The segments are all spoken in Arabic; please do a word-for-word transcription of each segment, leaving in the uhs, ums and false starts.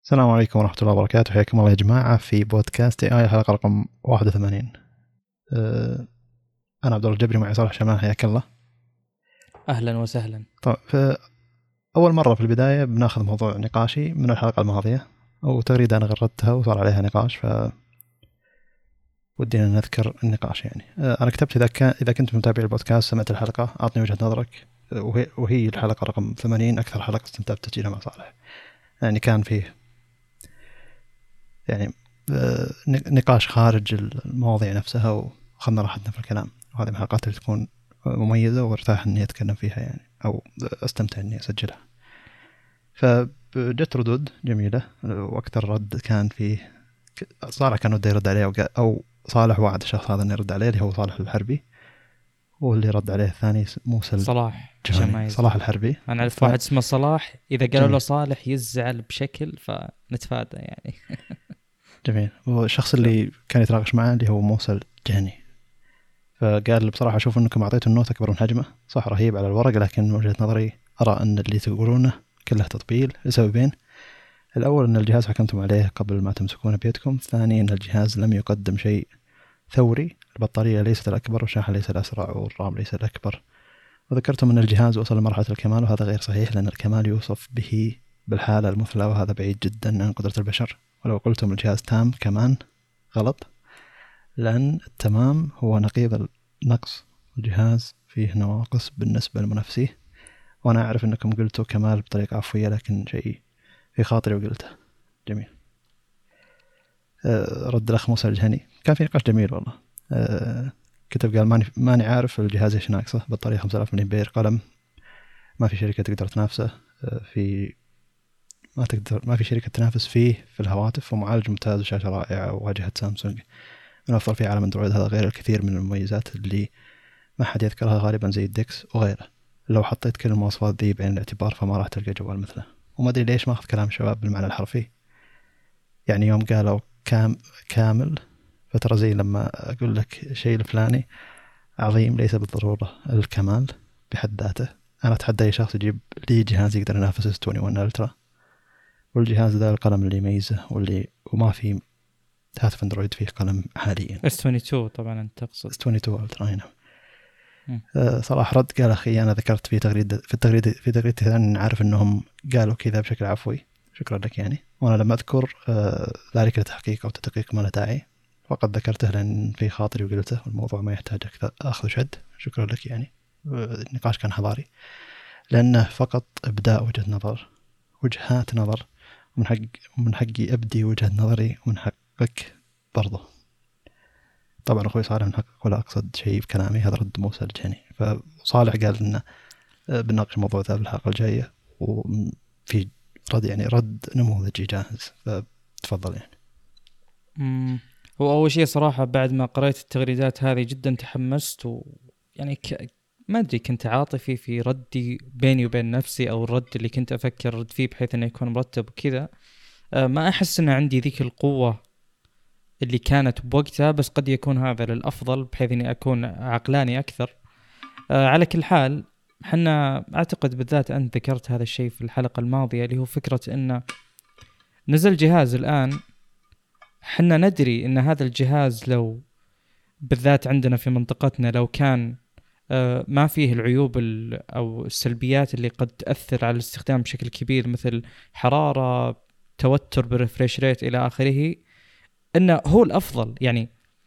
السلام عليكم ورحمة الله وبركاته. حياكم الله يا جماعة في بودكاست اي حلقة رقم واحد وثمانين. أه أنا عبد الله الجبري، معي صالح شمال. حياك الله. أهلا وسهلا. طيب، أول مرة في البداية بناخذ موضوع نقاشي من الحلقة الماضية أو تغريدة أنا غردتها وصار عليها نقاش، ف ودينا نذكر النقاش. يعني أه أنا كتبت إذا كان إذا كنت متابع البودكاست سمعت الحلقة أعطني وجهة نظرك، وهي, وهي الحلقة رقم ثمانين، أكثر حلقة استمتعت تسجيلها مع صالح. يعني كان فيه يعني نقاش خارج المواضيع نفسها وخلنا راحتنا في الكلام، وهذه من الحلقات اللي تكون مميزة وارتاح إني أتكلم فيها يعني، أو أستمتع إني أسجلها. فجت ردود جميلة، وأكثر رد كان فيه صالح كان وده يرد عليه، أو صالح وعد الشخص هذا إنه يرد عليه، اللي هو صالح الحربي، واللي رد عليه الثاني موسى صلاح صلاح الحربي. أنا أعرف واحد اسمه صلاح، إذا قالوا له صالح يزعل بشكل، فنتفادى يعني. جميل. والشخص اللي كان يتناقش معه اللي هو موسى الجهني، فقال بصراحة أشوف أنكم أعطيتوا النوت أكبر من حجمه، صح رهيب على الورق، لكن من وجهة نظري أرى أن اللي تقولونه كله تطبيل لسببين. الأول أن الجهاز حكمتم عليه قبل ما تمسكونه بيدكم، الثاني أن الجهاز لم يقدم شيء ثوري، البطارية ليست الأكبر والشاحن ليس الأسرع والرام ليس الأكبر، وذكرتم أن الجهاز وصل لمرحلة الكمال، وهذا غير صحيح، لأن الكمال يوصف به بالحالة المثلى، وهذا بعيد جدا عن قدرة البشر. ولو قلتم الجهاز تام كمان غلط، لأن التمام هو نقيض النقص، الجهاز فيه نواقص بالنسبة لمنافسيه، وأنا أعرف أنكم قلتوا كمال بطريقة عفوية، لكن شيء في خاطري وقلته. جميل. أه رد الأخ موسى الجهني، كان في نقاش جميل والله. أه كتب قال ماني, ماني عارف الجهاز إيش ناقصه، بطارية خمسة آلاف ملي أمبير، قلم ما في شركة تقدر تنافسه أه في ما تقدر ما في شركة تنافس فيه في الهواتف، ومعالج ممتاز وشاشة رائعة وواجهة سامسونج من أفضل في عالم اندرويد، هذا غير الكثير من المميزات اللي ما حد يذكرها غالبا زي الدكس وغيره. لو حطيت كل المواصفات ذي بعين الاعتبار فما راح تلقى جوال مثله. وما أدري ليش ما أخذ كلام الشباب بالمعنى الحرفي، يعني يوم قالوا كام كامل، فترى زي لما أقول لك شيء الفلاني عظيم ليس بالضرورة الكمال بحد ذاته. أنا أتحدى أي شخص يجيب لي جهاز يقدر ينافس إس واحد وعشرين ألترا، والجهاز ذا القلم اللي يميزه، واللي وما في هاتف اندرويد فيه قلم حاليا. إس اثنين وعشرين طبعا أنت تقصد إس اثنين وعشرين ألترا هنا. أه صلاح رد قال أخي أنا ذكرت في تغريدة في التغريدة في تغريدة أن عارف أنهم قالوا كذا بشكل عفوي، شكرا لك يعني، وأنا لما أذكر أه ذلك لتحقيق أو تدقيق ما له داعي، فقد ذكرته لأن في خاطري وقلته، والموضوع ما يحتاج أخذ شد. شكرا لك يعني. النقاش كان حضاري لأنه فقط إبداء وجهة نظر وجهات نظر، ومن حق من حقي أبدي وجهة نظري، ومن حقك برضه. طبعا أخوي صالح من حقك، ولا أقصد شيء بكلامي، هذا رد موسى الجهني. فصالح قال إنه بنناقش الموضوع ذا بالحلقة الجاية، وفي رد يعني رد نموذجي جاهز، فتفضل يعني. امم هو أول شيء صراحة بعد ما قرأت التغريدات هذه جدا تحمست، ويعني ك... ما أدري كنت عاطفي في ردي بيني وبين نفسي، أو الرد اللي كنت أفكر رد فيه بحيث أنه يكون مرتب وكذا. أه ما أحس أن عندي ذيك القوة اللي كانت بوقتها، بس قد يكون هذا للأفضل بحيث أني أكون عقلاني أكثر. أه على كل حال، حنا أعتقد بالذات أنت ذكرت هذا الشيء في الحلقة الماضية، اللي هو فكرة أن نزل جهاز الآن، حنا ندري أن هذا الجهاز لو بالذات عندنا في منطقتنا لو كان أه ما فيه العيوب أو السلبيات اللي قد تأثر على الاستخدام بشكل كبير، مثل حرارة، توتر بالريفريش ريت إلى آخره، إنه هو الأفضل. يعني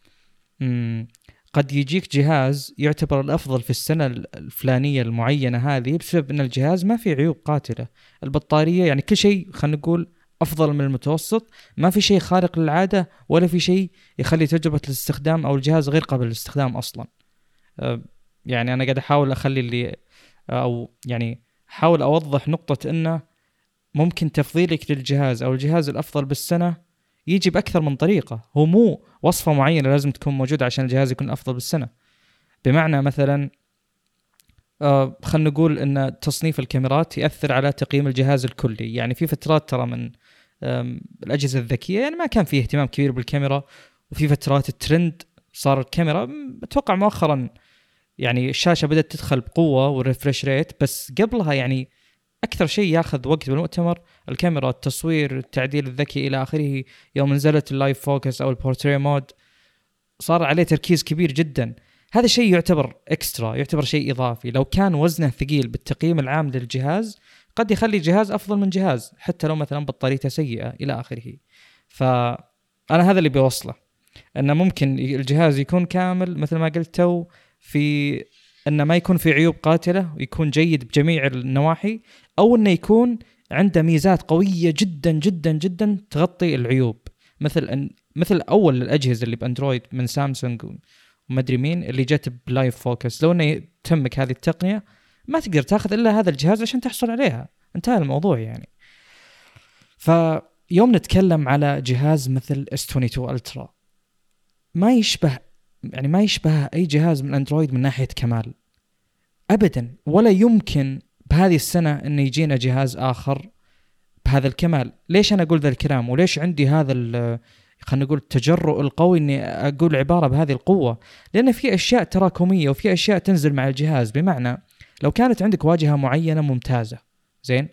قد يجيك جهاز يعتبر الأفضل في السنة الفلانية المعينة هذه بسبب أن الجهاز ما فيه عيوب قاتلة، البطارية يعني كل شيء خلينا نقول أفضل من المتوسط، ما في شيء خارق للعادة، ولا في شيء يخلي تجربة الاستخدام أو الجهاز غير قابل للاستخدام أصلا. يعني أنا قاعد أحاول أخلي اللي أو يعني حاول أوضح نقطة أنه ممكن تفضيلك للجهاز أو الجهاز الأفضل بالسنة يجي بأكثر من طريقة، هو مو وصفة معينة لازم تكون موجودة عشان الجهاز يكون أفضل بالسنة. بمعنى مثلا آه خلنا نقول أن تصنيف الكاميرات يأثر على تقييم الجهاز الكلي. يعني في فترات ترى من الأجهزة الذكية يعني ما كان فيه اهتمام كبير بالكاميرا، وفي فترات الترند صار الكاميرا أتوقع مؤخرا يعني الشاشة بدأت تدخل بقوة والريفريش ريت، بس قبلها يعني اكثر شيء ياخذ وقت بالمؤتمر الكاميرا، التصوير، التعديل الذكي الى اخره. يوم نزلت اللايف فوكس او البورتري مود صار عليه تركيز كبير جدا. هذا شيء يعتبر اكسترا، يعتبر شيء اضافي. لو كان وزنه ثقيل بالتقييم العام للجهاز قد يخلي جهاز افضل من جهاز، حتى لو مثلا بطاريته سيئه الى اخره. فانا هذا اللي بيوصله، انه ممكن الجهاز يكون كامل مثل ما قلت تو، في انه ما يكون في عيوب قاتله ويكون جيد بجميع النواحي، او انه يكون عنده ميزات قويه جدا جدا جدا تغطي العيوب، مثل أن مثل اول الاجهزه اللي باندرويد من سامسونج وما ادري مين اللي جت بلايف فوكس. لو انه تمك هذه التقنيه ما تقدر تاخذ الا هذا الجهاز عشان تحصل عليها، انتهى الموضوع يعني. فيوم نتكلم على جهاز مثل إس اثنين وعشرين ألترا ما يشبه يعني ما يشبه اي جهاز من اندرويد من ناحيه كمال ابدا، ولا يمكن بهذه السنه ان يجينا جهاز اخر بهذا الكمال. ليش انا اقول ذا الكلام وليش عندي هذا خلينا نقول التجرؤ القوي اني اقول عباره بهذه القوه؟ لان في اشياء تراكميه وفي اشياء تنزل مع الجهاز. بمعنى لو كانت عندك واجهه معينه ممتازه زين،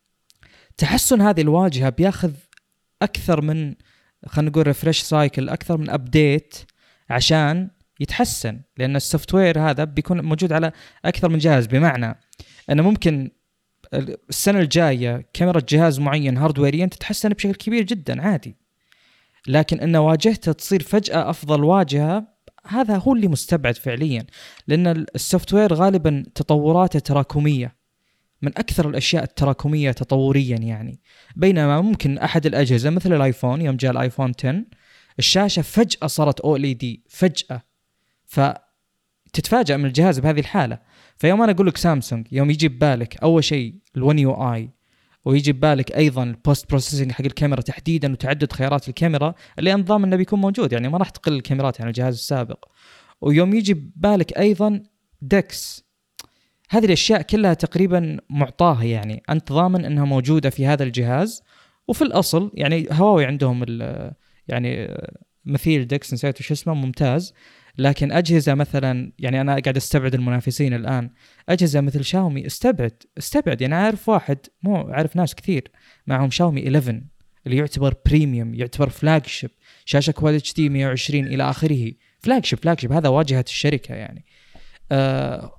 تحسن هذه الواجهه بياخذ اكثر من خلينا نقول ريفرش سايكل، اكثر من ابديت عشان يتحسن، لان السوفت وير هذا بيكون موجود على اكثر من جهاز. بمعنى انه ممكن السنه الجايه كاميرا جهاز معين هاردويريا تتحسن بشكل كبير جدا عادي، لكن ان واجهته تصير فجاه افضل واجهه هذا هو اللي مستبعد فعليا، لان السوفت وير غالبا تطوراته تراكميه، من اكثر الاشياء التراكميه تطوريا يعني. بينما ممكن احد الاجهزه مثل الايفون، يوم جاء الايفون عشرة الشاشه فجاه صارت او ال اي دي فجاه، فتتفاجأ من الجهاز بهذه الحاله. فيوم انا اقول لك سامسونج، يوم يجي ببالك اول شيء الون يو اي، ويجي ببالك ايضا البوست بروسيسنج حق الكاميرا تحديدا وتعدد خيارات الكاميرا اللي انظام انه بيكون موجود، يعني ما راح تقل الكاميرات عن الجهاز السابق. ويوم يجي ببالك ايضا دكس، هذه الاشياء كلها تقريبا معطاها، يعني انت ضامن انها موجوده في هذا الجهاز. وفي الاصل يعني هواوي عندهم يعني مثيل دكس نسيت وش اسمه ممتاز، لكن أجهزة مثلا يعني أنا قاعد أستبعد المنافسين الآن، أجهزة مثل شاومي استبعد استبعد يعني عارف واحد مو عارف ناس كثير معهم شاومي إحدى عشر اللي يعتبر بريميوم، يعتبر فلاجشيب، شاشة كواد اتش دي مية وعشرين إلى آخره، فلاجشيب فلاجشيب هذا واجهة الشركة يعني. آه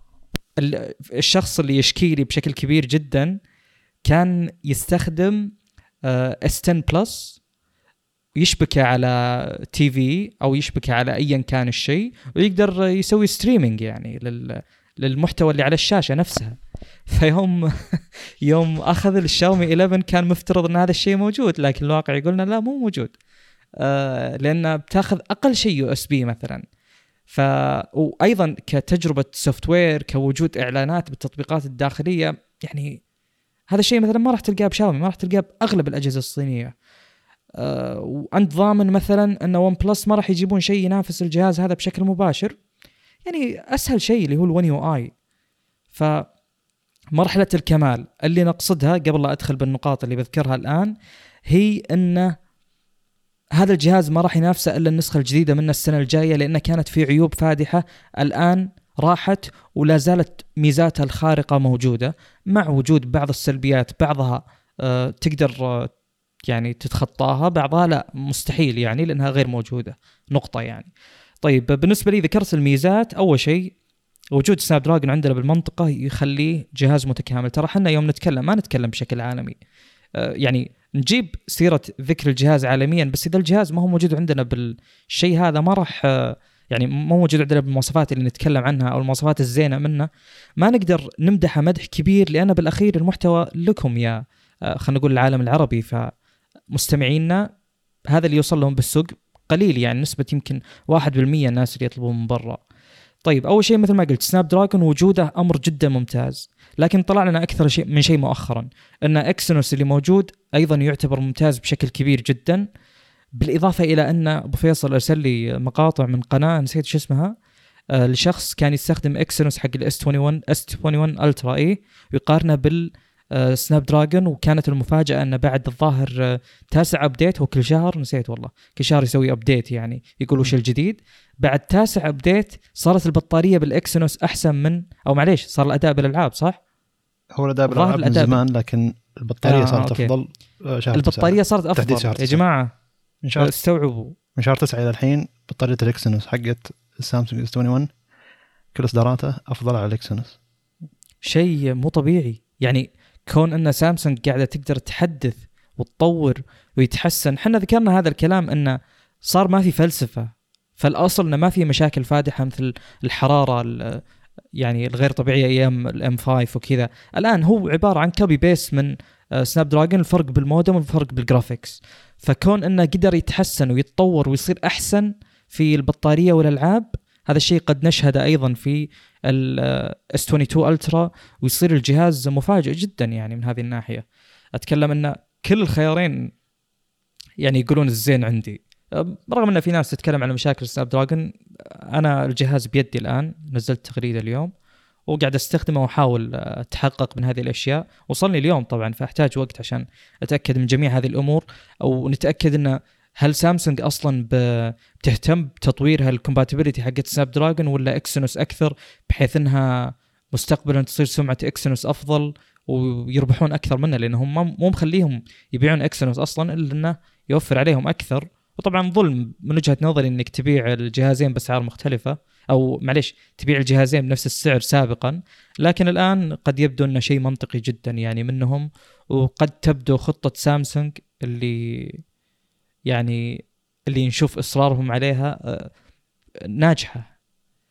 الشخص اللي يشكي لي بشكل كبير جدا كان يستخدم آه إس عشرة بلس، يشبكه على تي في او يشبكه على ايا كان الشيء، ويقدر يسوي ستريمينج يعني للمحتوى اللي على الشاشه نفسها. فيوم يوم اخذ الشاومي إحدى عشر كان مفترض ان هذا الشيء موجود، لكن الواقع يقولنا لا مو موجود، آه لان بتاخذ اقل شيء يو اس بي مثلا. ف وايضا كتجربه سوفت وير، كوجود اعلانات بالتطبيقات الداخليه، يعني هذا الشيء مثلا ما راح تلقاه بشاومي، ما راح تلقاه باغلب الاجهزه الصينيه. أه وأنت ضامن مثلا أن ون بلس ما راح يجيبون شيء ينافس الجهاز هذا بشكل مباشر، يعني أسهل شيء اللي هو الون يو آي. فمرحلة الكمال اللي نقصدها قبل لا أدخل بالنقاط اللي بذكرها الآن هي أن هذا الجهاز ما راح ينافسه إلا النسخة الجديدة منه السنة الجاية، لأن كانت في عيوب فادحة الآن راحت ولا زالت ميزاتها الخارقة موجودة، مع وجود بعض السلبيات بعضها أه تقدر أه يعني تتخطاها، بعضها لا مستحيل يعني لأنها غير موجودة نقطة يعني. طيب بالنسبة لي ذكرت الميزات، أول شيء وجود سناب دراجون عندنا بالمنطقة يخليه جهاز متكامل. ترى حنا يوم نتكلم ما نتكلم بشكل عالمي، آه يعني نجيب سيرة ذكر الجهاز عالميا، بس إذا الجهاز ما هو موجود عندنا بالشيء هذا ما راح آه يعني ما هو موجود عندنا بالمواصفات اللي نتكلم عنها أو المواصفات الزينة منه، ما نقدر نمدح مدح كبير، لأن بالأخير المحتوى لكم يا آه خلينا نقول العالم العربي، ف مستمعينا هذا اللي يوصل لهم بالسوق قليل، يعني نسبة يمكن واحد بالمية الناس اللي يطلبون من برا. طيب أول شيء مثل ما قلت سناب دراجون وجوده أمر جدا ممتاز، لكن طلع لنا أكثر شيء من شيء مؤخرا أن إكسينوس اللي موجود أيضا يعتبر ممتاز بشكل كبير جدا، بالإضافة إلى أن أبو فيصل أرسل لي مقاطع من قناة نسيت شو اسمها آه لشخص كان يستخدم إكسينوس حق ال إس واحد وعشرين إس واحد وعشرين ألترا إيه ويقارنه بال سناب دراجون، وكانت المفاجأة أن بعد الظاهر تاسع أبديت، هو كل شهر نسيت والله كل شهر يسوي أبديت يعني يقول وش الجديد، بعد تاسع أبديت صارت البطارية بالإكسينوس أحسن من أو معليش صار الأداء بالألعاب صح هو الأداء بالألعاب من زمان، لكن البطارية آه صارت أوكي. أفضل. شهر البطارية صارت أفضل يا جماعة، من شهر استوعبوا من شهر تسعة إلى الحين بطارية الإكسينوس حقت السامسونج إس واحد وعشرين كل إصداراته أفضل على الإكسينوس. شيء مو طبيعي يعني، كون أن سامسونج قاعدة تقدر تحدث وتطور ويتحسن. حنا ذكرنا هذا الكلام أنه صار ما في فلسفة، فالأصل أنه ما في مشاكل فادحة مثل الحرارة يعني الغير طبيعية أيام الام خمسة وكذا. الآن هو عبارة عن كوبي بيس من سناب دراجون، الفرق بالمودم والفرق بالجرافيكس. فكون أنه قدر يتحسن ويتطور ويصير أحسن في البطارية والألعاب، هذا الشيء قد نشهده أيضا في ال إس اثنين وعشرين ألترا، ويصير الجهاز مفاجئ جدا يعني من هذه الناحية. أتكلم أن كل الخيارين يعني يقولون الزين عندي، رغم أن في ناس تتكلم عن مشاكل سناب دراجون. أنا الجهاز بيدي الآن، نزلت تغريدة اليوم وقاعد استخدمه وأحاول أتحقق من هذه الأشياء. وصلني اليوم طبعا، فأحتاج وقت عشان أتأكد من جميع هذه الأمور، أو نتأكد أن هل سامسونج أصلا بتهتم بتطويرها الكومباتيبلتي حقت سناب دراجون ولا إكسينوس أكثر، بحيث أنها مستقبلا تصير سمعة إكسينوس أفضل ويربحون أكثر منها، لأنهم مو مخليهم يبيعون إكسينوس أصلا إلا أنه يوفر عليهم أكثر. وطبعا ظلم من وجهة نظري إنك تبيع الجهازين بأسعار مختلفة، أو معليش تبيع الجهازين بنفس السعر سابقا، لكن الآن قد يبدو أنه شيء منطقي جدا يعني منهم. وقد تبدو خطة سامسونج اللي يعني اللي نشوف إصرارهم عليها ناجحة.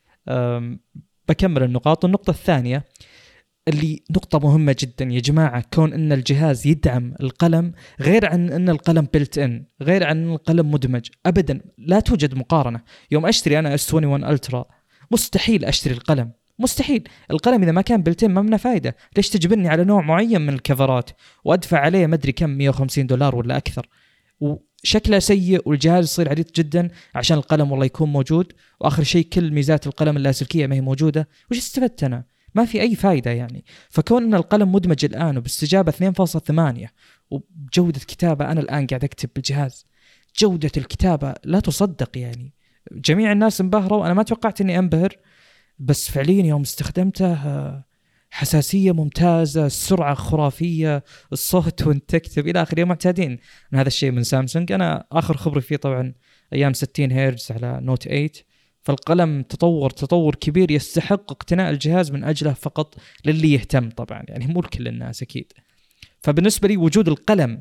بكمل النقاط. النقطة الثانية اللي نقطة مهمة جدا يا جماعة، كون أن الجهاز يدعم القلم، غير عن أن القلم بيلت إن، غير عن أن القلم مدمج أبدا، لا توجد مقارنة. يوم أشتري أنا إس واحد وعشرين ألترا مستحيل أشتري القلم، مستحيل. القلم إذا ما كان بيلت إن ما منه فايدة. ليش تجبرني على نوع معين من الكفرات وأدفع عليه مدري كم مية وخمسين دولار ولا أكثر، وشكله سيء والجهاز يصير عديد جدا عشان القلم والله يكون موجود، وآخر شيء كل ميزات القلم اللاسلكية ما هي موجودة. وش استفدت أنا؟ ما في أي فايدة يعني. فكون أن القلم مدمج الآن وباستجابة اثنين فاصلة ثمانية وبجودة كتابة، أنا الآن قاعد أكتب بالجهاز جودة الكتابة لا تصدق يعني. جميع الناس انبهروا، أنا ما توقعت أني أنبهر، بس فعليا يوم استخدمته حساسية ممتازة، السرعة خرافية، الصوت وانت تكتب إلى آخره. معتادين من هذا الشيء من سامسونج. أنا آخر خبري فيه طبعا أيام ستين هيرتز على نوت ثمانية، فالقلم تطور تطور كبير يستحق اقتناء الجهاز من أجله فقط للي يهتم طبعا، يعني مو لكل الناس أكيد. فبالنسبة لي وجود القلم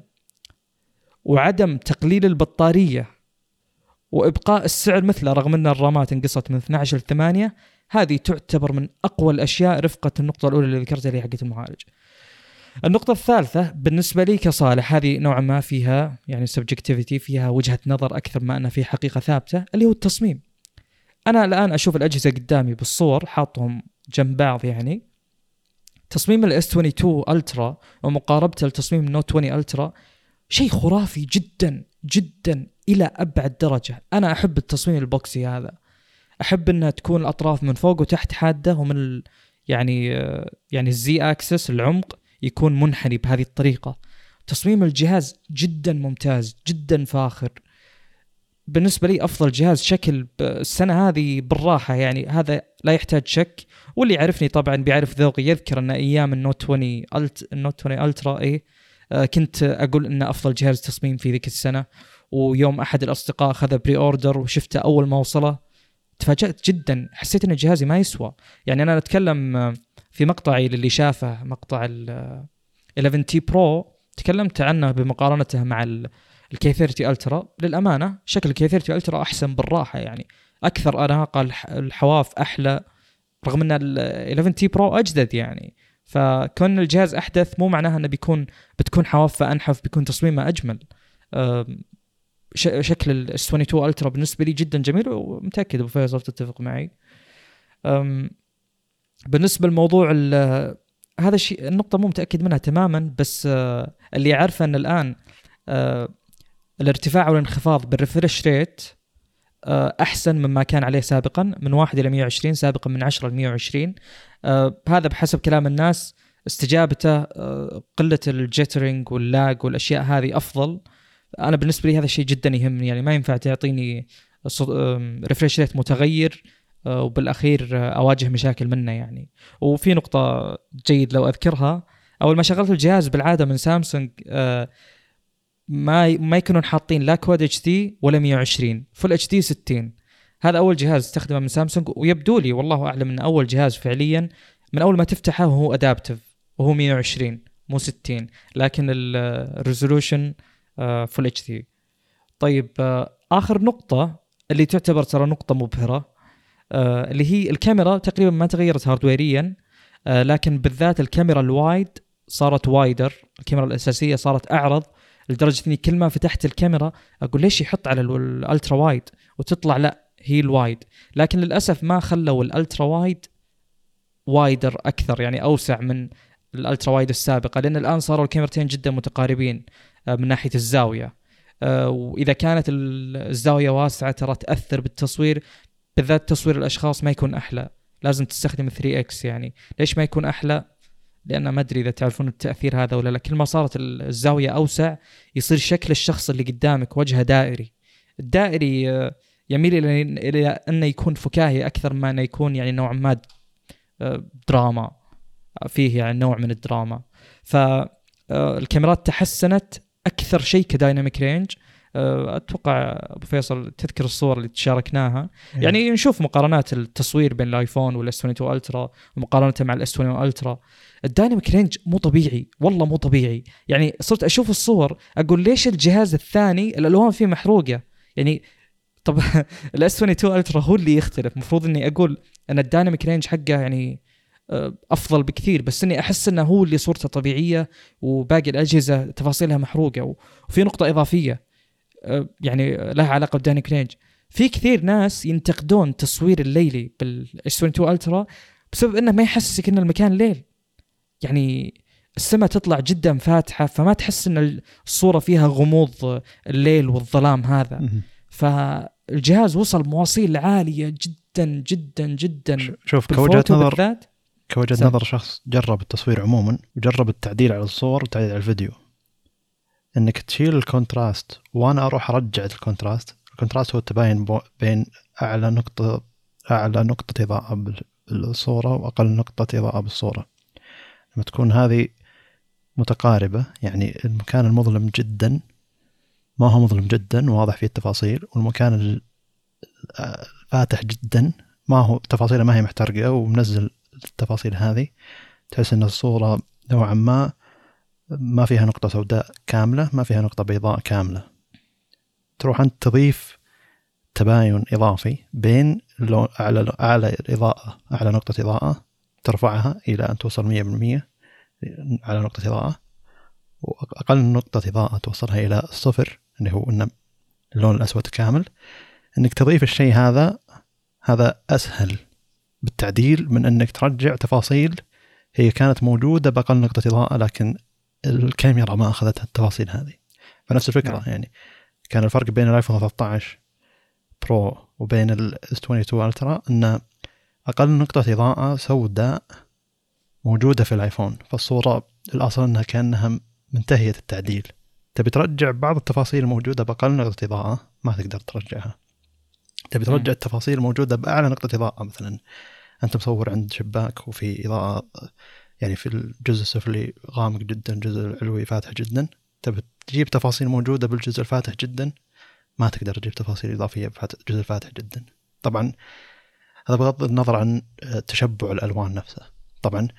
وعدم تقليل البطارية وإبقاء السعر مثله، رغم أن الرامات انقصت من اثني عشر إلى ثمانية، هذه تعتبر من أقوى الأشياء رفقة النقطة الأولى اللي ذكرتها لي حقة المعالج. النقطة الثالثة بالنسبة لي كصالح، هذه نوعا ما فيها يعني subjectivity، فيها وجهة نظر أكثر ما أنها في حقيقة ثابتة، اللي هو التصميم. أنا الآن أشوف الأجهزة قدامي بالصور حاطهم جنب بعض، يعني تصميم ال إس اثنين وعشرين ألترا ومقاربته لتصميم النوت عشرين ألترا شيء خرافي جدا جدا إلى أبعد درجة. أنا أحب التصميم البوكسي هذا، أحب أنها تكون الأطراف من فوق وتحت حادة، ومن ال يعني يعني الزي أكسس العمق يكون منحني بهذه الطريقة. تصميم الجهاز جدا ممتاز جدا فاخر، بالنسبة لي أفضل جهاز شكل السنة هذه بالراحة، يعني هذا لا يحتاج شك. واللي يعرفني طبعا بيعرف ذوقي، يذكر أن أيام النوت عشرين ألت النوت عشرين ألترا إيه آه كنت أقول أن أفضل جهاز تصميم في ذيك السنة. ويوم أحد الأصدقاء أخذ بري أوردر وشفته أول ما وصله تفاجأت جدا، حسيت أن جهازي ما يسوى. يعني أنا أتكلم في مقطعي للي شافه، مقطع ال إحدى عشر تي برو، تكلمت عنه بمقارنته مع ال الكي ثلاثين ألترا. للأمانة شكل الكي ثلاثين ألترا أحسن بالراحة، يعني أكثر أناقة، الحواف أحلى، رغم أن ال إحدى عشر تي برو أجدد يعني. فكون الجهاز أحدث مو معناها أنه بيكون بتكون حوافه أنحف، بيكون تصميمه أجمل. شكل ال إس اثنين وعشرين ألترا بالنسبة لي جدا جميل، ومتأكد أبو فيصل تتفق معي. بالنسبة للموضوع هذا الشيء، النقطة مو متأكد منها تماما، بس اللي عارفه أن الآن الارتفاع والانخفاض بالريفرش ريت أحسن مما كان عليه سابقا، من واحد إلى مية وعشرين، سابقا من عشرة إلى مية وعشرين. هذا بحسب كلام الناس. استجابته قلة الجيترينج واللاج والأشياء هذه أفضل. أنا بالنسبة لي هذا الشيء جدا يهمني، يعني ما ينفع تعطيني ريفرش ريت متغير وبالأخير أواجه مشاكل منه يعني. وفي نقطة جيد لو أذكرها، أول ما شغلت الجهاز بالعادة من سامسونج ما ما يكونون حاطين لا كواد اتش دي ولا مية وعشرين، فل اتش دي ستين. هذا أول جهاز استخدمه من سامسونج، ويبدو لي والله أعلم من أول جهاز فعليا من أول ما تفتحه وهو أدابتف وهو مية وعشرين مو ستين، لكن الريزولوشن فل اتش دي. طيب آخر نقطة اللي تعتبر ترى نقطة مبهرة اللي هي الكاميرا، تقريبا ما تغيرت هاردويريا، لكن بالذات الكاميرا الوايد صارت وايدر، الكاميرا الأساسية صارت أعرض، لدرجة أني كل ما فتحت الكاميرا أقول ليش يحط على الألترا وايد وتطلع لا هي الوايد. لكن للأسف ما خلوا الألترا وايد وايدر أكثر، يعني أوسع من الألترا وايد السابقة، لأن الآن صاروا الكاميرتين جدا متقاربين من ناحية الزاوية، وإذا كانت الزاوية واسعة ترى تأثر بالتصوير، بالذات تصوير الأشخاص ما يكون أحلى، لازم تستخدم ثري إكس. يعني ليش ما يكون أحلى؟ لأن ما أدري إذا تعرفون التأثير هذا ولا لا، كل ما صارت الزاوية أوسع يصير شكل الشخص اللي قدامك وجهه دائري. الدائري يميل إلى أنه يكون فكاهي أكثر ما أنه يكون يعني نوع ما دراما، فيه يعني نوع من الدراما. فالكاميرات تحسنت أكثر شيء كدايناميك رينج. أتوقع أبو فيصل تذكر الصور اللي تشاركناها، يعني نشوف مقارنات التصوير بين الآيفون والإس اثنين وعشرين ألترا ومقارنته مع الإس اثنين وعشرين ألترا. الدايناميك رينج مو طبيعي، والله مو طبيعي. يعني صرت أشوف الصور أقول ليش الجهاز الثاني الألوان فيه محروقة؟ يعني طب الإس اثنين وعشرين ألترا هو اللي يختلف، مفروض إني أقول أن الدايناميك رينج حقه يعني أفضل بكثير، بس إني أحس إنه هو اللي صورته طبيعية وباقي الأجهزة تفاصيلها محروقة. وفي نقطة إضافية يعني لها علاقة بالدايناميك رينج، في كثير ناس ينتقدون تصوير الليلي بالإس اثنين وعشرين ألترا بسبب إنه ما يحسسك إن المكان ليل، يعني السماء تطلع جدا فاتحة فما تحس إن الصورة فيها غموض الليل والظلام هذا. فالجهاز وصل مواصيل عالية جدا جدا جدا. شوف كوجهة نظر بالذات كوجهة سم. نظر شخص جرب التصوير عموما وجرب التعديل على الصور والتعديل على الفيديو، انك تشيل الكونتراست وانا اروح ارجع الكونتراست. الكونتراست هو التباين بين اعلى نقطة اعلى نقطة اضاءة بالصورة واقل نقطة اضاءة بالصورة. لما تكون هذه متقاربة، يعني المكان المظلم جدا ما هو مظلم جدا واضح فيه التفاصيل، والمكان الفاتح جدا ما هو تفاصيله ما هي محترقة ومنزل التفاصيل هذه، تحس ان الصورة نوعا ما ما فيها نقطة سوداء كاملة، ما فيها نقطة بيضاء كاملة. تروح أنت تضيف تباين إضافي بين اللون أعلى أعلى إضاءة أعلى نقطة إضاءة، ترفعها إلى أن توصل مية بالمية على نقطة إضاءة، وأقل نقطة إضاءة توصلها إلى الصفر اللي هو إن اللون الأسود كامل. إنك تضيف الشيء هذا هذا أسهل بالتعديل من إنك ترجع تفاصيل هي كانت موجودة بأقل نقطة إضاءة لكن الكاميرا ما أخذتها التفاصيل هذه. فنفس الفكرة نعم. يعني كان الفرق بين الايفون ثلاثة عشر برو وبين الاس اثنين وعشرين ألترا أن أقل نقطة إضاءة سوداء موجودة في الايفون، فالصورة الأصل أنها كأنها منتهية التعديل. تبي ترجع بعض التفاصيل الموجودة بأقل نقطة إضاءة ما تقدر ترجعها. تبي ترجع التفاصيل الموجودة بأعلى نقطة إضاءة، مثلا أنت مصور عند شباك وفي إضاءة يعني في الجزء السفلي غامق جدا، الجزء العلوي فاتح جدا، تبي تجيب تفاصيل موجودة بالجزء الفاتح جدا ما تقدر تجيب تفاصيل إضافية بالجزء الفاتح جدا. طبعا هذا بغض النظر عن تشبع الألوان نفسها. طبعا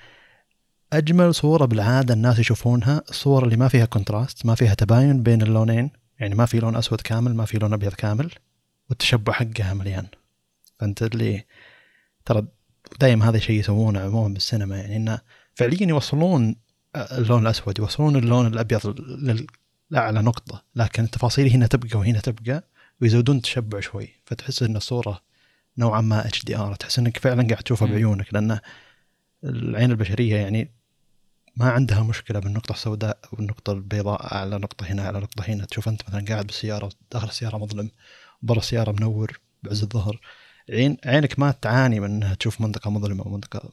أجمل صورة بالعادة الناس يشوفونها الصورة اللي ما فيها كونتراست، ما فيها تباين بين اللونين، يعني ما في لون أسود كامل ما في لون أبيض كامل، والتشبع حقها مليان. فأنت اللي ترى دائما هذا شيء يسوونه عموما بالسينما، يعني إنه فعليا يوصلون اللون الأسود يوصلون اللون الأبيض لأعلى نقطة، لكن التفاصيل هنا تبقى وهنا تبقى ويزودون تشبع شوي، فتحس إن الصورة نوعا ما اتش دي ار، تحس إنك فعلا قاعد تشوفها بعيونك، لأن العين البشرية يعني ما عندها مشكلة بالنقطة السوداء والنقطة البيضاء، أعلى نقطة هنا على نقطة هنا. تشوف أنت مثلا قاعد بالسيارة داخل السيارة مظلم، برا السيارة منور بعز الظهر، عين عينك ما تعاني من أنها تشوف منطقة مظلمة أو منطقة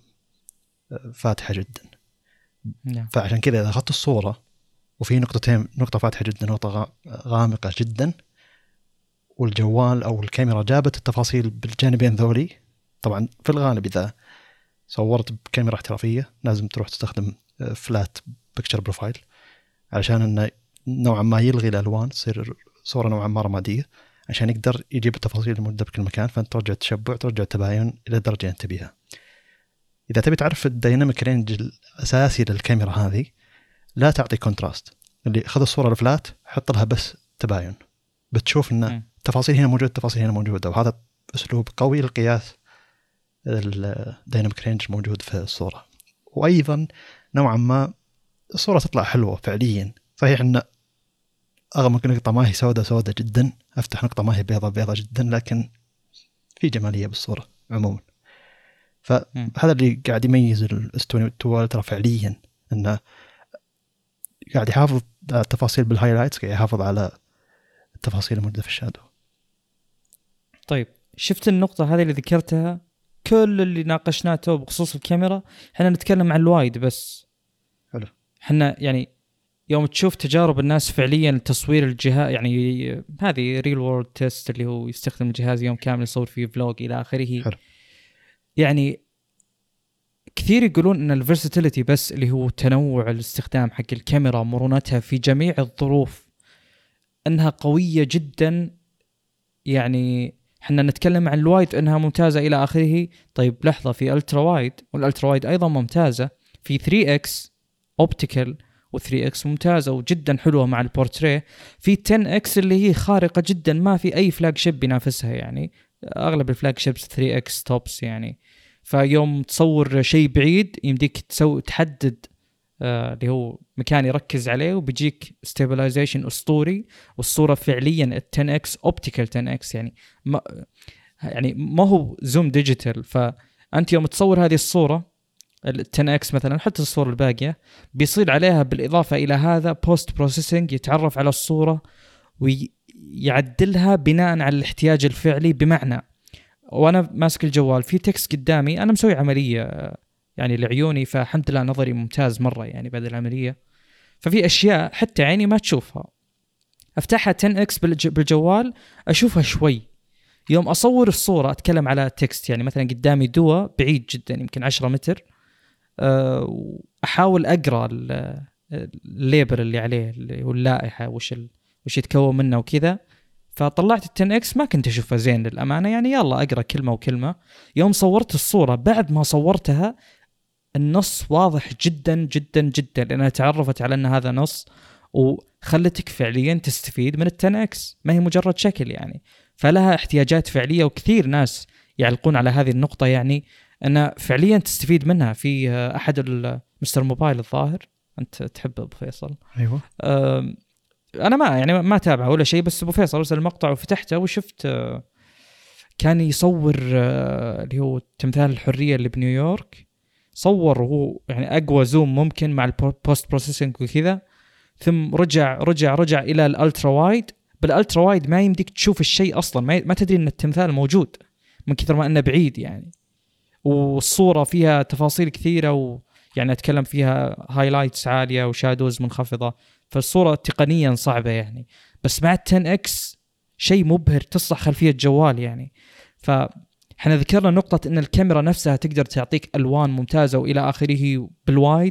فاتحة جدا. نعم. فعشان كذا إذا أخذت الصورة وفي نقطتين، نقطة فاتحة جدا ونقطة غامقة جدا، والجوال أو الكاميرا جابت التفاصيل بالجانبين ذولي، طبعا في الغالب إذا صورت بكاميرا احترافية لازم تروح تستخدم فلات بيكتشر بروفايل علشان إنه نوعا ما يلغي الألوان، تصير صورة نوعا ما رمادية عشان يقدر يجيب التفاصيل الموجودة بكل مكان، فأنت ترجع التشبع ترجع التباين إلى درجة أنت تبيها. إذا تبي تعرف الديناميك رينج الأساسي للكاميرا هذه، لا تعطي كونتراست، اللي خذ الصورة الفلات حط لها بس تباين، بتشوف إن التفاصيل هنا موجودة التفاصيل هنا موجودة، وهذا أسلوب قوي للقياس الديناميك رينج موجود في الصورة. وأيضا نوعا ما الصورة تطلع حلوة فعليا. صحيح إن أغلب نقطة ما هي سودة سودة جدا، أفتح نقطة ما هي بيضة بيضة جدا، لكن في جمالية بالصورة عموما. فهذا اللي قاعد يميز الاس عشرين تو الترا فعليا، إنه قاعد يحافظ على التفاصيل بالهايلايتس، قاعد يحافظ على التفاصيل الموجودة في الشادو. طيب شفت النقطة هذه اللي ذكرتها، كل اللي ناقشناته بخصوص الكاميرا احنا نتكلم عن الوايد بس. حلو. احنا يعني يوم تشوف تجارب الناس فعليا تصوير الجهاز، يعني هذه ريل وورلد تيست اللي هو يستخدم الجهاز يوم كامل يصور فيه فلوج الى اخره. حلو. يعني كثير يقولون ان الفيرساتيليتي بس اللي هو تنوع الاستخدام حق الكاميرا، مرونتها في جميع الظروف، انها قوية جدا. يعني احنا نتكلم عن الوايد انها ممتازة الى اخره. طيب لحظة، في الترا وايد، والالترا وايد ايضا ممتازة، في ثري إكس اوبتيكال، و3 إكس ممتازة وجدا حلوة مع البورتريه، في تن إكس اللي هي خارقة جدا، ما في أي فلاج شيب بينافسها. يعني أغلب الفلاج شيبس ثري إكس توبس يعني. فيوم تصور شيء بعيد يمديك تسوي تحدد آه اللي هو مكان يركز عليه، وبيجيك ستابلايزيشن أسطوري، والصورة فعليا التن إكس اوبتيكال تن إكس، يعني ما يعني ما هو زوم ديجيتال. فأنت يوم تصور هذه الصورة ال10 إكس مثلا، حتى الصورة الباقية بيصير عليها بالإضافة إلى هذا بوست بروسيسنج، يتعرف على الصورة ويعدلها بناء على الاحتياج الفعلي. بمعنى وأنا ماسك الجوال في تكست قدامي، أنا مسوي عملية يعني لعيوني، فالحمد لله نظري ممتاز مرة يعني بعد العملية، ففي أشياء حتى عيني ما تشوفها، أفتحها عشرة إكس بالجوال أشوفها شوي. يوم أصور الصورة أتكلم على تكست، يعني مثلا قدامي دواء بعيد جدا يمكن عشرة متر، أحاول أقرأ الليبل اللي عليه اللي هو اللائحة وش ال... وش يتكون منه وكذا. فطلعت التن إكس ما كنت أشوفها زين للأمانة، يعني يلا أقرأ كلمة وكلمة. يوم صورت الصورة بعد ما صورتها النص واضح جدا جدا جدا، لأنها تعرفت على أن هذا نص، وخلتك فعليا تستفيد من التن إكس، ما هي مجرد شكل يعني. فلها احتياجات فعلية، وكثير ناس يعلقون على هذه النقطة، يعني أنا فعليا تستفيد منها. في أحد المستر موبايل الظاهر أنت تحبه أبو فيصل. أيوة. أنا ما يعني ما تابعه ولا شيء، بس أبو فيصل أرسل المقطع وفتحته وشفت كان يصور اللي هو تمثال الحرية اللي بنيويورك، صور وهو يعني أقوى زوم ممكن مع البوست بروسيسنج وكذا، ثم رجع رجع رجع إلى الألترا وايد. بالألترا وايد ما يمديك تشوف الشيء أصلا، ما, ما تدري أن التمثال موجود من كثر ما أنه بعيد يعني. والصورة فيها تفاصيل كثيرة، ويعني أتكلم فيها هايلايتس عالية وشادوز منخفضة، فالصورة تقنيا صعبة يعني. بس مع التن إكس شيء مبهر، تصلح خلفية جوال يعني. فإحنا ذكرنا نقطة أن الكاميرا نفسها تقدر تعطيك ألوان ممتازة وإلى آخره بالوايد.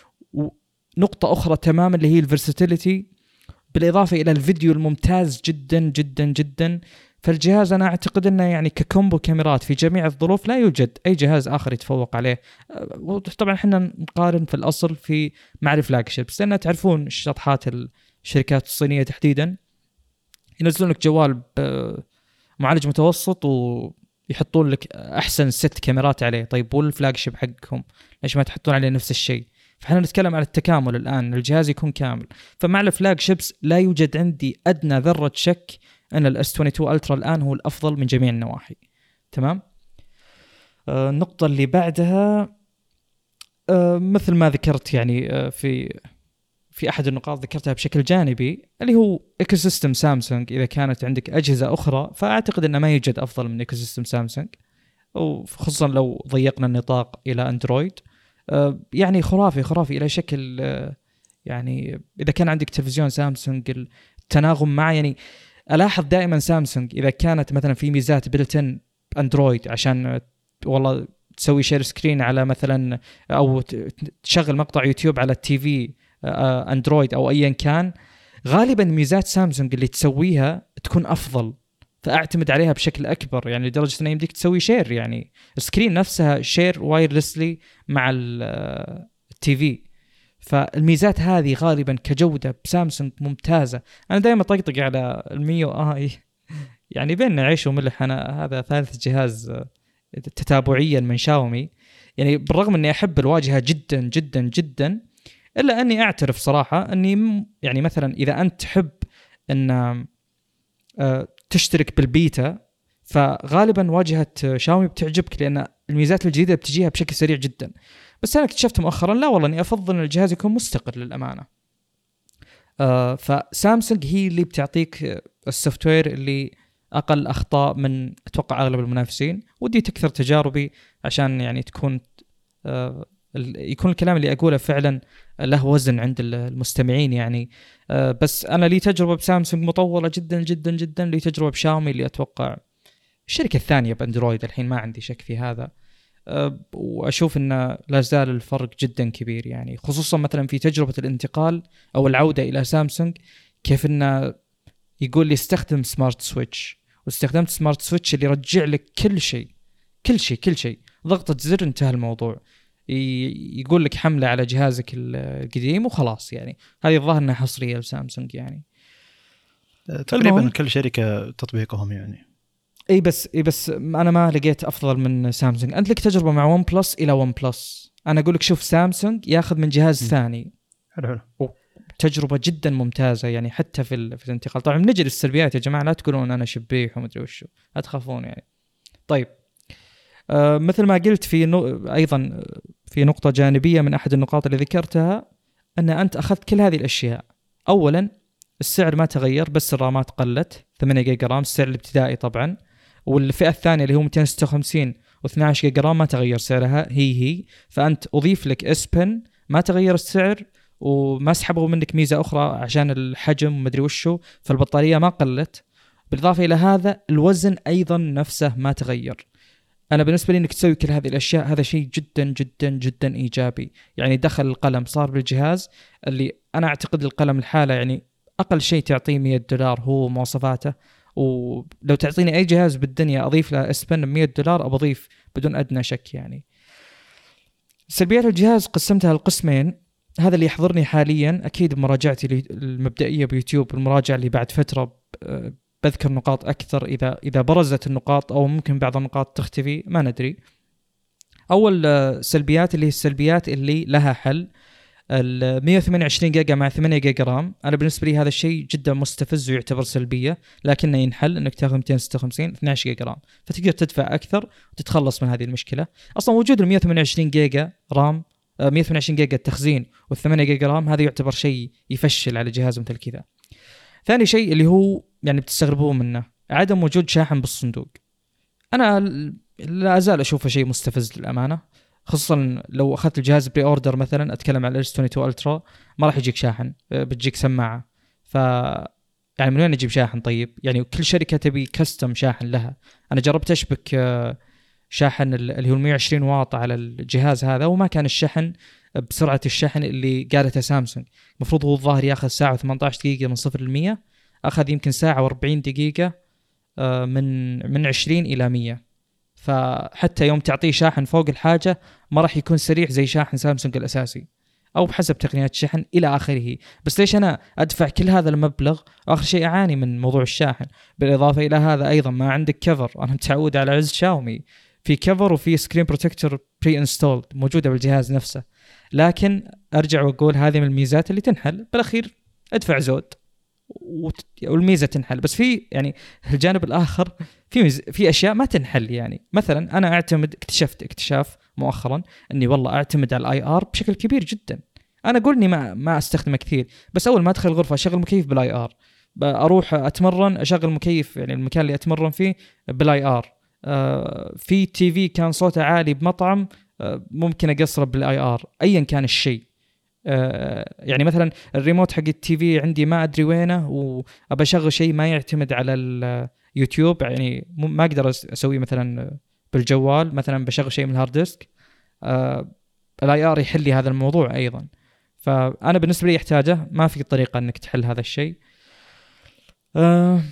ونقطة أخرى تماما اللي هي الفيرساتيليتي، بالإضافة إلى الفيديو الممتاز جدا جدا جدا. فالجهاز أنا أعتقد أنه يعني ككومبو كاميرات في جميع الظروف لا يوجد أي جهاز آخر يتفوق عليه. وطبعا إحنا نقارن في الأصل في مع الفلاج شيبس، لأن تعرفون شطحات الشركات الصينية تحديدا ينزلون لك جوال بمعالج متوسط ويحطون لك أحسن ست كاميرات عليه. طيب والفلاج شيب حقكم ليش ما تحطون عليه نفس الشيء؟ فإحنا نتكلم على التكامل الآن، الجهاز يكون كامل. فمع الفلاج شيبس لا يوجد عندي أدنى ذرة شك أن الإس اثنين وعشرين ألترا الآن هو الأفضل من جميع النواحي. تمام. آه النقطة اللي بعدها آه مثل ما ذكرت يعني آه في في أحد النقاط ذكرتها بشكل جانبي، اللي هو إيكوسيستم سامسونج. إذا كانت عندك أجهزة أخرى فأعتقد أن ما يوجد أفضل من إيكوسيستم سامسونج، وخصوصا لو ضيقنا النطاق إلى أندرويد. آه يعني خرافي خرافي إلى شكل آه يعني إذا كان عندك تلفزيون سامسونج التناغم مع يعني ألاحظ دائما سامسونج إذا كانت مثلا في ميزات بلتن أندرويد عشان والله تسوي شير سكرين على مثلا او تشغل مقطع يوتيوب على التي في اندرويد او ايا كان، غالبا ميزات سامسونج اللي تسويها تكون افضل، فاعتمد عليها بشكل اكبر، يعني لدرجه انه يمديك تسوي شير، يعني السكرين نفسها شير وايرلسلي مع التي في. فالميزات هذه غالبا كجوده بسامسونج ممتازه. انا دائما طقطق على الميو اي، يعني بيننا عيش وملح، انا هذا ثالث جهاز تتابعيا من شاومي، يعني بالرغم اني احب الواجهه جدا جدا جدا، الا اني اعترف صراحه اني يعني مثلا اذا انت تحب ان تشترك بالبيتا، فغالبا واجهه شاومي بتعجبك لان الميزات الجديده بتجيها بشكل سريع جدا. بس انا اكتشفت مؤخرا لا والله اني افضل ان الجهاز يكون مستقل للامانه. آه فسامسونج هي اللي بتعطيك السوفت وير اللي اقل اخطاء من اتوقع اغلب المنافسين، ودي تكثر تجاربي عشان يعني تكون آه يكون الكلام اللي اقوله فعلا له وزن عند المستمعين يعني. آه بس انا لي تجربه بسامسونج مطوله جدا جدا جدا، لي تجربه بشاومي اللي اتوقع الشركه الثانيه باندرويد الحين، ما عندي شك في هذا. أه واشوف ان لا زال الفرق جدا كبير، يعني خصوصا مثلا في تجربه الانتقال او العوده الى سامسونج، كيف انه يقول لي استخدم سمارت سويتش، واستخدمت سمارت سويتش اللي يرجع لك كل شيء كل شيء كل شيء ضغطه زر انتهى الموضوع، يقول لك حمله على جهازك القديم وخلاص. يعني هذه الظاهر انها حصريه لسامسونج يعني تقريبا كل شركه تطبيقهم يعني. اي بس اي بس انا ما لقيت افضل من سامسونج. انت لك تجربه مع ون بلس الى ون بلس، انا اقول لك شوف سامسونج ياخذ من جهاز م. ثاني، حلو حلو، تجربه جدا ممتازه يعني حتى في في الانتقال. طبعا نجي للسلبيات يا جماعه، لا تقولون انا شبيح وما ادري وشو، لا تخافون يعني. طيب آه مثل ما قلت في نو... ايضا في نقطه جانبيه من احد النقاط اللي ذكرتها، ان انت اخذت كل هذه الاشياء. اولا السعر ما تغير، بس الرامات قلت، ثمانية جيجا رام السعر الابتدائي طبعا، والفئه الثانيه اللي هو مئتين وستة وخمسين واثني عشر جيجا رام ما تغير سعرها هي هي. فانت اضيف لك اس بن ما تغير السعر، وما سحبوا منك ميزه اخرى عشان الحجم وما ادري وشو، فالبطاريه ما قلت. بالاضافه الى هذا الوزن ايضا نفسه ما تغير. انا بالنسبه لي انك تسوي كل هذه الاشياء هذا شيء جدا جدا جدا ايجابي. يعني دخل القلم صار بالجهاز اللي انا اعتقد القلم الحاله يعني اقل شيء تعطيه مئة دولار هو مواصفاته، ولو تعطيني اي جهاز بالدنيا اضيف له اس بن مئة دولار ابى اضيف بدون ادنى شك يعني. سلبيات الجهاز قسمتها لقسمين، هذا اللي يحضرني حاليا اكيد بمراجعتي المبدئيه بيوتيوب، المراجعه اللي بعد فتره بذكر نقاط اكثر اذا اذا برزت النقاط، او ممكن بعض النقاط تختفي ما ندري. اول سلبيات اللي هي السلبيات اللي لها حل، ال مئة وثمانية وعشرين جيجا مع ثمانية جيجا رام. انا بالنسبه لي هذا الشيء جدا مستفز ويعتبر سلبيه، لكنه ينحل انك تاخذ مئتين وستة وخمسين اثني عشر جيجا رام، فتقدر تدفع اكثر وتتخلص من هذه المشكله. اصلا وجود ال مئة وثمانية وعشرين جيجا رام مئة وثمانية وعشرين جيجا التخزين وال8 جيجا رام هذا يعتبر شيء يفشل على جهاز مثل كذا. ثاني شيء اللي هو يعني بتستغربوه منه، عدم وجود شاحن بالصندوق. انا لا ازال اشوفه شيء مستفز للامانه، خصوصا لو اخذت الجهاز بري اوردر مثلا، اتكلم عن الاس اثنين وعشرين الترا، ما راح يجيك شاحن، بتجيك سماعه. ف يعني من وين اجيب شاحن؟ طيب يعني كل شركه تبي كستم شاحن لها. انا جربت اشبك شاحن اللي هو مئة وعشرين واط على الجهاز هذا، وما كان الشحن بسرعه الشحن اللي قالتها سامسونج. المفروض هو الظاهر ياخذ ساعه وثمانية عشر دقيقه من صفر لمية، اخذ يمكن ساعه وأربعين دقيقه من من عشرين الى مية. فحتى يوم تعطيه شاحن فوق الحاجة ما راح يكون سريع زي شاحن سامسونج الأساسي، أو بحسب تقنيات الشحن إلى آخره. بس ليش أنا أدفع كل هذا المبلغ آخر شيء أعاني من موضوع الشاحن؟ بالإضافة إلى هذا أيضا ما عندك كفر. أنا متعود على عز شاومي في كفر وفي سكرين بروتكتور بري انستولد موجودة بالجهاز نفسه، لكن أرجع وأقول هذه من الميزات اللي تنحل بالأخير، أدفع زود والميزة تنحل. بس في يعني الجانب الآخر في في أشياء ما تنحل. يعني مثلا أنا أعتمد، اكتشفت اكتشاف مؤخرا أني والله أعتمد على الآي آر بشكل كبير جدا. أنا أقولني ما ما أستخدمه كثير، بس أول ما أدخل الغرفة أشغل مكيف بالآي آر، أروح أتمرن أشغل مكيف يعني المكان اللي أتمرن فيه بالآي آر. آه في تي في كان صوته عالي بمطعم، آه ممكن أقصره بالآي آر أيا كان الشيء. آه يعني مثلا الريموت حق التي في عندي ما أدري وينه، وأبى أشغل شيء ما يعتمد على اليوتيوب، يعني ما أقدر أسوي مثلا بالجوال مثلا بشغل شيء من الهارد ديسك، آه الاي ار يحل لي هذا الموضوع ايضا. فانا بالنسبه لي احتاجه، ما في طريقه انك تحل هذا الشيء. آه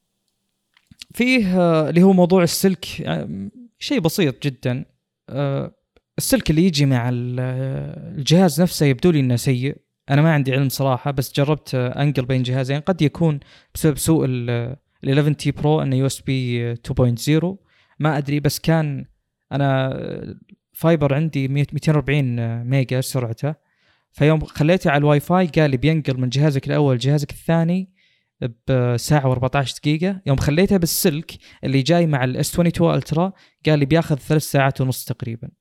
فيه آه اللي هو موضوع السلك، يعني شيء بسيط جدا. آه السلك اللي يجي مع الجهاز نفسه يبدو لي انه سيء. انا ما عندي علم صراحه، بس جربت انقل بين جهازين، قد يكون بسبب سوء ال إحدى عشر تي برو انه يو اس بي اثنين نقطة صفر، ما ادري. بس كان انا فايبر عندي مئتين وأربعين ميجا سرعته، فيوم خليته على الواي فاي قال لي بينقل من جهازك الاول جهازك الثاني بساعه وأربعة عشر دقيقه. يوم خليته بالسلك اللي جاي مع الاس اثنين وعشرين الترا قال لي بياخذ ثلاث ساعات ونص تقريبا.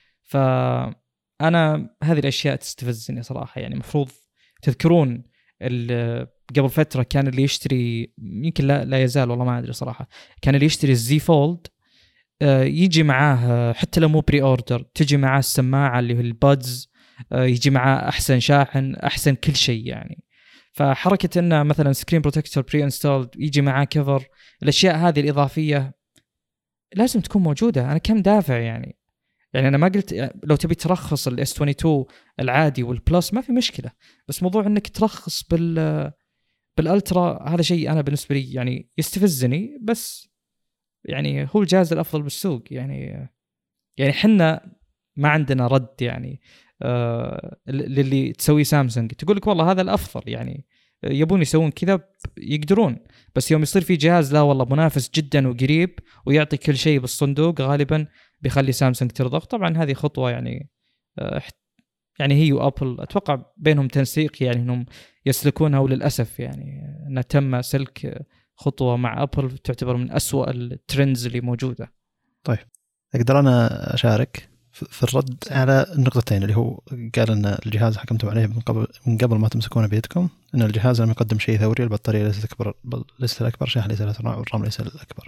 فانا هذه الاشياء تستفزني صراحه. يعني مفروض تذكرون قبل فتره كان اللي يشتري، يمكن لا, لا يزال والله ما ادري صراحه، كان اللي يشتري الزي فولد يجي معاه حتى لو مو بري اوردر، تجي معاه السماعه اللي هو البادز، يجي معاه احسن شاحن، احسن كل شيء يعني. فحركه انه مثلا سكرين بروتكتور بري انستولد يجي معاه كفر، الاشياء هذه الاضافيه لازم تكون موجوده. انا كم دافع يعني يعني انا ما قلت لو تبي ترخص الاس اثنين وعشرين العادي والبلس ما في مشكله، بس موضوع انك ترخص بال بالالترا هذا شيء انا بالنسبه لي يعني يستفزني. بس يعني هو الجهاز الافضل بالسوق يعني. يعني حنا ما عندنا رد يعني آه للي تسوي سامسونج، تقول لك والله هذا الافضل، يعني يبون يسوون كذا يقدرون، بس يوم يصير في جهاز لا والله منافس جدا وقريب ويعطي كل شيء بالصندوق، غالبا بيخلي سامسونج ترضى. طبعا هذه خطوه يعني آه يعني هي وابل اتوقع بينهم تنسيق، يعني انهم يسلكونها، وللاسف يعني انها تم سلك خطوه مع ابل تعتبر من أسوأ الترندز اللي موجوده. طيب اقدر انا اشارك في الرد على النقطتين، اللي هو قال ان الجهاز حكمتم عليه من قبل من قبل ما تمسكونه بيدكم، ان الجهاز لم يقدم شيء ثوري، البطاريه ليست اكبر ليست الاكبر، شاحن ليس الاسرع، والرام ليس الاكبر.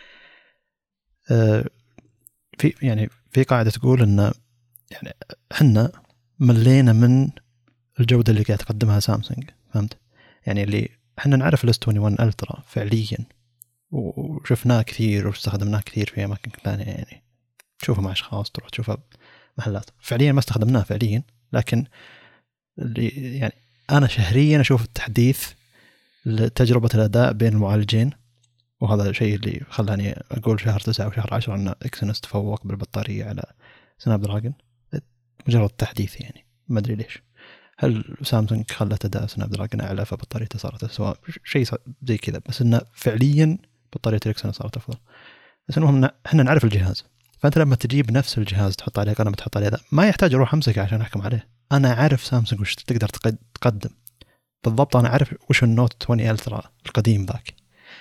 أه في يعني في قاعده تقول ان يعني احنا ملينا من الجوده اللي قاعد تقدمها سامسونج، فهمت؟ يعني اللي احنا نعرف الاس واحد وعشرين الترا فعليا وشفناه كثير واستخدمناه كثير في اماكن ثانيه، يعني تشوفه مع اشخاص، تروح تشوفه محلات، فعليا ما استخدمناه فعليا. لكن اللي يعني انا شهريا اشوف التحديث لتجربه الاداء بين المعالجين، وهذا الشيء اللي خلاني اقول شهر تسعة وشهر عشرة ان اكسينوس تفوق بالبطاريه على سناب دراجون. مجرد تحديث يعني، ما ادري ليش. هل سامسونج خلت اداء سناب دراجون اعلى فبطاريته صارت اسوء؟ شيء زي كذا، بس انه فعليا بطاريه الاكسينوس صارت افضل. بس المهم احنا نعرف الجهاز، فانت لما تجيب نفس الجهاز تحط عليه قلم تحط عليه ذا، ما يحتاج اروح امسكه عشان احكم عليه. انا عارف سامسونج وش تقدر تقدم بالضبط. انا عارف وش النوت عشرين الترا القديم ذاك،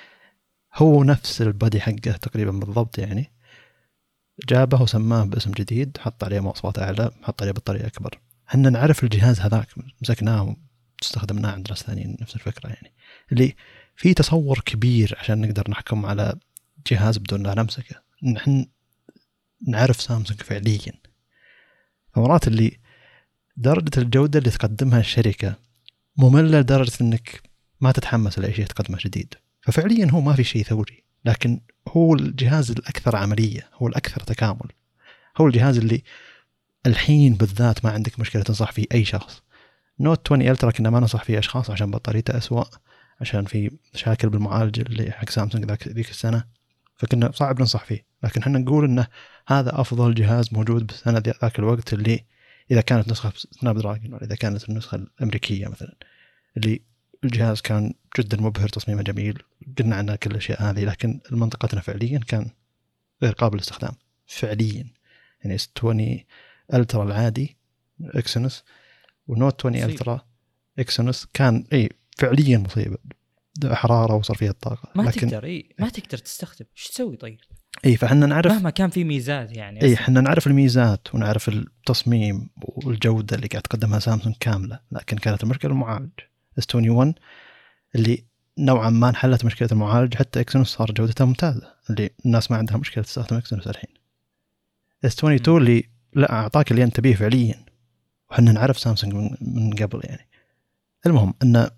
هو نفس البادي حقه تقريبا بالضبط، يعني جابه وسماه باسم جديد، حط عليه مواصفات اعلى، حط عليه بطاريه اكبر. احنا نعرف الجهاز هذاك، مسكناه واستخدمناه عند ناس ثانيين نفس الفكره، يعني اللي في تصور كبير عشان نقدر نحكم على جهاز بدون لا نمسكه. نحن نعرف سامسونج فعليا، فمرات اللي درجة الجودة اللي تقدمها الشركة مملة لدرجة انك ما تتحمس لأي شيء تقدمه جديد. ففعليا هو ما في شيء ثوري، لكن هو الجهاز الأكثر عملية، هو الأكثر تكامل، هو الجهاز اللي الحين بالذات ما عندك مشكلة تنصح فيه أي شخص. نوت عشرين الترا كنا ما ننصح فيه أشخاص عشان بطاريته أسوأ، عشان في مشاكل بالمعالج اللي حق سامسونج ذاك ذيك السنة، فكنا صعب ننصح فيه. لكن احنا نقول انه هذا افضل جهاز موجود بالسنه ذاك الوقت، اللي اذا كانت نسخه سناب دراجون ولا اذا كانت النسخه الامريكيه مثلا، اللي الجهاز كان جدا مبهر، تصميمه جميل، قلنا عنه كل الاشياء هذه، لكن منطقتنا فعليا كان غير قابل للاستخدام فعليا. يعني اس عشرين الترا العادي اكسينوس ونوت عشرين الترا اكسينوس كان اي فعليا مصيبه، حراره وصرفيه الطاقه، ما لكن تقدر اي ما تقدر تستخدم. ايش تسوي طيب؟ اي فاحنا نعرف مهما كان في ميزات، يعني اي احنا نعرف الميزات ونعرف التصميم والجوده اللي قاعد تقدمها سامسونج كامله، لكن كانت المشكله المعالج. اس واحد وعشرين اللي نوعا ما انحلت مشكله المعالج، حتى اكسينوس صار جودتها ممتازه، اللي الناس ما عندها مشكله تستخدم اكسينوس الحين. اس اثنين وعشرين اللي لا اعطاك اللي انت بيه فعليا، وحنا نعرف سامسونج من, من قبل يعني. المهم ان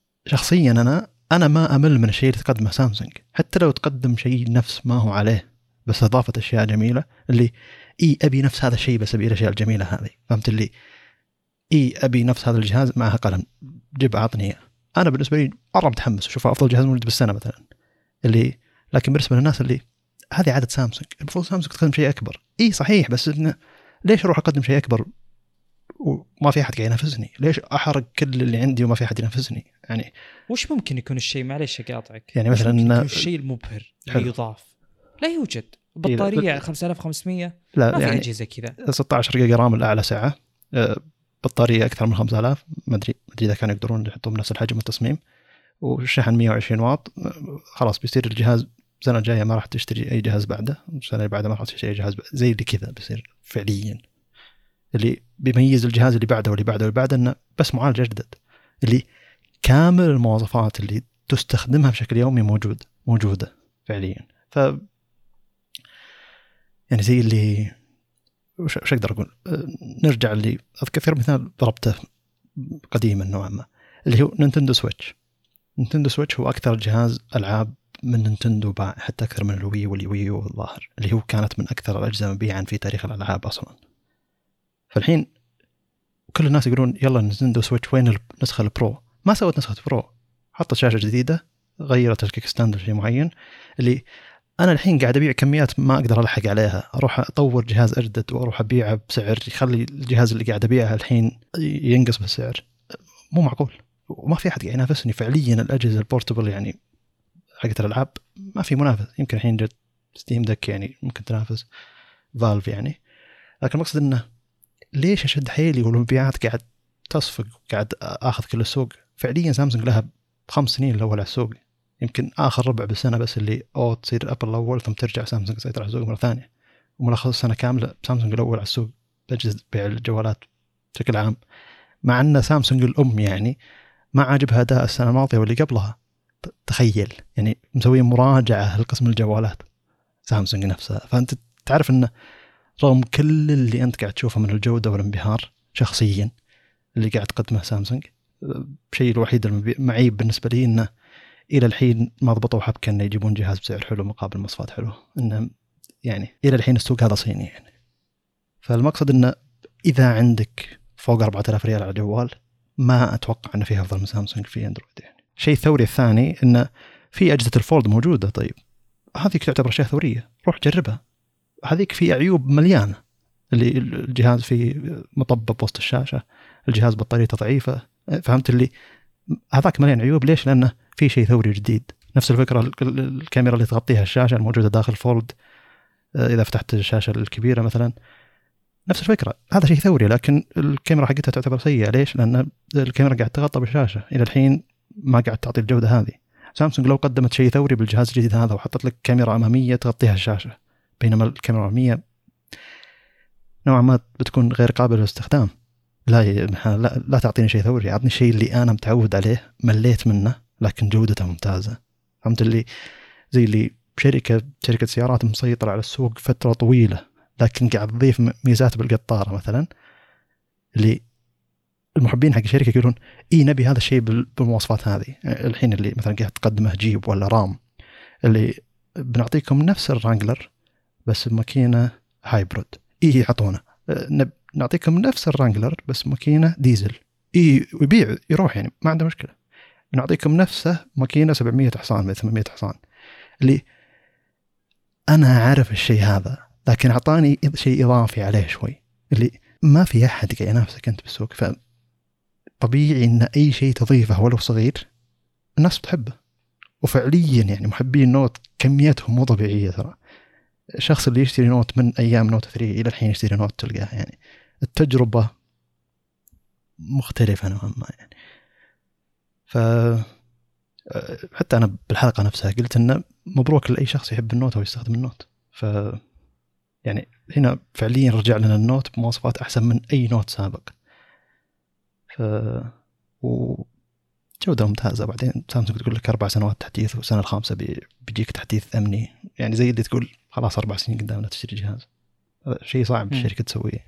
شخصيا انا انا ما امل من الشيء اللي تقدمه سامسونج، حتى لو تقدم شيء نفس ما هو عليه بس اضافت اشياء جميله اللي اي ابي نفس هذا الشيء بس ابي الاشياء الجميله هذه. فهمت اللي اي ابي نفس هذا الجهاز معها قلم جيب عطني اياه. انا بالنسبه لي مره متحمس وشوفه افضل جهاز موجود بالسنه مثلا اللي. لكن بالنسبه للناس اللي هذه عاده سامسونج، المفروض سامسونج تقدم شيء اكبر. اي صحيح، بس إنه ليش اروح اقدم شيء اكبر وما في احد قاعد ينافسني؟ ليش احرق كل اللي عندي وما في احد ينافسني؟ يعني وش ممكن يكون الشيء، معليش اقاطعك، يعني وش مثلا ممكن يكون الشيء المبهر اللي حلو. يضاف؟ لا يوجد بطاريه خمسة آلاف وخمسمية، لا ما في يعني اجهزه كذا. ستة عشر جيجا رام الاعلى سعه، بطاريه اكثر من خمسة آلاف، ما ادري ما ادري اذا كانوا يقدرون يحطون بنفس الحجم والتصميم، والشحن مية وعشرين واط. خلاص بيصير الجهاز السنه الجايه ما راح تشتري اي جهاز بعده، السنه اللي بعدها ما راح تشتري اي جهاز بعده. زي اللي كذا بيصير فعليا. اللي بيميز الجهاز اللي بعده واللي بعده واللي بعده انه بس معالج جدد، اللي كامل المواصفات اللي تستخدمها بشكل يومي موجود موجوده فعليا. ف يعني زي اللي وش وش اقدر اقول، نرجع اللي اذكر مثال ضربته قديما نوعا ما اللي هو نينتندو سويتش. نينتندو سويتش هو اكثر جهاز العاب من نينتندو باع، حتى اكثر من الوي والوي يو الظاهر، اللي هو كانت من اكثر الاجهزه مبيعا في تاريخ الالعاب اصلا. فالحين كل الناس يقولون يلا نينتندو سويتش وين النسخه البرو؟ ما سوت نسخه برو، حطت شاشه جديده، غيرت الكيك ستاند شيء معين. اللي انا الحين قاعد ابيع كميات ما اقدر الحق عليها، اروح اطور جهاز اجدد واروح ابيعه بسعر يخلي الجهاز اللي قاعد ابيعه الحين ينقص بالسعر. مو معقول، وما في احد قاعد ينافسني فعليا. الاجهزه البورتبل يعني حقت الالعاب ما في منافس. يمكن الحين جت ستيم دك يعني ممكن تنافس فالف يعني، لكن المقصد انه ليش اشد حيلي والمبيعات قاعد تصفق قاعد اخذ كل السوق؟ فعليا سامسونج لها خمس سنين الاول على السوق، يمكن اخر ربع بالسنه بس اللي او تصير ابل الاول ثم ترجع سامسونج تسيطر على السوق مره ثانيه، وملخص السنه كامله سامسونج الاول على السوق بأجهزة بيع الجوالات بشكل عام. مع ان سامسونج الام يعني ما عجبها اداء السنه الماضيه واللي قبلها. تخيل يعني مسوي مراجعه لقسم الجوالات سامسونج نفسها. فانت تعرف انه رغم كل اللي انت قاعد تشوفه من الجوده والانبهار شخصيا اللي قاعد تقدمه سامسونج، الشيء الوحيد المعيب بالنسبه لي انه الى الحين ما ضبطوا حبكه انه يجيبون جهاز بسعر حلو مقابل مواصفات حلوه. انه يعني الى الحين السوق هذا صيني يعني. فالمقصد انه اذا عندك فوق أربعة آلاف ريال على جوال ما اتوقع انه فيها افضل من سامسونج في اندرويد يعني. شيء ثوري الثاني انه في اجهزه الفولد موجوده، طيب هذه تعتبر اشياء ثوريه، روح جربها. هذيك في عيوب مليانه، اللي الجهاز فيه مطبب وسط الشاشه، الجهاز بطاريته ضعيفه، فهمت اللي هذاك مليان عيوب. ليش؟ لانه في شيء ثوري جديد. نفس الفكره الكاميرا اللي تغطيها الشاشه الموجوده داخل فولد اذا فتحت الشاشه الكبيره مثلا، نفس الفكره، هذا شيء ثوري. لكن الكاميرا حقتها تعتبر سيئه. ليش؟ لان الكاميرا قاعد تغطى بالشاشه، الى الحين ما قاعد تعطي الجوده هذه. سامسونج لو قدمت شيء ثوري بالجهاز الجديد هذا وحطت لك كاميرا اماميه تغطيها الشاشه، بينما الكاميرا الاماميه نوعا ما بتكون غير قابله للاستخدام. لا لا لا تعطيني شيء ثوري، اعطني الشيء اللي انا متعود عليه مليت منه لكن جودته ممتازه. فهمت اللي زي اللي شركه شركه سيارات مسيطره على السوق فتره طويله لكن قاعد تضيف ميزات بالقطاره مثلا، اللي المحبين حق الشركه يقولون اي نبي هذا الشيء بالمواصفات هذه. الحين اللي مثلا قاعد تقدمه جيب ولا رام، اللي بنعطيكم نفس الرانجلر بس بماكينه هايبريد. اي يعطونا نعطيكم نفس الرانجلر بس ماكينه ديزل، اي ويبيع يروح يعني ما عنده مشكله. نعطيكم نفسه ماكينه سبعمية حصان ثمانمية حصان. اللي انا عارف الشيء هذا لكن اعطاني شيء اضافي عليه شوي، اللي ما في احد قاعد ينافسك انت بالسوق. فطبيعي ان اي شيء تضيفه ولو صغير الناس بتحبه. وفعليا يعني محبين نوت كميتهم مو طبيعيه ترى. الشخص اللي يشتري نوت من ايام نوت ثلاثة الى الحين يشتري نوت تلقاه يعني التجربه مختلفه نوعا ما يعني. ف حتى انا بالحلقه نفسها قلت انه مبروك لاي شخص يحب النوت او يستخدم النوت. ف يعني هنا فعليا رجع لنا النوت بمواصفات احسن من اي نوت سابق. ف وجوده ممتازه. بعدين سامسونج تقول لك اربع سنوات تحديث والسنه الخامسه بيجيك تحديث امني، يعني زي اللي تقول خلاص اربع سنين قدامنا تشتري جهاز. هذا شيء صعب الشركه تسويه،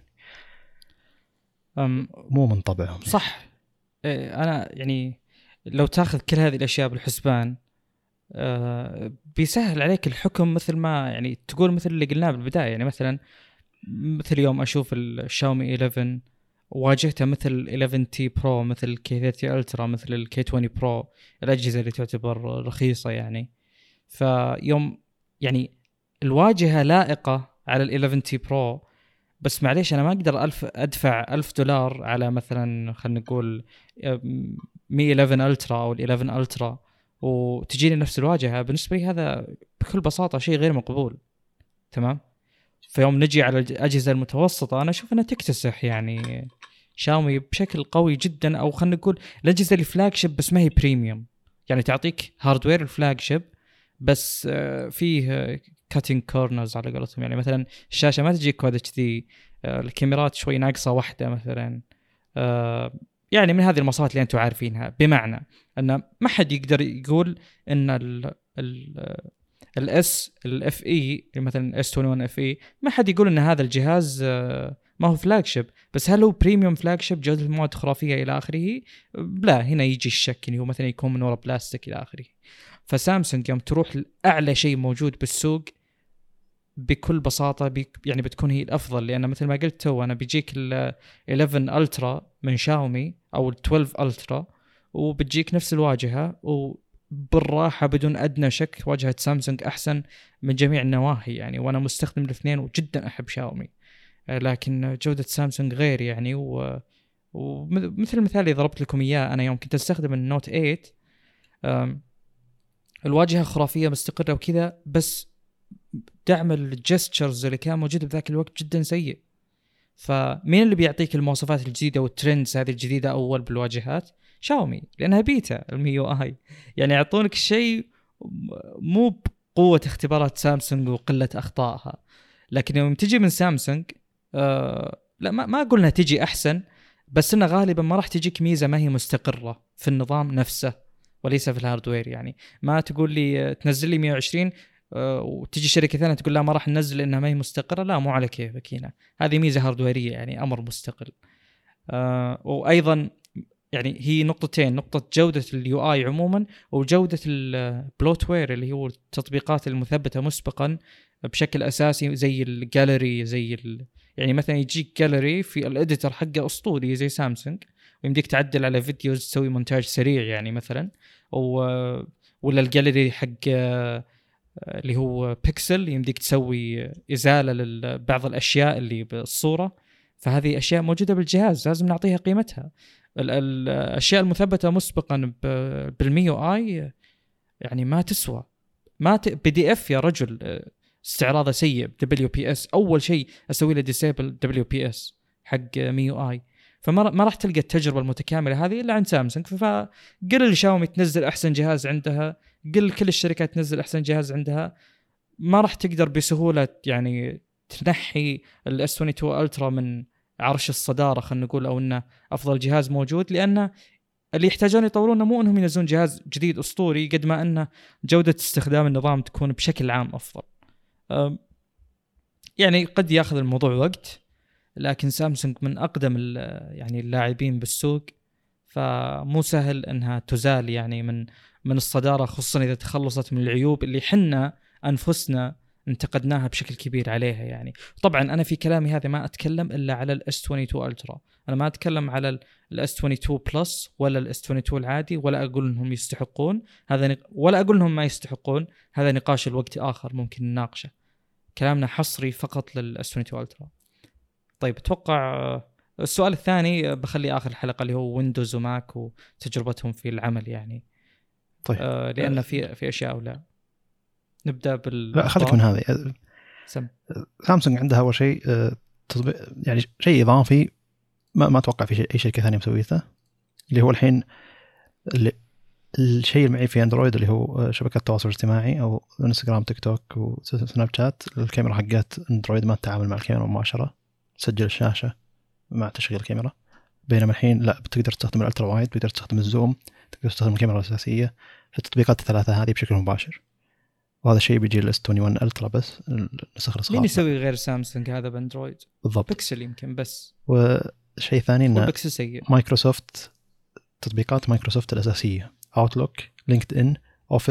مو من طبعهم صح. يعني. انا يعني لو تاخذ كل هذه الاشياء بالحسبان آه بيسهل عليك الحكم، مثل ما يعني تقول مثل اللي قلناه بالبداية. يعني مثلا مثل يوم أشوف الشاومي إحدى عشر واجهتها مثل إحدى عشر تي برو، مثل كي ثلاثين ألترا، مثل الكي عشرين برو، الأجهزة اللي تعتبر رخيصة يعني. فيوم يعني الواجهة لائقة على ال إحدى عشر تي برو، بس معليش أنا ما أقدر ألف أدفع ألف دولار على مثلا خلينا نقول مية وإحدى عشر ألترا أو ال إحدى عشر ألترا وتجيني نفس الواجهة. بالنسبة لي هذا بكل بساطة شيء غير مقبول. تمام. فيوم نجي على الأجهزة المتوسطة أنا أشوف أنها تكتسح يعني شاومي بشكل قوي جدا، أو خلينا نقول الأجهزة اللي فلاجشيب بس ما هي بريميوم، يعني تعطيك هاردوير الفلاجشيب بس فيه كاتينج كورنرز على قولتهم. يعني مثلا الشاشة ما تجيك كواد اتش دي، الكاميرات شوي ناقصة واحدة مثلا، يعني من هذه المواصفات اللي أنتم عارفينها. بمعنى أن ما حد يقدر يقول أن ال ال الاس الاف اي مثلا اس واحد وعشرين اف اي ما حد يقول ان هذا الجهاز ما هو فلاجشيب، بس هل هو بريميوم فلاجشيب جودة المواد خرافية الى اخره؟ لا، هنا يجي الشك انه هو مثلا يكون من وراء بلاستيك الى اخره. فسامسونج يوم تروح لاعلى شيء موجود بالسوق بكل بساطة بي يعني بتكون هي الافضل، لان مثل ما قلت تو انا بيجيك ال إحدى عشر الترا من شاومي او ال اثنا عشر الترا وبتجيك نفس الواجهة، و بالراحة بدون أدنى شك واجهة سامسونج أحسن من جميع النواحي يعني. وأنا مستخدم الاثنين وجدا أحب شاومي، لكن جودة سامسونج غير يعني. و... ومثل المثال اللي ضربت لكم إياه، أنا يوم كنت أستخدم النوت ثمانية الواجهة خرافية مستقرة وكذا، بس دعم الجستشرز اللي كان موجود بذاك الوقت جدا سيء. فمين اللي بيعطيك المواصفات الجديدة والترندز هذه الجديدة أول بالواجهات؟ شاومي، لأنها بيتا الميو آي، يعني يعطونك شيء مو بقوة اختبارات سامسونج وقلة أخطائها. لكن يوم تجي من سامسونج آه لا ما, ما أقولنا تجي أحسن، بس إنها غالبا ما راح تجيك ميزة ما هي مستقرة في النظام نفسه وليس في الهاردوير. يعني ما تقول لي تنزل لي مية وعشرين آه وتجي شركة ثانية تقول لا ما راح ننزل لأنها ما هي مستقرة. لا، مو على كيفك هنا، هذه ميزة هاردويرية يعني أمر مستقل. آه وأيضا يعني هي نقطتين، نقطة جودة اليو آي عموما وجودة البلوتوير اللي هو التطبيقات المثبتة مسبقا بشكل أساسي زي الجاليري، زي ال... يعني مثلا يجيك جاليري في الإديتر حقه أسطوري زي سامسونج، ويمديك تعدل على فيديوز تسوي مونتاج سريع يعني مثلا، و... ولا الجاليري حق اللي هو بيكسل يمديك تسوي إزالة لبعض الأشياء اللي بالصورة. فهذه أشياء موجودة بالجهاز لازم نعطيها قيمتها. الاشياء المثبته مسبقا بالميو اي يعني ما تسوى، ما ت... بي دي اف يا رجل استعراضه سيء. دبليو بي اس اول شيء اسوي له ديسيبل دبليو بي اس حق ميو اي، فما ما راح تلقى التجربه المتكامله هذه الا عند سامسونج. فقل الشاومي تنزل احسن جهاز عندها، قل كل الشركات تنزل احسن جهاز عندها، ما راح تقدر بسهوله يعني تنحي الاس اثنين وعشرين الترا من عرش الصدارة خلينا نقول، أو إنه أفضل جهاز موجود، لأن اللي يحتاجون يطورونه مو إنهم ينزلون جهاز جديد أسطوري قد ما إنه جودة استخدام النظام تكون بشكل عام أفضل. يعني قد يأخذ الموضوع وقت، لكن سامسونج من أقدم يعني اللاعبين بالسوق، فمو سهل إنها تزال يعني من من الصدارة، خصوصا إذا تخلصت من العيوب اللي حنا أنفسنا انتقدناها بشكل كبير عليها يعني. طبعا أنا في كلامي هذا ما أتكلم إلا على الإس اثنين وعشرين الترا، أنا ما أتكلم على الإس اثنين وعشرين بلس ولا الإس اثنين وعشرين العادي، ولا أقول إنهم يستحقون هذا نق... ولا أقول إنهم ما يستحقون. هذا نقاش الوقت آخر ممكن نناقشه، كلامنا حصري فقط للإس اثنين وعشرين الترا. طيب أتوقع السؤال الثاني بخلي آخر الحلقة اللي هو ويندوز وماك وتجربتهم في العمل يعني. طيب آه لأن في في أشياء أو لا نبدأ بال لا خليك من هذه. سم. سامسونج عندها أول شيء تطبيق يعني شيء إضافي ما ما أتوقع في أي شركة ثانية مسويته، اللي هو الحين اللي الشيء المعي في أندرويد اللي هو شبكة التواصل الاجتماعي أو انستغرام تيك توك وسناب شات. الكاميرا حقت أندرويد ما تتعامل مع الكاميرا مباشرة، تسجل الشاشة مع تشغيل الكاميرا، بينما الحين لا، بتقدر تستخدم الألترا وايد، بتقدر تستخدم الزوم، تقدر تستخدم الكاميرا الأساسية في التطبيقات الثلاثة هذه بشكل مباشر. وهذا الشيء بيجي للإس اثنين وعشرين الترا بس، النسخ الخاصة. مين يسوي غير سامسونج هذا باندرويد؟ بالضبط، بيكسل يمكن بس. وشيء ثاني إن بيكسل سيء. مايكروسوفت، تطبيقات مايكروسوفت الأساسية، أوتلوك، لينكد إن، أوفيس،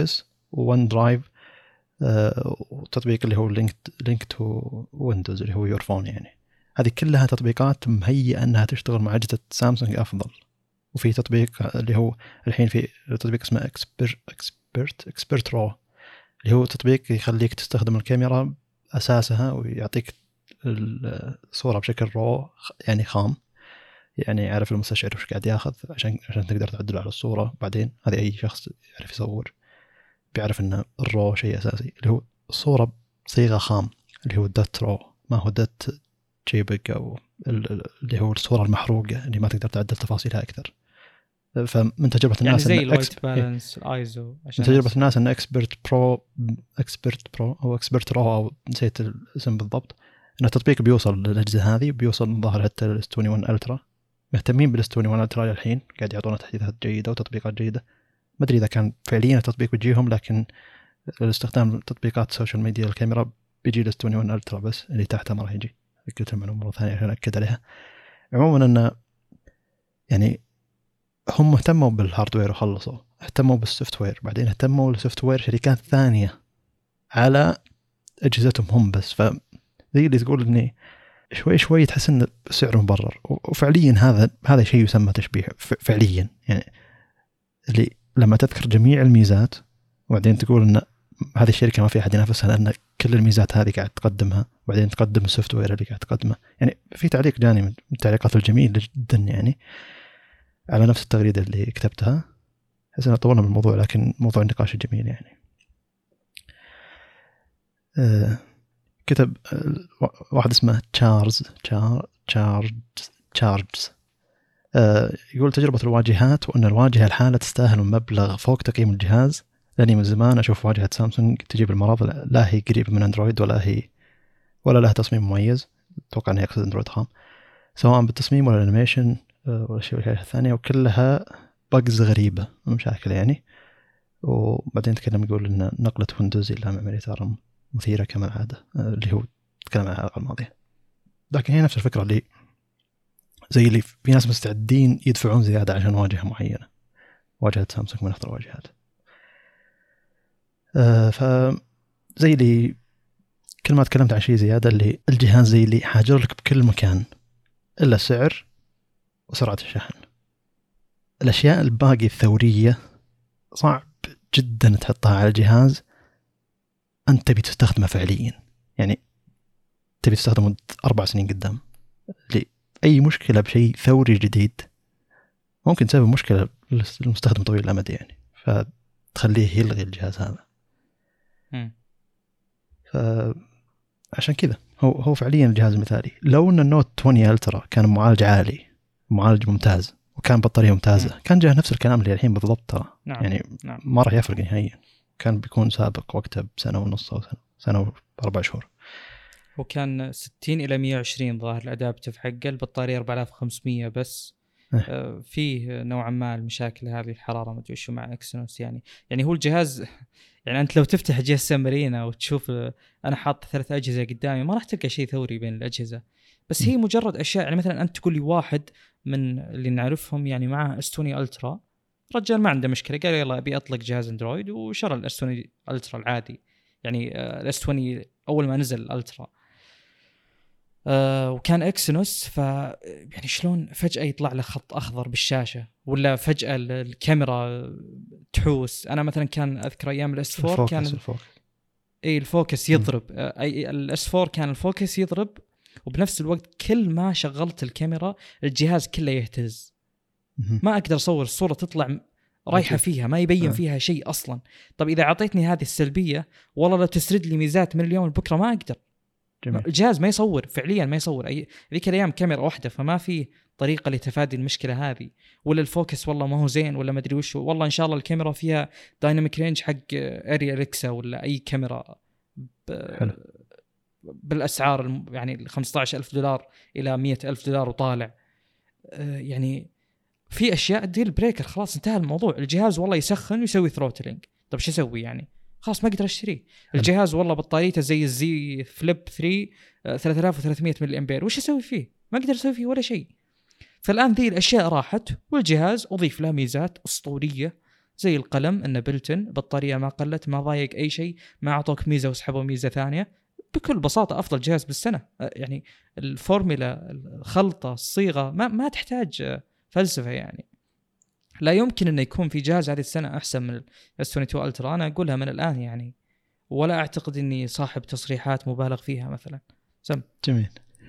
وون درايف، وتطبيق اللي هو لينك لينك تو ويندوز اللي هو يور فون. يعني هذه كلها تطبيقات مهيئة أنها تشتغل مع أجهزة سامسونج أفضل. وفي تطبيق اللي هو الحين في تطبيق اسمه اكسبرت اكسبرت اكسبرت رو، اللي هو تطبيق يخليك تستخدم الكاميرا أساسها ويعطيك الصورة بشكل رو، يعني خام، يعني يعرف المستشعر وش قاعد ياخذ عشان عشان تقدر تعدل على الصورة بعدين. هذه أي شخص يعرف يصور بيعرف إن الرو شيء أساسي، اللي هو الصورة بصيغة خام اللي هو دوت رو، ما هو دوت جيبك أو اللي هو الصورة المحروقة اللي ما تقدر تعدل تفاصيلها أكثر. فمن تجربة الناس يعني زي إن الوايت بالانس الايزو، عشان من تجربة الناس إن اكسبرت برو اكسبرت برو أو اكسبرت رو أو نسيت الاسم بالضبط، إن التطبيق بيوصل للأجهزة هذه، بيوصل ظاهر حتى الاس واحد وعشرين ألترا. مهتمين بالاس واحد وعشرين ألترا الحين، قاعد يعطونا تحديثات جيدة وتطبيقات جيدة. ما أدري إذا كان فعليا التطبيق بيجيهم، لكن الاستخدام تطبيقات السوشيال ميديا الكاميرا بيجي الاس واحد وعشرين ألترا بس، اللي تحته ما راح يجي. قلت المعلومة مرة ثانية عشان أكد عليها. عموما أن يعني هم اهتموا بالهاردوير وخلصوا، اهتموا بالسوفت وير، بعدين اهتموا بالسوفت وير شركات ثانية على أجهزتهم هم بس. فزي اللي تقول إني شوي شوي تحس إن سعره مبرر، وفعليا هذا هذا شيء يسمى تشبيه فعليا. يعني اللي لما تذكر جميع الميزات وبعدين تقول إن هذه الشركة ما في أحد ينافسها لأن كل الميزات هذه قاعد تقدمها، وبعدين تقدم السوفت وير اللي قاعد تقدمه. يعني في تعليق جاني من التعليقات الجميلة جدا يعني على نفس التغريدة اللي كتبتها. حس أن طولنا بالموضوع، لكن موضوع النقاش جميل يعني. أه كتب واحد اسمه تشارلز تشارلز تشارلز أه يقول تجربة الواجهات، وأن الواجهة الحالة تستاهل مبلغ فوق تقييم الجهاز، لأني من زمان أشوف واجهة سامسونج تجيب المرض، لا هي قريبة من أندرويد ولا هي ولا لها تصميم مميز. أتوقع أنه يقصد أندرويد خام، سواء بالتصميم ولا الانيميشن ولا شيء ولا الثانية، وكلها بجز غريبة ومشاكل يعني. وبعدين تكلم يقول إن نقلة ويندوز إلى معمارية أرم مثيرة كما العادة، اللي هو تكلم عنها الحلقة الماضية. لكن هي نفس الفكرة، اللي زي اللي في ناس مستعدين يدفعون زيادة عشان واجهة معينة. واجهة سامسونج من أفضل الواجهات. أه فزي اللي كل ما تكلمت عن شيء زيادة، اللي الجهاز زي اللي حاجر لك بكل مكان إلا السعر وسرعة الشحن. الأشياء الباقي الثورية صعب جدا تحطها على الجهاز أنت تبي تستخدمه فعليا. يعني تبي تستخدمه أربع سنين قدام. أي مشكلة بشيء ثوري جديد ممكن تسبب مشكلة للمستخدم طويل الأمد يعني، فتخليه يلغي الجهاز هذا. فعشان كذا هو هو فعليا الجهاز المثالي. لو أن النوت عشرين ألترا كان معالج عالي، معالج ممتاز، وكان بطارية ممتازة، م. كان جاء نفس الكلام اللي الحين بالضبط ترى. نعم. يعني نعم. ما راح يفرق نهائيا، كان بيكون سابق وقتها بسنة ونص أو سنة, سنة وأربع شهور. وكان ستين إلى مية وعشرين ظاهر الأدابتف حقه، البطارية أربعة آلاف وخمسمية بس. أه. فيه نوعا ما المشاكل هذه، الحرارة ما أدري شو مع إكسينوس يعني. يعني هو الجهاز يعني أنت لو تفتح جهاز سامرينا وتشوف أنا حاط ثلاث أجهزة قدامي ما راح تلقى شيء ثوري بين الأجهزة، بس هي مجرد أشياء. يعني مثلا أنت تقول لي واحد من اللي نعرفهم يعني معه اس عشرين ألترا، رجال ما عنده مشكلة، قال يلا أبي أطلق جهاز أندرويد وشرى الاس عشرين ألترا العادي. يعني الاس عشرين أول ما نزل الألترا أه وكان إكسينوس، ف يعني شلون فجأة يطلع له خط أخضر بالشاشة، ولا فجأة الكاميرا تحوس. أنا مثلا كان أذكر أيام الاس فور كان الفوكس. أي الفوكس يضرب، أي الاس فور كان الفوكس يضرب، وبنفس الوقت كل ما شغلت الكاميرا الجهاز كله يهتز. ما أقدر أصور الصورة تطلع رايحة فيها، ما يبين فيها شيء أصلا. طب إذا عطيتني هذه السلبية والله لو تسرد لي ميزات من اليوم لبكرة ما أقدر. جميل. الجهاز ما يصور فعليا، ما يصور. أي ذيك الأيام كاميرا واحدة، فما في طريقة لتفادي المشكلة هذه. ولا الفوكس والله ما هو زين، ولا ما أدري وش. والله إن شاء الله الكاميرا فيها دايناميك رينج حق أري أليكسا ولا أي كاميرا ب... بالأسعار يعني خمسة عشر ألف دولار إلى مية ألف دولار وطالع. آه يعني في أشياء ديل بريكر، خلاص انتهى الموضوع. الجهاز والله يسخن ويسوي ثروتلينج، طب شو أسوي يعني؟ خلاص ما أقدر أشتريه. الجهاز والله بطاريته زي الزي فليب ثري ثلاثة آلاف وثلاثمية ملي أمبير، وش أسوي فيه؟ ما أقدر أسوي فيه ولا شيء. فالآن ذي الأشياء راحت، والجهاز أضيف له ميزات أسطورية زي القلم انه بلتن، بطاريه ما قلت، ما ضايق اي شيء، ما اعطوك ميزه وسحبوا ميزه ثانيه، بكل بساطه افضل جهاز بالسنه. يعني الفورمولا، الخلطه، الصيغه ما ما تحتاج فلسفه يعني. لا يمكن انه يكون في جهاز هذه السنه احسن من الاس اثنين وعشرين الترا، انا اقولها من الان يعني، ولا اعتقد اني صاحب تصريحات مبالغ فيها مثلا. سم جميل.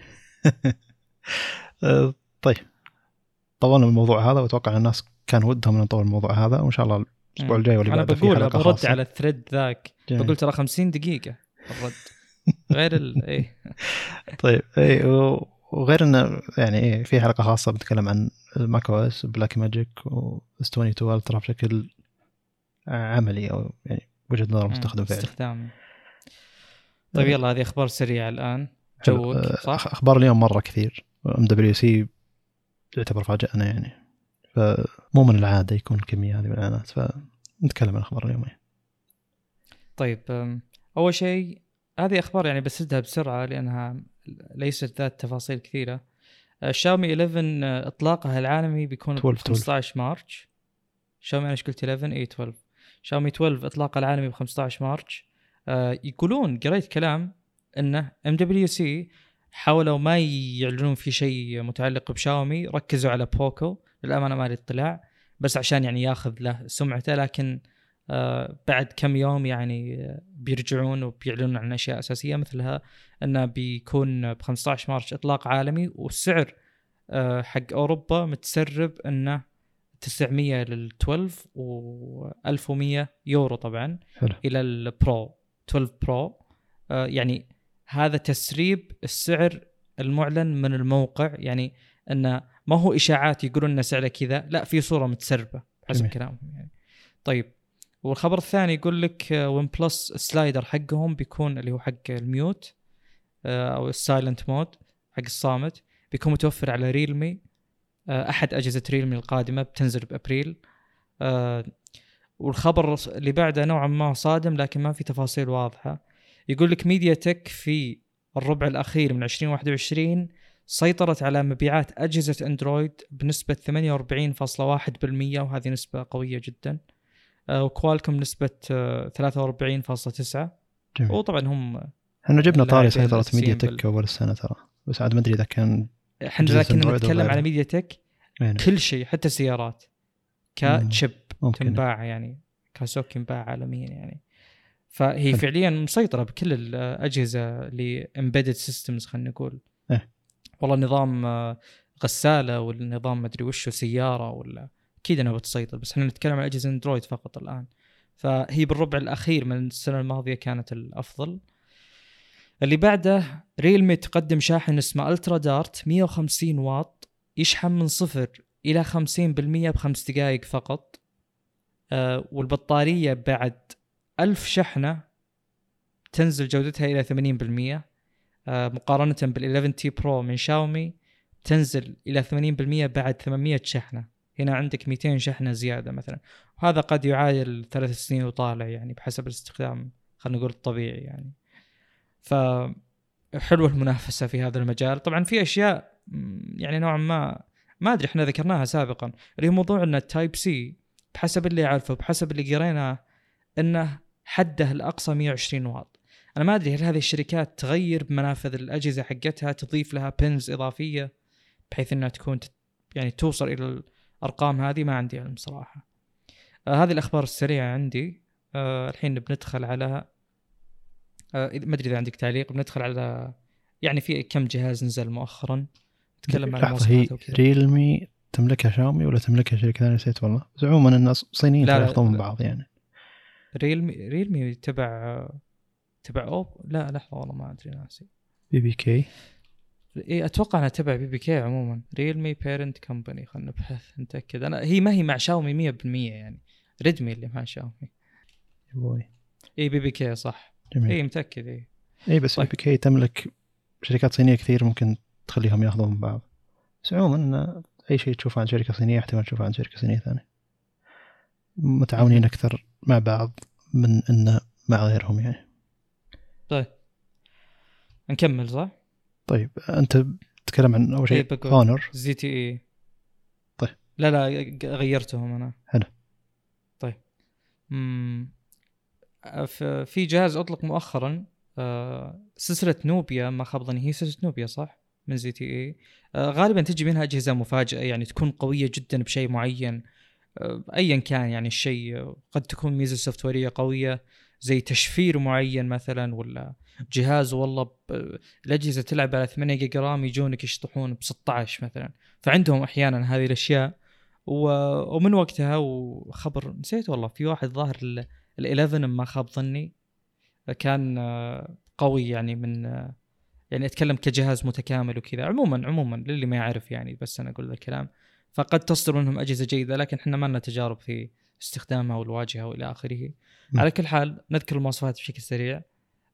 طيب طولنا الموضوع هذا، واتوقع الناس كان ودهم ان نطول الموضوع هذا، وان شاء الله الاسبوع الجاي واللي بعده في حلقه خاصه. انا بقول على الثريد ذاك، بقول ترى خمسين دقيقه الرد غير ال ايه. طيب اي، وغير انه يعني ايه في حلقه خاصه بنتكلم عن ماك او اس بلاك ماجيك واس اثنين وعشرين الترا بشكل عملي، او يعني وجهه نظر مستخدم فعلي استخدام. طيب يلا هذه اخبار سريعه الان. جوك صح؟ اخبار اليوم مره كثير. ام دبليو سي يعتبر فاجأنا يعني، فمو من العاده يكون الكميه هذه من الاعلانات، فنتكلم عن اخبار اليوم. طيب اول شيء هذه اخبار يعني بسردها بسرعه لانها ليست ذات تفاصيل كثيره. شاومي إحدى عشر اطلاقها العالمي بيكون خمسة عشر مارس. شاومي انا ايش قلت إحدى عشر؟ اي اثني عشر. شاومي اثني عشر اطلاقها العالمي ب خمسة عشر مارس. آه يقولون قريت كلام انه ام دبليو سي حاولوا ما يعلنون في شيء متعلق بشاومي، ركزوا على بوكو، للامانه ما لي اطلاع، بس عشان يعني ياخذ له سمعته، لكن آه بعد كم يوم يعني بيرجعون وبيعلنون عن اشياء اساسيه مثلها انه بيكون ب خمسة عشر مارس اطلاق عالمي، والسعر آه حق اوروبا متسرب انه تسعمية لل اثني عشر و ألف ومية يورو طبعا. حلو. الى البرو اثني عشر برو. آه يعني هذا تسريب السعر المعلن من الموقع، يعني انه ما هو اشاعات يقولون ان سعره كذا، لا في صوره متسربه حسب كلامهم يعني. طيب والخبر الثاني يقول لك ون بلس السلايدر حقهم بيكون اللي هو حق الميوت او السايلنت مود حق الصامت، بيكون متوفر على ريلمي، احد اجهزه ريلمي القادمه بتنزل بابريل. والخبر اللي بعده نوعا ما صادم لكن ما في تفاصيل واضحه. يقول لك ميديا تك في الربع الاخير من عشرين واحد وعشرين سيطرت على مبيعات اجهزه اندرويد بنسبه ثمانية وأربعين فاصلة واحد بالمية، وهذه نسبه قويه جدا. وكوالكم نسبه ثلاثة وأربعين فاصلة تسعة. وطبعا هم احنا جبنا طاري سيطره ميديا تك اول السنه ترى، بس عاد ما ادري اذا كان احنا لكن نتكلم على ميديا تك كل شيء حتى سيارات كتشيب تنباع يعني كسوق ينباع عالميا يعني. فهي فعليا مسيطرة بكل الأجهزة اللي embedded systems خلينا نقول. إيه؟ والله نظام غسالة والنظام ما أدري وشه سيارة ولا أكيد أنا بتسيطر، بس إحنا نتكلم عن أجهزة أندرويد فقط الآن. فهي بالربع الأخير من السنة الماضية كانت الأفضل. اللي بعده ريلمي تقدم شاحن اسمه ألترا دارت مية وخمسين واط، يشحن من صفر إلى خمسين بالمية بخمس دقائق فقط. أه والبطارية بعد ألف شحنة تنزل جودتها إلى ثمانين بالمية. أه مقارنة بالإحدى عشر تي برو من شاومي تنزل إلى ثمانين بالمية بعد ثمانمية شحنة. هنا عندك مئتين شحنة زيادة مثلا، وهذا قد يعادل ثلاث سنين وطالع يعني بحسب الاستخدام خلينا نقول الطبيعي يعني. فحلوة المنافسة في هذا المجال. طبعا في أشياء يعني نوعا ما ما أدري إحنا ذكرناها سابقا، اللي هو موضوع أن التايب سي بحسب اللي عارفه بحسب اللي قريناه أنه حده الأقصى مية وعشرين واط. أنا ما أدري هل هذه الشركات تغير بمنافذ الأجهزة حقتها، تضيف لها بينز إضافية بحيث أنها تكون يعني توصل إلى الأرقام هذه، ما عندي علم صراحة. آه هذه الأخبار السريعة عندي. آه الحين بندخل على آه ما أدري إذا عندك تعليق. بندخل على يعني في كم جهاز نزل مؤخرا نتكلم عن مواصفاته وكذا. ريلمي تملكها شاومي ولا تملكها شركة ثانية؟ نسيت والله. بس عموما الناس صينيين ياخذون من بعض يعني. ريلمي ريلمي تبع تبع أوب لا لحظة والله ما أدري ناسي. بي بي كي. إيه أتوقع أنها تبع بي بي كي عموما. ريلمي بيرنت كمباني خلنا نبحث نتأكد. أنا هي ما هي مع شاومي مية بالمية يعني. ريدمي اللي مع شاومي. يبوي. إيه بي بي كي صح. جميل. إيه متأكد إيه. إيه بس طيب. بي بي كي تملك شركات صينية كثير ممكن تخليهم ياخذون من بعض. بس عموما أي شيء تشوفه عن شركة صينية احتمال تشوفه عن شركة صينية ثانية. متعاونين أكثر مع بعض من إن مع غيرهم يعني. طيب نكمل صح؟ طيب أنت تتكلم عن أول شيء هونر زي تي إي. طيب لا لا غيرتهم أنا. حلو. طيب امم في جهاز اطلق مؤخرا سلسله نوبيا، ما خاب ظني هي سلسله نوبيا صح، من زي تي اي. غالبا تجي منها اجهزه مفاجئه، يعني تكون قويه جدا بشيء معين ايا كان. يعني الشيء قد تكون ميزه سوفتويريه قويه زي تشفير معين مثلا، ولا جهاز والله الاجهزه تلعب على ثمانية جيجا رام يجونك يشطحون ب ستة عشر مثلا. فعندهم احيانا هذه الاشياء. ومن وقتها وخبر نسيت والله، في واحد ظاهر ال11 ما خاب ظني كان قوي، يعني من يعني اتكلم كجهاز متكامل وكذا. عموما عموما للي ما يعرف يعني، بس انا اقول ذا الكلام. فقد تصدر منهم اجهزه جيده، لكن احنا ما لنا تجارب في استخدامها والواجهه والى اخره. م. على كل حال نذكر المواصفات بشكل سريع.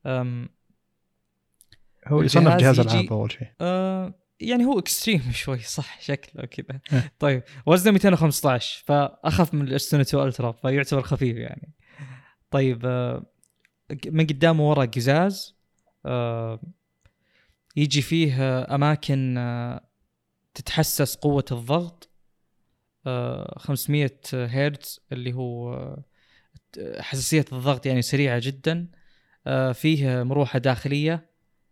هو يصنف جهاز العاب اول شيء. أه يعني هو اكستريم شوي صح شكله كذا. طيب وزنه مئتين وخمسة عشر، فاخف من الاستون تو الترا، فيعتبر خفيف يعني. طيب أه من قدامه ورا قزاز، أه يجي فيه اماكن أه تتحسس قوه الضغط، أه خمسمية هرتز اللي هو أه حساسيه الضغط يعني سريعه جدا. أه فيه مروحه داخليه.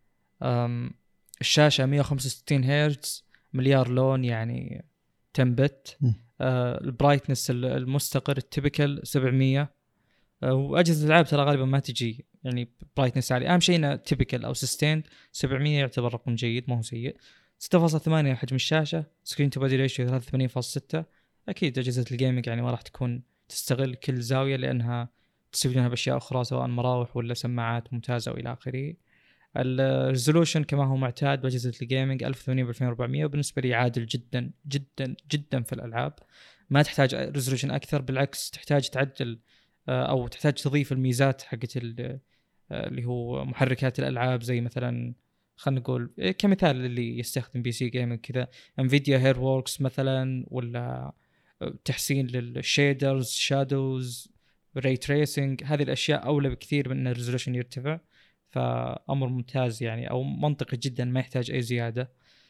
الشاشة مية وخمسة وستين هرتز، مليار لون يعني عشرة بت. آه البرايتنس المستقر التيبيكال سبعمية. آه وأجهزة الألعاب ترى غالبا ما تجي يعني برايتنس عالي، أهم شيء إنه تيبيكال أو سستيند. سبعمية يعتبر رقم جيد، ما هو سيء. ستة فاصلة ثمانية حجم الشاشة، سكرين تو بادي ريشيو ثلاثة وثمانين فاصلة ستة. أكيد أجهزة الجيمنج يعني ما راح تكون تستغل كل زاوية، لأنها تستفيدونها بأشياء أخرى سواء مراوح ولا سماعات ممتازة وإلى آخره. الريزولوشن كما هو معتاد باجهزه الجيمنج ألف وثمانين ب ألفين وأربعمية، وبالنسبه لي عادل جدا جدا جدا في الالعاب. ما تحتاج ريزولوشن اكثر، بالعكس تحتاج تعدل او تحتاج تضيف الميزات حقت اللي هو محركات الالعاب، زي مثلا خلينا نقول كمثال اللي يستخدم بي سي جيمنج كذا انفيديا هير ووركس مثلا، ولا تحسين للشيدرز شادوز ري تريسنج. هذه الاشياء اولى بكثير من ان الريزولوشن يرتفع، فأمر ممتاز يعني أو منطقي جدا ما يحتاج أي زيادة.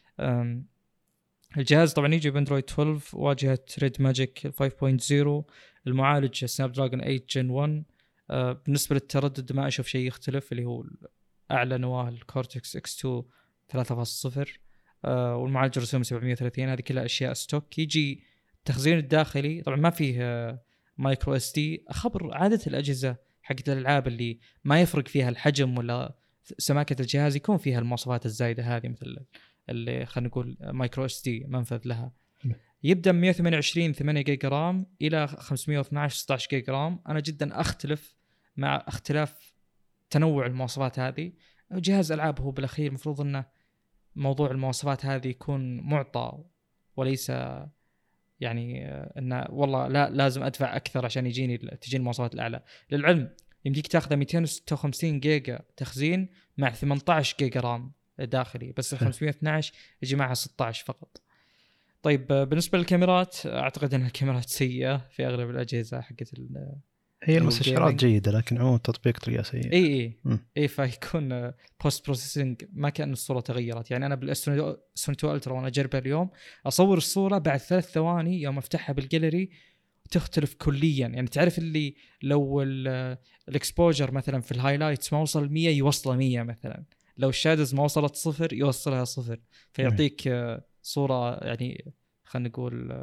الجهاز طبعا يجي باندرويد اثنا عشر، واجهة ريد ماجيك خمسة نقطة صفر، المعالج سناب دراجون ثمانية جن واحد. بالنسبة للتردد ما أشوف شيء يختلف، اللي هو أعلى نواة الكورتكس إكس تو ثلاثة فاصلة صفر، والمعالج رسوم سبعمية وثلاثين. هذه كلها أشياء ستوك. يجي التخزين الداخلي طبعا ما فيه مايكرو اس دي. خبر عادة الأجهزة حقت الألعاب اللي ما يفرق فيها الحجم ولا سماكة الجهاز يكون فيها المواصفات الزايدة هذه، مثل اللي خلينا نقول مايكرو اس دي منفذ لها. يبدأ مية وثمانية وعشرين ثمانية جيجا رام إلى خمسمية واثناشر ستة عشر جيجا رام. أنا جدا أختلف مع اختلاف تنوع المواصفات هذه. جهاز ألعاب هو بالأخير مفروض أنه موضوع المواصفات هذه يكون معطى، وليس يعني أنه والله لا لازم أدفع أكثر عشان يجيني تجيني المواصفات الأعلى. للعلم يمديك تاخذ مئتين وستة وخمسين جيجا تخزين مع ثمانية عشر جيجا رام داخلي، بس ال خمسمية واثناشر يجي معها ستة عشر فقط. طيب بالنسبة للكاميرات أعتقد أن الكاميرات سيئة في أغلب الأجهزة حقت هي المستشعرات جيدة، لكن عموما التطبيق طريقة سيئة. اي اي م. اي فيكون بوست بروسيسنج ما كان الصورة تغيرت. يعني أنا بالاستون تو الترا وأنا أجربها اليوم أصور الصورة بعد ثلاث ثواني يوم أفتحها بالجاليري تختلف كليا. يعني تعرف اللي لو الاكسبوجر مثلا في الهايلايتس ما وصل مية يوصل مية مثلا، لو الشادوز ما وصلت صفر يوصلها صفر، فيعطيك م. صورة يعني خلينا نقول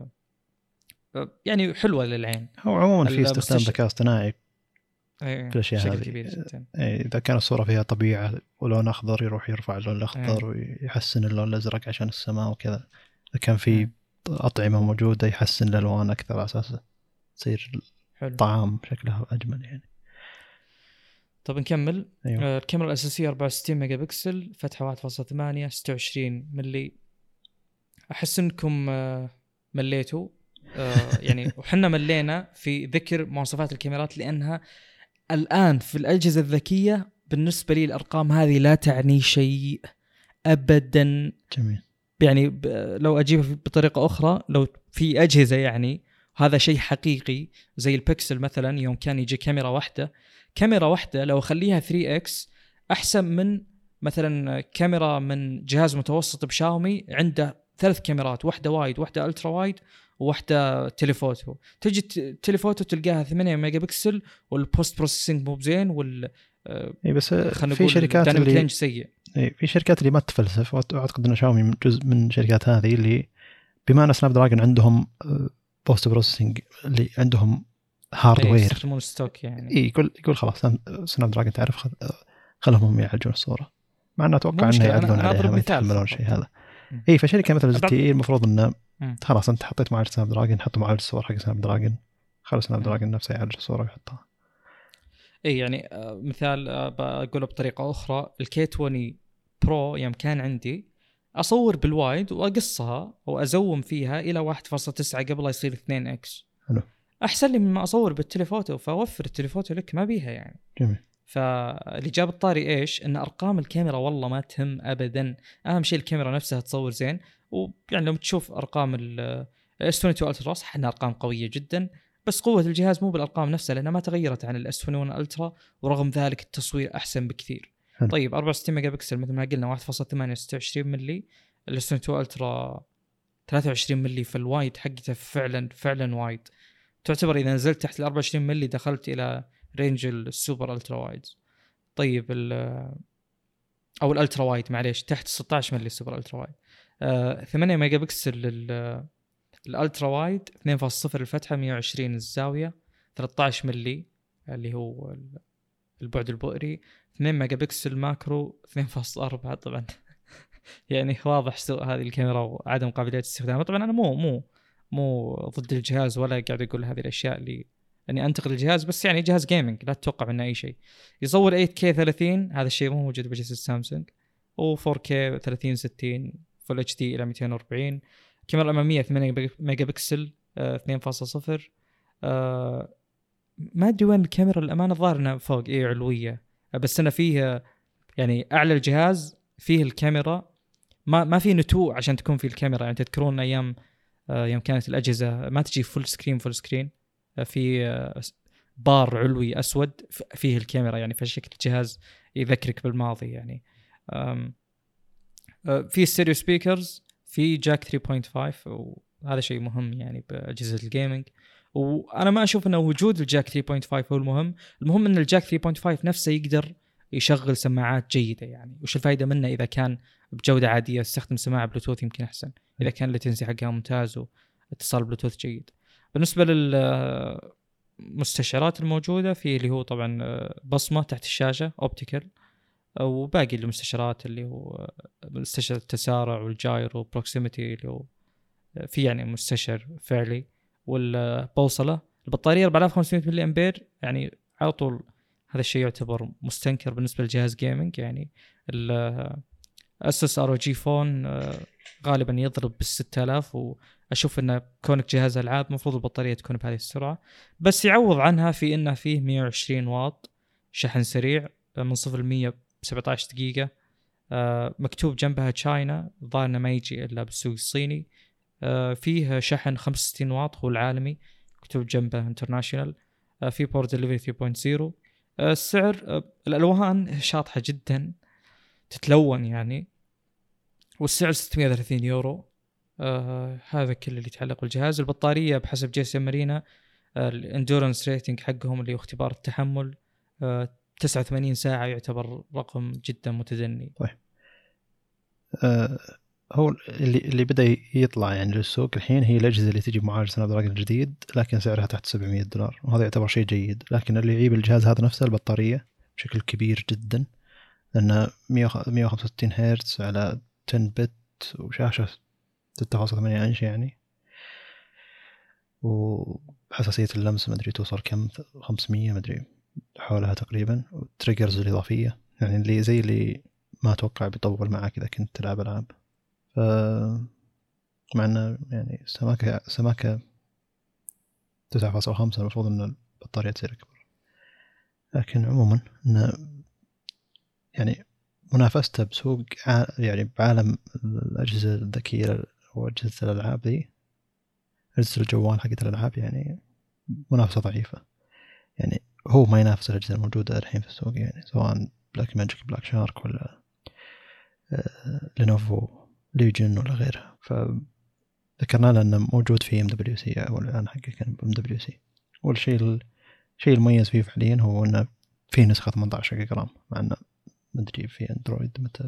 يعني حلوة للعين. هو عموما في استخدام ذكاء اصطناعي في الأشياء هذه. إذا كان الصورة فيها طبيعة ولون أخضر يروح يرفع اللون الأخضر ويحسن اللون الأزرق عشان السماء وكذا. إذا كان في أطعمة موجودة يحسن الألوان أكثر على أساس تصير الطعام شكلها أجمل يعني. طب نكمل. أيوة. آه الكاميرا الأساسية أربعة وستين ميجا بكسل، فتحة واحد فاصلة ثمانية، ستة وعشرين ملي. أحس إنكم آه مليتوا آه يعني وحنا ملينا في ذكر مواصفات الكاميرات، لأنها الآن في الأجهزة الذكية بالنسبة لي الأرقام هذه لا تعني شيء أبدا. جميل. يعني لو أجيبها بطريقة أخرى، لو في أجهزة يعني هذا شيء حقيقي زي البكسل مثلا، يوم كان يجي كاميرا واحدة كاميرا واحدة لو أخليها ثري إكس أحسن من مثلا كاميرا من جهاز متوسط بشاومي عنده ثلاث كاميرات، واحدة وايد واحدة ألترا وايد وواحده تليفوتو. تجي تليفوتو تلقاها ثمانية ميجا بكسل والبوست بروسيسنج مو بزين وال اي بس في شركات اللي سيء. اي في شركات اللي ما تفلسف، واعتقد ان شاومي من جزء من الشركات هذه اللي بما ان سناب دراجون عندهم بوست بروسيسنج اللي عندهم هاردوير يستخدمون ستوك يعني. اي يقول يقول خلاص سناب دراجون تعرف خل... خلهم يعالجون الصوره، مع انه اتوقع انه يعدلون عليها ما يتحملون شيء هذا. اي فشركه مثل زد تي المفروض انه خلاص انت حطيت معالج سناب دراجون، حطوا معالج الصور حق سناب دراجون، خلاص سناب دراجون نفسه يعالج الصوره ويحطها. اي يعني مثال بقوله بطريقه اخرى، الكي عشرين برو يوم كان عندي اصور بالوايد واقصها وازوم فيها الى واحد فاصلة تسعة قبل لا يصير اثنين اكس، حلو احسن لي مما اصور بالتليفوتو، فاوفر التليفوتو لك ما بيها يعني. جميل. فاللي جاب الطاري ايش؟ ان ارقام الكاميرا والله ما تهم ابدا، اهم شيء الكاميرا نفسها تصور زين. ويعني لو تشوف ارقام الاس اثنين وعشرين الترا صح انها ارقام قويه جدا، بس قوه الجهاز مو بالارقام نفسها لانها ما تغيرت عن الاس اثنين وعشرين الترا، ورغم ذلك التصوير احسن بكثير. حلو. طيب أربعة وستين ميجا بكسل مثل ما قلنا، واحد فاصلة ثمانية ستة وعشرين ملي. الاس اثنين وعشرين الترا ثلاثة وعشرين ملي، فالوايد حقته فعلا فعلا وايد، تعتبر اذا نزلت تحت ال أربعة وعشرين ملي دخلت الى رينج السوبر الترا وايد. طيب ال او الالترا وايد معليش، تحت ستة عشر ملي السوبر الترا وايد. آه ثمانية ميجا بكسل الالترا وايد، اثنين فاصلة صفر الفتحه، مية وعشرين الزاويه، ثلاثة عشر ملي اللي هو البعد البؤري، اثنين ميجا بكسل ماكرو، اثنين فاصلة أربعة طبعا يعني واضح سوء هذه الكاميرا وعدم قابليه استخدامها. طبعا انا مو مو مو ضد الجهاز ولا قاعد اقول هذه الاشياء اللي اني انتقد الجهاز، بس يعني جهاز جيمنج لا تتوقع منه اي شيء. يصور ثمانية كي ثلاثين، هذا الشيء مو موجود بجهاز سامسونج، و فور كي ثلاثين ستين فول اتش دي الى مئتين وأربعين. الكاميرا الاماميه ثمانية ميجا بكسل اثنين فاصلة صفر. آه ما ادري وين الكاميرا الامانه، الظاهر انها فوق ايه علويه، بس انا فيه يعني اعلى الجهاز فيه الكاميرا ما ما في نتوء عشان تكون في الكاميرا. يعني تذكرون ايام آه يوم كانت الاجهزه ما تجي فول سكرين فول سكرين في بار علوي أسود فيه الكاميرا، يعني فشكل الجهاز يذكرك بالماضي يعني. في ستيريو سبيكرز، في جاك ثري بوينت فايف، وهذا شيء مهم يعني بأجهزة الجيمنج. وأنا ما أشوف أنه وجود الجاك ثري بوينت فايف هو المهم، المهم أن الجاك ثري بوينت فايف نفسه يقدر يشغل سماعات جيدة. يعني وش الفائدة منه إذا كان بجودة عادية استخدم سماعة بلوتوث يمكن أحسن، إذا كان اللاتنسي حقها ممتاز واتصال بلوتوث جيد. بالنسبة للمستشعرات الموجودة في اللي هو طبعا بصمة تحت الشاشة أوبتيكال، وباقي المستشعرات اللي هو مستشعر التسارع والجايرو بروكسيميتي اللي هو في يعني مستشعر فعلي، والبوصلة. البطارية أربعة آلاف وخمسمائة ملي أمبير، يعني على طول هذا الشيء يعتبر مستنكر بالنسبة للجهاز جيمنج. يعني الأسوس آر أو جي فون غالبا يضرب بالستة آلاف، وأشوف أن كونك جهاز ألعاب مفروض البطارية تكون بهذه السرعة، بس يعوض عنها في أنه فيه مئة وعشرين واط شحن سريع من صفر لمية بسبعة عشر دقيقة. مكتوب جنبها تشاينا، ظاهر ما يجي إلا بالسوق الصيني. فيه شحن خمسة وستين واط هو العالمي، مكتوب جنبه انترناشيونال. في بور ديليفري ثري بوينت زيرو. السعر، الألوان شاطحة جدا تتلون يعني، والسعر ستمائة وثلاثين يورو. آه هذا كل اللي يتعلق بالجهاز. البطارية بحسب جيسي مارينا الاندورنس ريتنج حقهم اللي هو اختبار التحمل آه تسعة وثمانين ساعة، يعتبر رقم جدا متدني. طيب آه هو اللي اللي بدأ يطلع يعني للسوق الحين هي الأجهزة اللي تجي بمعالج سناب دراجون جديد لكن سعرها تحت سبعمائة دولار، وهذا يعتبر شيء جيد. لكن اللي يعيب الجهاز هذا نفسه البطارية بشكل كبير جدا، لأنه مئة وخمسة وستين هرتز على عشرة بت وشاشة ستة فاصلة ثمانية إنش يعني، وحساسية اللمس ما أدري توصل كم خمسمية ما أدري حولها تقريبا، والتريجرز الإضافية يعني اللي زي اللي ما أتوقع بيطول معك إذا كنت تلعب ألعاب. ف مع أنه يعني سماكة سماكة تسعة فاصلة خمسة المفروض أن البطارية تصير أكبر، لكن عموما إنه يعني منافسته بسوق يعني بعالم الأجهزة الذكية وأجهزة الألعاب دي، أجهزة الجوال حقت الألعاب يعني منافسة ضعيفة. يعني هو ما ينافس الأجهزة الموجودة الحين في السوق، يعني سواء بلاك ماجيك بلاك شارك ولا آه لينوفو ليجن ولا غيرها. ف ذكرنا له انه موجود في ام دبليو سي او الان حقه كان ام دبليو سي. والشيء الشيء المميز فيه فعليا هو انه في نسخه ثمانية عشر جرام، مع انه ما ادري في اندرويد متى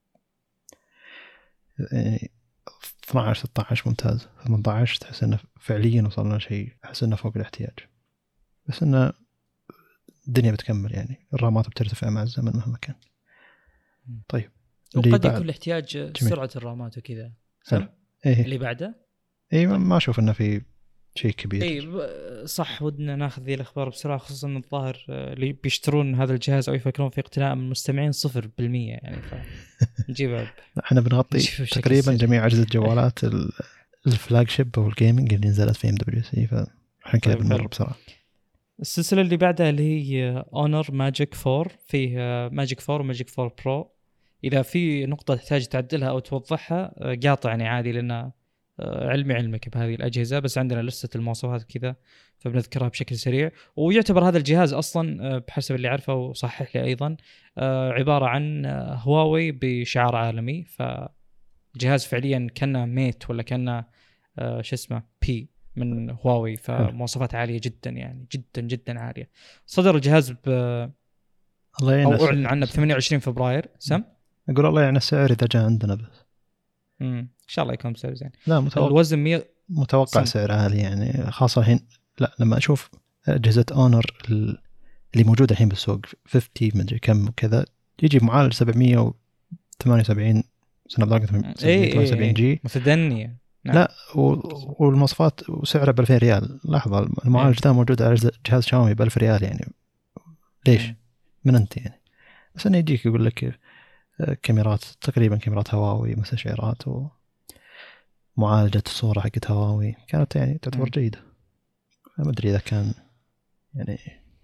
يعني اثنا عشر ستة عشر ممتاز، ثمانية عشر تحس انه فعليا وصلنا شيء احس انه فوق الاحتياج، بس انه الدنيا بتكمل يعني الرامات بترتفع مع الزمن مهما كان. طيب وقد يكون الاحتياج سرعة الرامات وكذا. إيه. اللي بعده اي طيب. ما اشوف انه في شيء كبير. اي صح، ودنا ناخذ ذي الاخبار بسرعه، خصوصا ان الظاهر اللي بيشترون هذا الجهاز او يفكرون في اقتناء من المستمعين صفر بالمية يعني، فنجيب احنا بنغطي تقريبا جميع اجهزه الجوالات الفلاج شيب والجيمنج اللي نزلت في ام دبليو سي، فاحنا كذا بنمر بسرعه. السلسله اللي بعدها اللي هي اونر ماجيك فور، فيه ماجيك فور وماجيك فور برو. اذا في نقطه تحتاج تعدلها او توضحها قاطعني عادي، لان علمي علمك بهذه الأجهزة، بس عندنا لستة المواصفات كذا فبنذكرها بشكل سريع. ويعتبر هذا الجهاز أصلا بحسب اللي عارفه وصحح لي أيضا عبارة عن هواوي بشعار عالمي، فجهاز فعليا كأنه ميت ولا كأنه شو اسمه بي من هواوي، فمواصفات عالية جدا يعني جدا جدا عالية. صدر الجهاز ب أو أعلن عنه ب ثمانية وعشرين فبراير. سم أقول الله يعني السعر إذا جاء عندنا بس امم ان شاء الله يكون بسعر زين. لا متوقع الوزن مية متوقع سعر عالي يعني، خاصة الحين. لا لما أشوف أجهزة أونر اللي موجودة الحين بالسوق خمسين مدري كم كذا، يجي معالج سبعمية وثمانية وسبعين سناب دراجون ثمانية وسبعين جي متدنية. نعم. لا والمواصفات وسعره بألفين ريال. لحظة المعالج ذا موجود على جهاز شاومي بألف ريال يعني ليش مم. من أنت يعني؟ بس أنا يجيك يقول لك كاميرات تقريبا كاميرات هواوي مستشعرات ومعالجة الصورة حقت هواوي كانت يعني تعتبر جيدة. ما أدري إذا كان يعني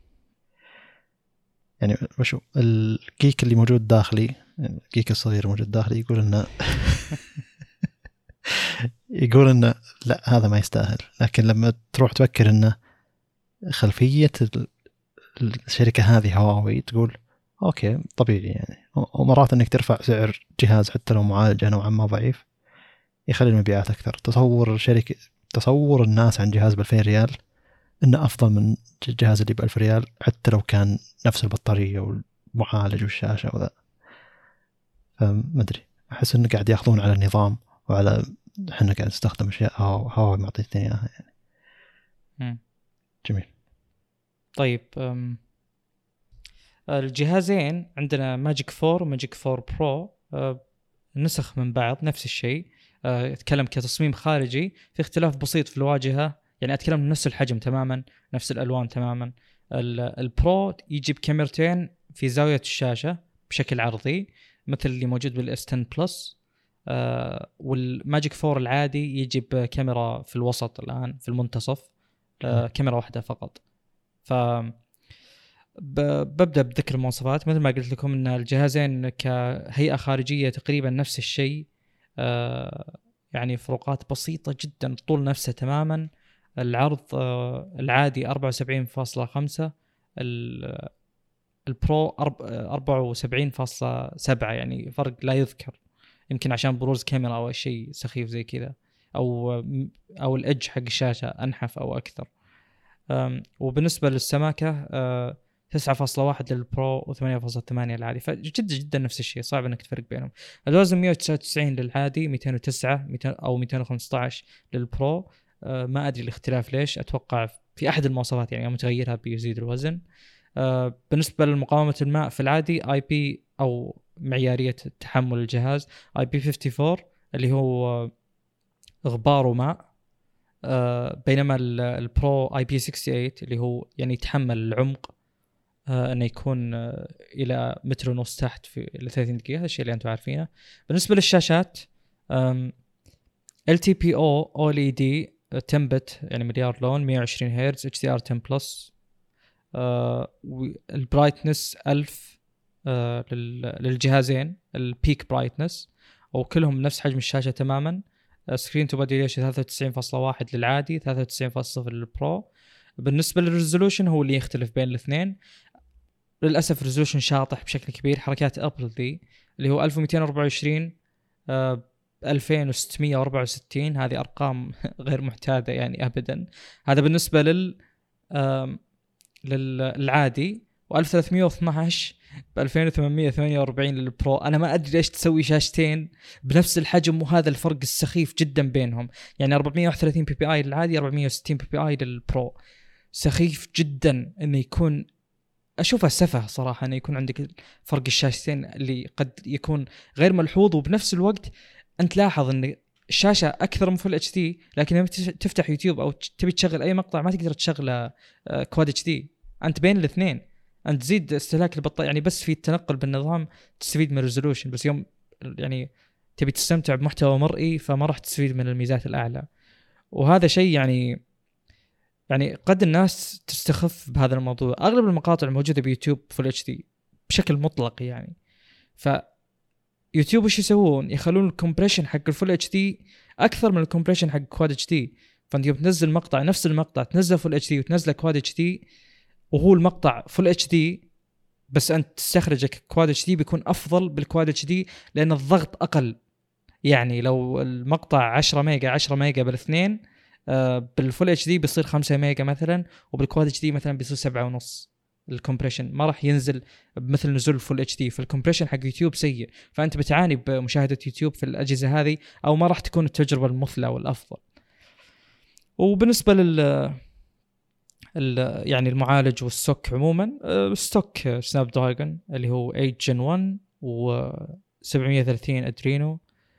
يعني وشو الجيك اللي موجود داخلي، الجيك الصغير موجود داخلي يقول إنه يقول إنه لا هذا ما يستاهل، لكن لما تروح تفكر إنه خلفية الشركة هذه هواوي تقول أوكي طبيعي يعني. ومرات إنك ترفع سعر جهاز حتى لو معالجه نوعا ما ضعيف يخلي المبيعات أكثر. تصور شركة تصور الناس عن جهاز بألفين ريال إنه أفضل من الجهاز اللي بألف ريال حتى لو كان نفس البطارية والمعالج والشاشة وذا. فما أدري أحس إنه قاعد يأخذون على النظام وعلى إحنا قاعد نستخدم أشياء هواوي معطيتني إياها يعني. م. جميل. طيب أم الجهازين عندنا ماجيك فور وماجيك فور برو، أه نسخ من بعض نفس الشيء. أه اتكلم كتصميم خارجي في اختلاف بسيط في الواجهة، يعني اتكلم نفس الحجم تماما نفس الالوان تماما. البرو يجيب كاميرتين في زاوية الشاشة بشكل عرضي مثل اللي موجود بالاس عشرة بلس. أه والماجيك فور العادي يجيب كاميرا في الوسط الان في المنتصف، أه كاميرا واحدة فقط. ف ببدأ بذكر المواصفات مثل ما قلت لكم ان الجهازين كهيئة خارجية تقريبا نفس الشيء، آه يعني فروقات بسيطة جدا. الطول نفسه تماما. العرض آه العادي أربعة وسبعين فاصلة خمسة، البرو أربعة وسبعين فاصلة سبعة، يعني فرق لا يذكر، يمكن عشان بروز كاميرا او شيء سخيف زي كذا، او او الإدج حق الشاشة انحف او اكثر. وبالنسبة للسماكة آه تسعة فاصلة واحد للبرو وثمانية فاصلة ثمانية للعادي، فجدا جدا نفس الشيء، صعب انك تفرق بينهم. الوزن مية وتسعة وتسعين للعادي، مئتين وتسعة او مئتين وخمسة عشر للبرو. آه ما ادري الاختلاف ليش، اتوقع في احد المواصفات يعني متغيرها بيزيد الوزن. آه بالنسبه لمقاومه الماء في العادي اي بي او معياريه تحمل الجهاز اي بي أربعة وخمسين اللي هو غبار وماء، آه بينما البرو اي بي ستة وستين اللي هو يعني يتحمل العمق، آه انه يكون آه الى متر ونص تحت في الى ثلاثين دقيقه. هذا الشيء اللي انتم عارفينه. بالنسبه للشاشات إل تي بي أو أو إل إي دي عشرة بت يعني مليار لون، مية وعشرين هرتز، اتش دي ار عشرة بلس، آه البرايتنس ألف آه للجهازين، البيك برايتنس، وكلهم نفس حجم الشاشه تماما. سكرين تو بادي ريشيو ثلاثة وتسعين فاصلة واحد للعادي، ثلاثة وتسعين فاصلة صفر للبرو. بالنسبه للريزولوشن هو اللي يختلف بين الاثنين للاسف. ريزولوشن شاطح بشكل كبير. حركات ابل ذي اللي هو ألف ومئتين وأربعة وعشرين آه ألفين وستمية وأربعة وستين، هذه أرقام غير معتادة يعني أبدا. هذا بالنسبة لل للعادي، وألف وثلاثمية واثناشر ب ألفين وثمانمية وثمانية وأربعين للبرو. أنا ما أدري ليش تسوي شاشتين بنفس الحجم، وهذا الفرق السخيف جدا بينهم. يعني أربعمية وواحد وثلاثين بي بي آي للعادي، أربعمية وستين بي بي آي للبرو. سخيف جدا إنه يكون، أشوفها سفه صراحة إنه يكون عندك فرق الشاشتين اللي قد يكون غير ملحوظ. وبنفس الوقت أنت لاحظ إن الشاشة أكثر من فل اتش دي، لكن لما تفتح يوتيوب أو تبي تشغل أي مقطع ما تقدر تشغله كواد اتش دي. أنت بين الاثنين، أنت تزيد استهلاك البطارية يعني، بس في التنقل بالنظام تستفيد من الريزولوشن، بس يوم يعني تبي تستمتع بمحتوى مرئي فما راح تستفيد من الميزات الأعلى. وهذا شيء يعني يعني قد الناس تستخف بهذا الموضوع. أغلب المقاطع الموجودة بيوتيوب فل اتش دي بشكل مطلق يعني. ف يوتيوب وش يسوون؟ يخلون الكمبريشن حق الفل اتش دي اكثر من الكمبريشن حق كواد اتش دي. فانت يوم تنزل مقطع نفس المقطع تنزل فل اتش دي وتنزله كواد اتش دي، وهو المقطع فل اتش دي بس انت تستخرجك كواد اتش دي، بيكون افضل بالكواد اتش دي لان الضغط اقل. يعني لو المقطع عشرة ميجا عشرة ميجا بالاثنين، بالفل اتش دي بيصير خمسة ميجا مثلا، وبالكواد اتش دي مثلا بيصير سبعة ونص. الكمبريشن ما راح ينزل بمثل نزول الفول اتش دي، فالكمبريشن حق يوتيوب سيء، فانت بتعاني بمشاهده يوتيوب في الاجهزه هذه، او ما راح تكون التجربه المثلى والافضل. وبالنسبه لل يعني المعالج والسوك عموما، ستوك سناب دراجون اللي هو ثمانية جن واحد و سبعمية وثلاثين ادرينو،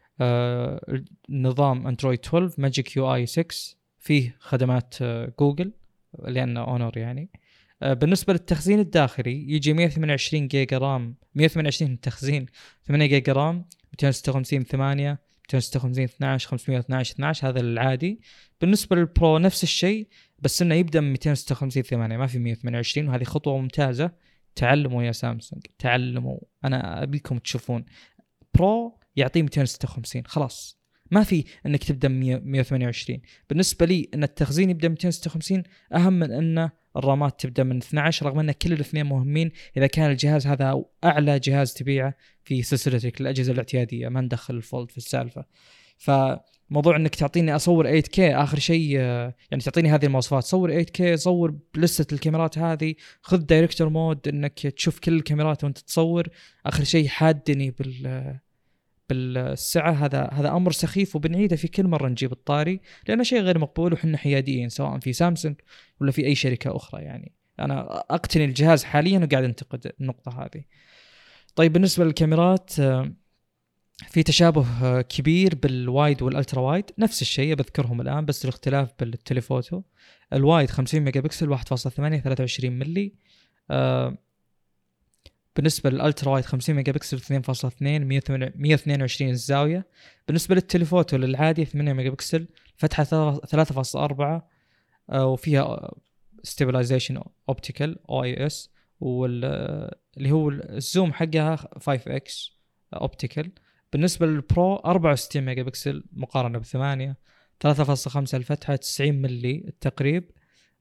نظام اندرويد اثنا عشر ماجيك يو اي ستة، فيه خدمات جوجل لانه اونر يعني. بالنسبة للتخزين الداخلي يجي مية وثمانية وعشرين جيجا رام، مية وثمانية وعشرين تخزين، ثمانية جيجا رام، مئتين وستة وخمسين ثمانية، مئتين وستة وخمسين اثناشر، خمسمية واثناشر اثناشر، هذا العادي. بالنسبة للبرو نفس الشيء، بس انه يبدأ من مئتين وستة وخمسين ثمانية، ما في مية وثمانية وعشرين، وهذه خطوة ممتازة. تعلموا يا سامسونج، تعلموا. انا ابيكم تشوفون برو يعطي مئتين وستة وخمسين خلاص، ما في انك تبدا مية وثمانية وعشرين. بالنسبه لي ان التخزين يبدا مئتين وستة وخمسين اهم من ان الرامات تبدا من اثنا عشر، رغم ان كل الاثنين مهمين اذا كان الجهاز هذا اعلى جهاز تبيعه في سلسلتك الاجهزه الاعتياديه، ما ندخل الفولد في السالفه. فموضوع انك تعطيني اصور ثمانية كي اخر شيء، يعني تعطيني هذه المواصفات، صور ثمانية كي، صور بلسته الكاميرات هذه، خذ دايركتور مود انك تشوف كل الكاميرات وانت تصور، اخر شيء حادني بال بالسعة. هذا هذا أمر سخيف، وبنعيده في كل مرة نجيب الطاري، لأنه شيء غير مقبول، وحنا حياديين سواء في سامسونج ولا في أي شركة أخرى. يعني أنا أقتني الجهاز حاليا وقاعد أنتقد النقطة هذه. طيب بالنسبة للكاميرات، في تشابه كبير بالوايد والألترا وايد، نفس الشيء بذكرهم الآن، بس الاختلاف بالتليفوتو. الوايد خمسين ميجا بكسل، واحد فاصلة ثمانية، ثلاثة وعشرين ملي. أه بالنسبة للألترا وايد خمسين ميجا بكسل، اثنين فاصلة اثنين، مية واثنين وعشرين الزاوية. بالنسبة للتليفوتو للعادي ثمانية ميجا بكسل، فتحة ثلاثة فاصلة أربعة، وفيها stabilization optical او اي اس، واللي هو الزوم حقها خمسة اكس optical. بالنسبة للبرو أربعة وستين ميجا بكسل مقارنة بثمانية، ثلاثة فاصلة خمسة الفتحة، تسعين ملي التقريب.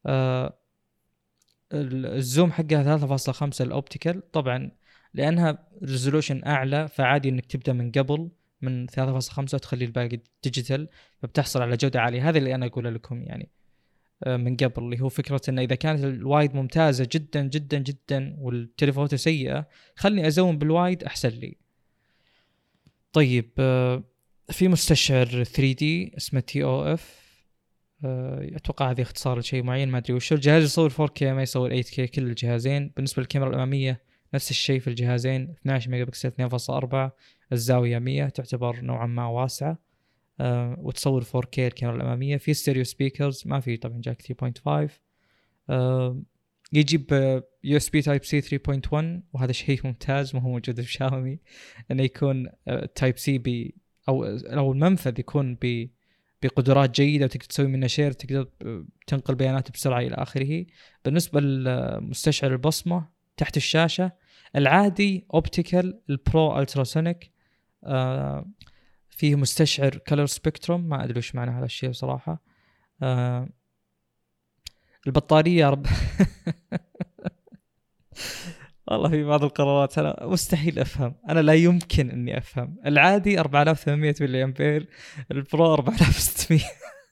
الزوم حقها ثلاثة فاصلة خمسة الاوبتيكال، طبعا لانها ريزولوشن اعلى فعادي انك تبدا من قبل من ثلاثة فاصلة خمسة وتخلي الباقي ديجيتال، فبتحصل على جوده عاليه. هذا اللي انا اقوله لكم يعني من قبل، اللي هو فكره انه اذا كانت الوايد ممتازه جدا جدا جدا والتليفوتو سيئه، خلني ازوم بالوايد احسن لي. طيب في مستشعر ثري دي اسمه تي او اف، اتوقع هذه اختصار لشيء معين ما ادري وش. الجهاز يصور فور كي ما يصور ثمانية كي كل الجهازين. بالنسبه للكاميرا الاماميه نفس الشيء في الجهازين، اثنا عشر ميجا بكسل، اثنين فاصلة أربعة، الزاويه مية، تعتبر نوعا ما واسعه، أه وتصور فور كي الكاميرا الاماميه. في ستيريو سبيكرز، ما في طبعا جاك ثري بوينت فايف، أه يجيب يو اس بي تايب سي ثري بوينت ون، وهذا شيء ممتاز ما هو موجود في شاومي، انه يكون تايب سي بي او او المنفذ يكون ب بقدرات جيدة وتقدر تسوي منه شير، تقدر تنقل بيانات بسرعة إلى آخره. بالنسبة لمستشعر البصمة تحت الشاشة، العادي أوبتيكال، البرو ألتراسونيك، آه فيه مستشعر كولر سبيكتروم، ما أدري وش معنى هذا الشيء صراحة. آه البطارية رب والله في بعض القرارات أنا مستحيل أفهم، أنا لا يمكن إني أفهم. العادي أربعة آلاف وثمانمائة ملي أمبير، البرو أربعة آلاف وستمائة.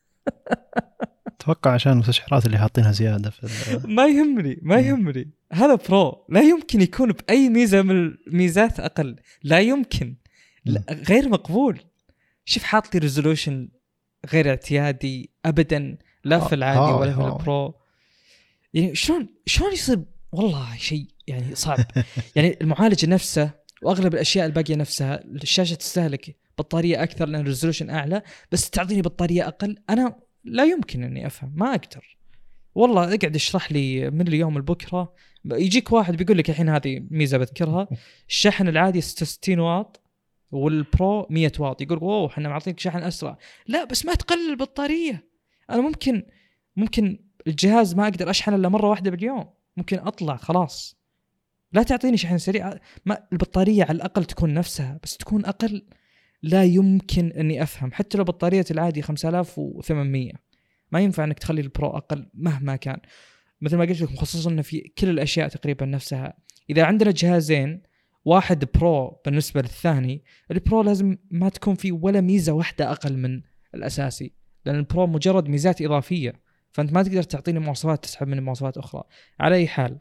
اتوقع عشان المستشعرات اللي حاطينها زياده في ما يهمني ما يهمني هذا برو، لا يمكن يكون باي ميزه من الميزات اقل، لا يمكن، لا غير مقبول. شوف حاط لي ريزولوشن غير اعتيادي ابدا، لا في العادي ولا في البرو. يعني شلون شلون يصير؟ والله شيء يعني صعب. يعني المعالج نفسه واغلب الاشياء الباقيه نفسها، الشاشه تستهلك بطاريه اكثر لان الريزولوشن اعلى، بس تعطيني بطاريه اقل. انا لا يمكن اني افهم، ما اقدر والله. اقعد اشرح لي من اليوم لبكره، يجيك واحد بيقول لك الحين هذه ميزه بذكرها، الشحن العادي ستة وستين واط والبرو مية واط، يقول اوه احنا معطينك شحن اسرع. لا بس ما تقلل البطاريه. انا ممكن ممكن الجهاز ما اقدر اشحن الا مره واحده باليوم، ممكن اطلع خلاص. لا تعطيني شحن سريع، ما البطاريه على الاقل تكون نفسها بس تكون اقل. لا يمكن اني افهم. حتى لو بطاريه العادي خمسة آلاف وثمانمائة، ما ينفع انك تخلي البرو اقل مهما كان. مثل ما قلت لكم خصوصا في كل الاشياء تقريبا نفسها. اذا عندنا جهازين، واحد برو بالنسبه للثاني، البرو لازم ما تكون فيه ولا ميزه واحده اقل من الاساسي، لان البرو مجرد ميزات اضافيه، فانت ما تقدر تعطيني مواصفات تسحب مني مواصفات اخرى. على اي حال،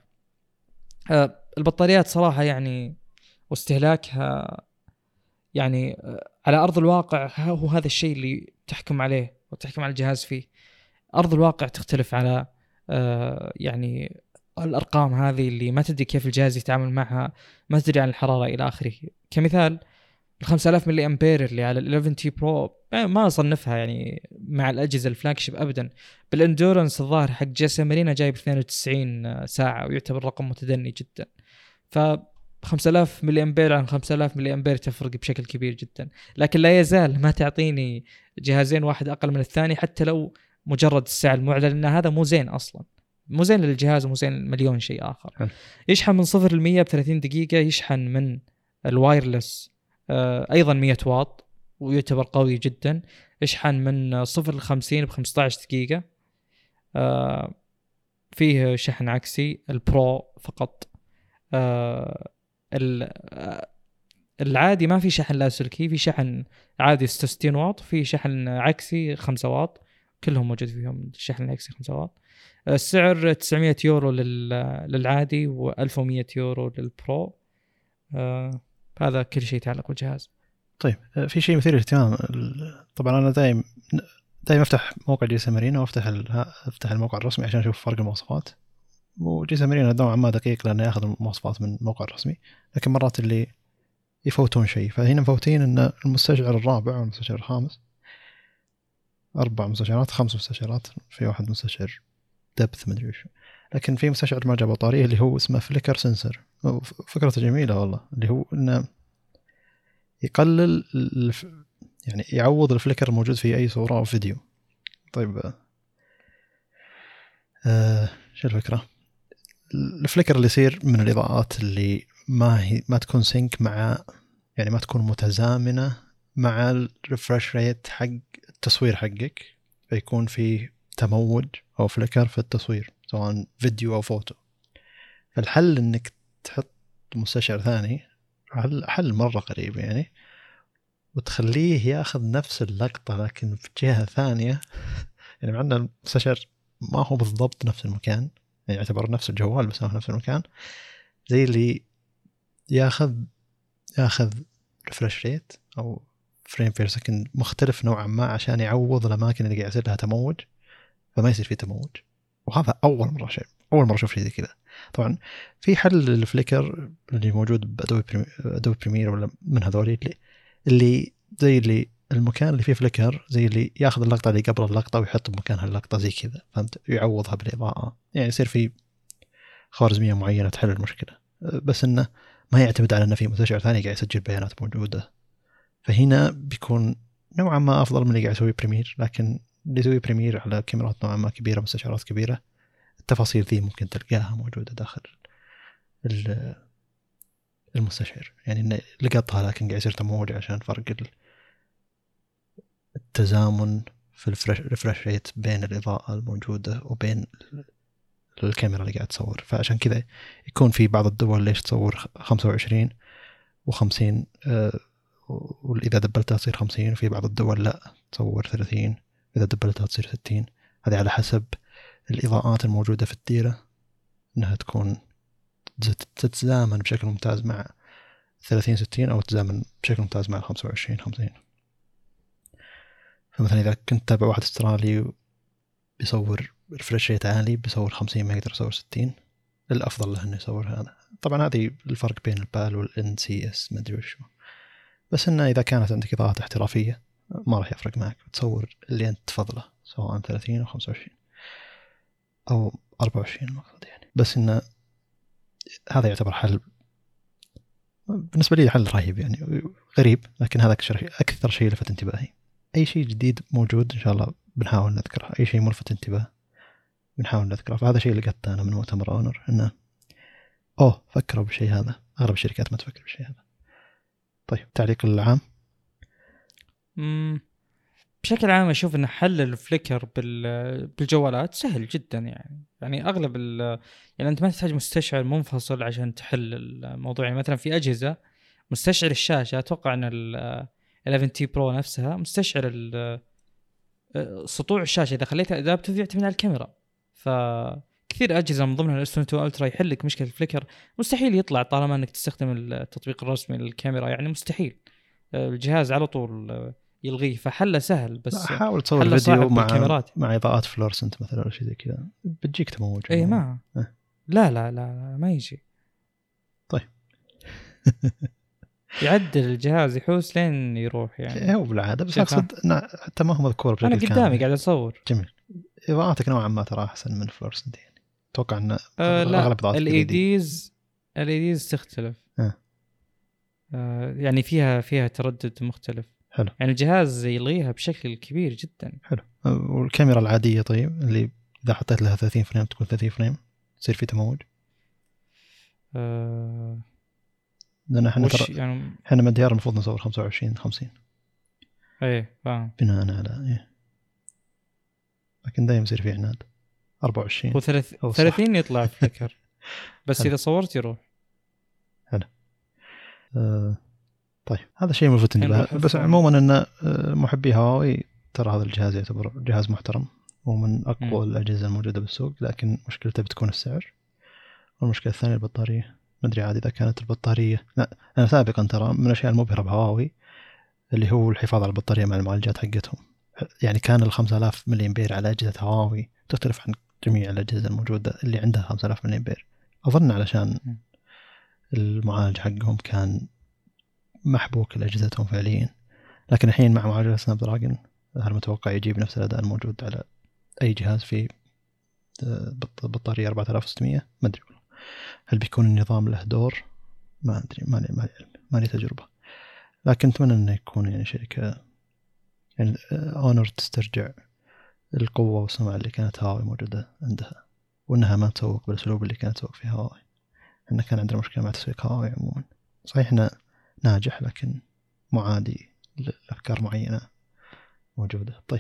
آه البطاريات صراحه يعني واستهلاكها يعني آه على ارض الواقع هو هذا الشيء اللي تحكم عليه وتحكم على الجهاز فيه. أرض الواقع تختلف على آه يعني الأرقام هذه اللي ما تدري كيف الجهاز يتعامل معها، ما تدري عن الحرارة إلى آخره. كمثال الخمسة آلاف ملي أمبير اللي على الإليفن تي برو ما أصنفها يعني مع الأجهزة الفلاجشيب أبدا. بالإندورنس الظاهر حق جيسا مارينا جايب اثنين وتسعين ساعة ويعتبر رقم متدني جدا. ف خمسة آلاف ملي أمبير عن خمسة آلاف ملي أمبير تفرق بشكل كبير جدا، لكن لا يزال ما تعطيني جهازين واحد أقل من الثاني حتى لو مجرد السعر المعلن، لأن هذا مو زين أصلا، مو زين للجهاز ومو زين مليون شيء آخر. حل. يشحن من صفر لمية بثلاثين دقيقة، يشحن من الوايرلس آه أيضا مية واط ويعتبر قوي جدا. يشحن من صفر لخمسين بخمسة عشر دقيقة. آه فيه شحن عكسي البرو فقط. آه العادي ما في شحن لاسلكي، في شحن عادي ستة وستين واط، في شحن عكسي خمسة واط، كلهم موجود فيهم الشحن العكسي خمسة واط. السعر تسعمائة يورو للعادي وألف ومئة يورو للبرو. آه هذا كل شيء يتعلق بالجهاز. طيب في شيء مثير للاهتمام. طبعا انا دائما دائما افتح موقع جيسا مارينا وافتح افتح الموقع الرسمي عشان اشوف فرق المواصفات. وجيسا مارينا نوعا ما دقيق لانه ياخذ المواصفات من الموقع الرسمي، لكن مرات اللي يفوتون شيء. فهنا مفوتين ان المستشعر الرابع والمستشعر الخامس، اربع مستشعرات خمس مستشعرات، في واحد مستشعر دبث مدري وش، لكن في مستشعر معجب بطاريه اللي هو اسمه فليكر سنسر. فكرته جميله والله، اللي هو انه يقلل الف... يعني يعوض الفليكر الموجود في اي صوره او فيديو. طيب آه شو الفكره؟ الفليكر اللي يصير من الاضاءات اللي ما هي ما تكون سينك مع، يعني ما تكون متزامنه مع الريفرش ريت حق التصوير حقك، فيكون في تموج او فليكر في التصوير سواء فيديو او فوتو. فالحل انك تحط مستشعر ثاني، حل, حل مره قريب يعني، وتخليه ياخذ نفس اللقطه لكن في جهه ثانيه. يعني مع ان المستشعر ما هو بالضبط نفس المكان، يعني يعتبر نفس الجوال بس ما هو نفس المكان، زي اللي ياخذ ياخذ ريفرش ريت او فريم بير سكند مختلف نوعا ما عشان يعوض الاماكن اللي قاعد يصير لها تموج فما يصير فيه تموج. وهذا اول مره شيء اول مره اشوف شيء زي كذا. طبعا في حل للفليكر اللي موجود بادوبي بريمير ادوبي بريمير ولا من هذول اللي اللي زي اللي المكان اللي فيه فليكر زي اللي ياخذ اللقطه اللي قبل اللقطه ويحط بمكانها اللقطه زي كذا، فهمت؟ يعوضها بالاضاءه، يعني يصير في خوارزميه معينه تحل المشكله، بس انه ما يعتمد على انه في مستشعر ثاني قاعد يسجل بيانات موجوده. فهنا بيكون نوعا ما افضل من اللي قاعد يسوي بريمير، لكن اللي يسوي بريمير على كاميرات نوعا ما كبيره، مستشعرات كبيره، التفاصيل ذي ممكن تلقاها موجوده داخل المستشعر، يعني انه لقطها لكن قاعد يصير تموج عشان فرق التزامن في الريفرش ريت بين الاضاءه الموجوده وبين الكاميرا اللي قاعد تصور. فعشان كذا يكون في بعض الدول ليش تصور خمسة وعشرين وخمسين أه وإذا دبلتها تصير خمسين، وفي بعض الدول لا تصور ثلاثين إذا دبلتها تصير ستين. هذه على حسب الإضاءات الموجودة في الديرة أنها تكون تتزامن بشكل ممتاز مع ثلاثين ستين أو تتزامن بشكل ممتاز مع خمسة وعشرين خمسين. فمثلا إذا كنت تابع واحد استرالي بيصور ريفرش ريت عالي بيصور خمسين ما يقدر يصور ستين، الأفضل له إنه يصور هذا. طبعا هذه الفرق بين البال والإن سي إس ما أدري وشو، بس إنه إذا كانت عندك إضاءات احترافية ما راح يفرق معك، تصور اللي أنت تفضله سواء ثلاثين أو خمسة وعشرين أو أربعة وعشرين المقصود يعني. بس إنه هذا يعتبر حل بالنسبة لي حل رهيب يعني غريب، لكن هذا أكثر شيء لفت انتباهي. أي شيء جديد موجود إن شاء الله بنحاول نذكره، أي شيء ملفت انتباه بنحاول نذكره. فهذا شيء اللي قدته أنا من مؤتمر أونر، إنه أوه فكروا بالشيء هذا. أغلب الشركات ما تفكر بالشيء هذا. طيب تعليق العام. امم بشكل عام أشوف إن حل الفليكر بالجوالات سهل جدا يعني. يعني أغلب ال يعني أنت ما تحتاج مستشعر منفصل عشان تحل الموضوع. يعني مثلا في أجهزة مستشعر الشاشة، أتوقع أن ال إحدى عشر تي برو نفسها مستشعر سطوع الشاشة إذا خليتها أدابتيف يعتمد على الكاميرا. فكثير أجهزة من ضمنها الإس اثنين ألترا يحل لك مشكلة الفليكر. مستحيل يطلع طالما أنك تستخدم التطبيق الرسمي للكاميرا، يعني مستحيل. الجهاز على طول يلغيه. فحله سهل، بس حاول تصور فيديو مع مع إضاءات فلورسنت مثلا ولا شيء زي كذا بتجيك تموج. اي ما أه. لا, لا لا لا ما يجي. طيب يعدل الجهاز يحوس لين يروح يعني. هو بالعاده، بس اقصد حتى ما هو مذكور بشكل كامل. انا قدامي قاعد اصور. جميل. اضاءتك نوعا ما ترى احسن من فلورسنت يعني. اتوقع ان أه اغلب اضاءات ال إي ديز ال إي ديز تختلف. أه. أه يعني فيها فيها تردد مختلف. حلو. يعني الجهاز يلغيها بشكل كبير جدا. حلو. والكاميرا العاديه طيب اللي اذا حطيت لها ثلاثين فريم تكون ثلاثين فريم يصير في تموج. أه لأن احنا ترى يعني احنا مديار المفروض نصور خمسة وعشرين خمسين. ايه فاهم. بناء على ايه، لكن دايما يصير في عناد أربعة وعشرين هو ثلاثين يطلع فليكر بس إذا صورت يروح. حلو. آه طيب هذا شيء ملفت انتباه. بس عموما ان محبي هواوي ترى هذا الجهاز يعتبر جهاز محترم ومن اقوى م. الاجهزه الموجوده بالسوق، لكن مشكلته بتكون السعر. والمشكله الثانيه البطاريه. ما ادري عاد اذا كانت البطاريه، لا انا سابقا ترى من الاشياء المبهره بهواوي اللي هو الحفاظ على البطاريه مع المعالجات حقتهم. يعني كان ال خمسة آلاف ملي امبير على اجهزه هواوي تختلف عن جميع الاجهزه الموجوده اللي عندها خمسة آلاف ملي امبير، اظن علشان المعالج حقهم كان محبوك لاجهزتهم فعليا. لكن الحين مع معالج سناب دراجون هل متوقع يجيب نفس الاداء الموجود على اي جهاز في بطاريه أربعة آلاف وستمية؟ ما ادري هل بيكون النظام له دور، ما ادري، ما لي ما لي ما لي تجربه. لكن اتمنى انه يكون يعني شركه يعني اونر تسترجع القوه والسمعه اللي كانت هواوي موجوده عندها، وانها ما تسوق بالاسلوب اللي كانت تسوق فيه هواوي. احنا كان عندنا مشكله مع تسويق هواوي عموما. صحيح انه ناجح لكن معادي لافكار معينه موجوده. طيب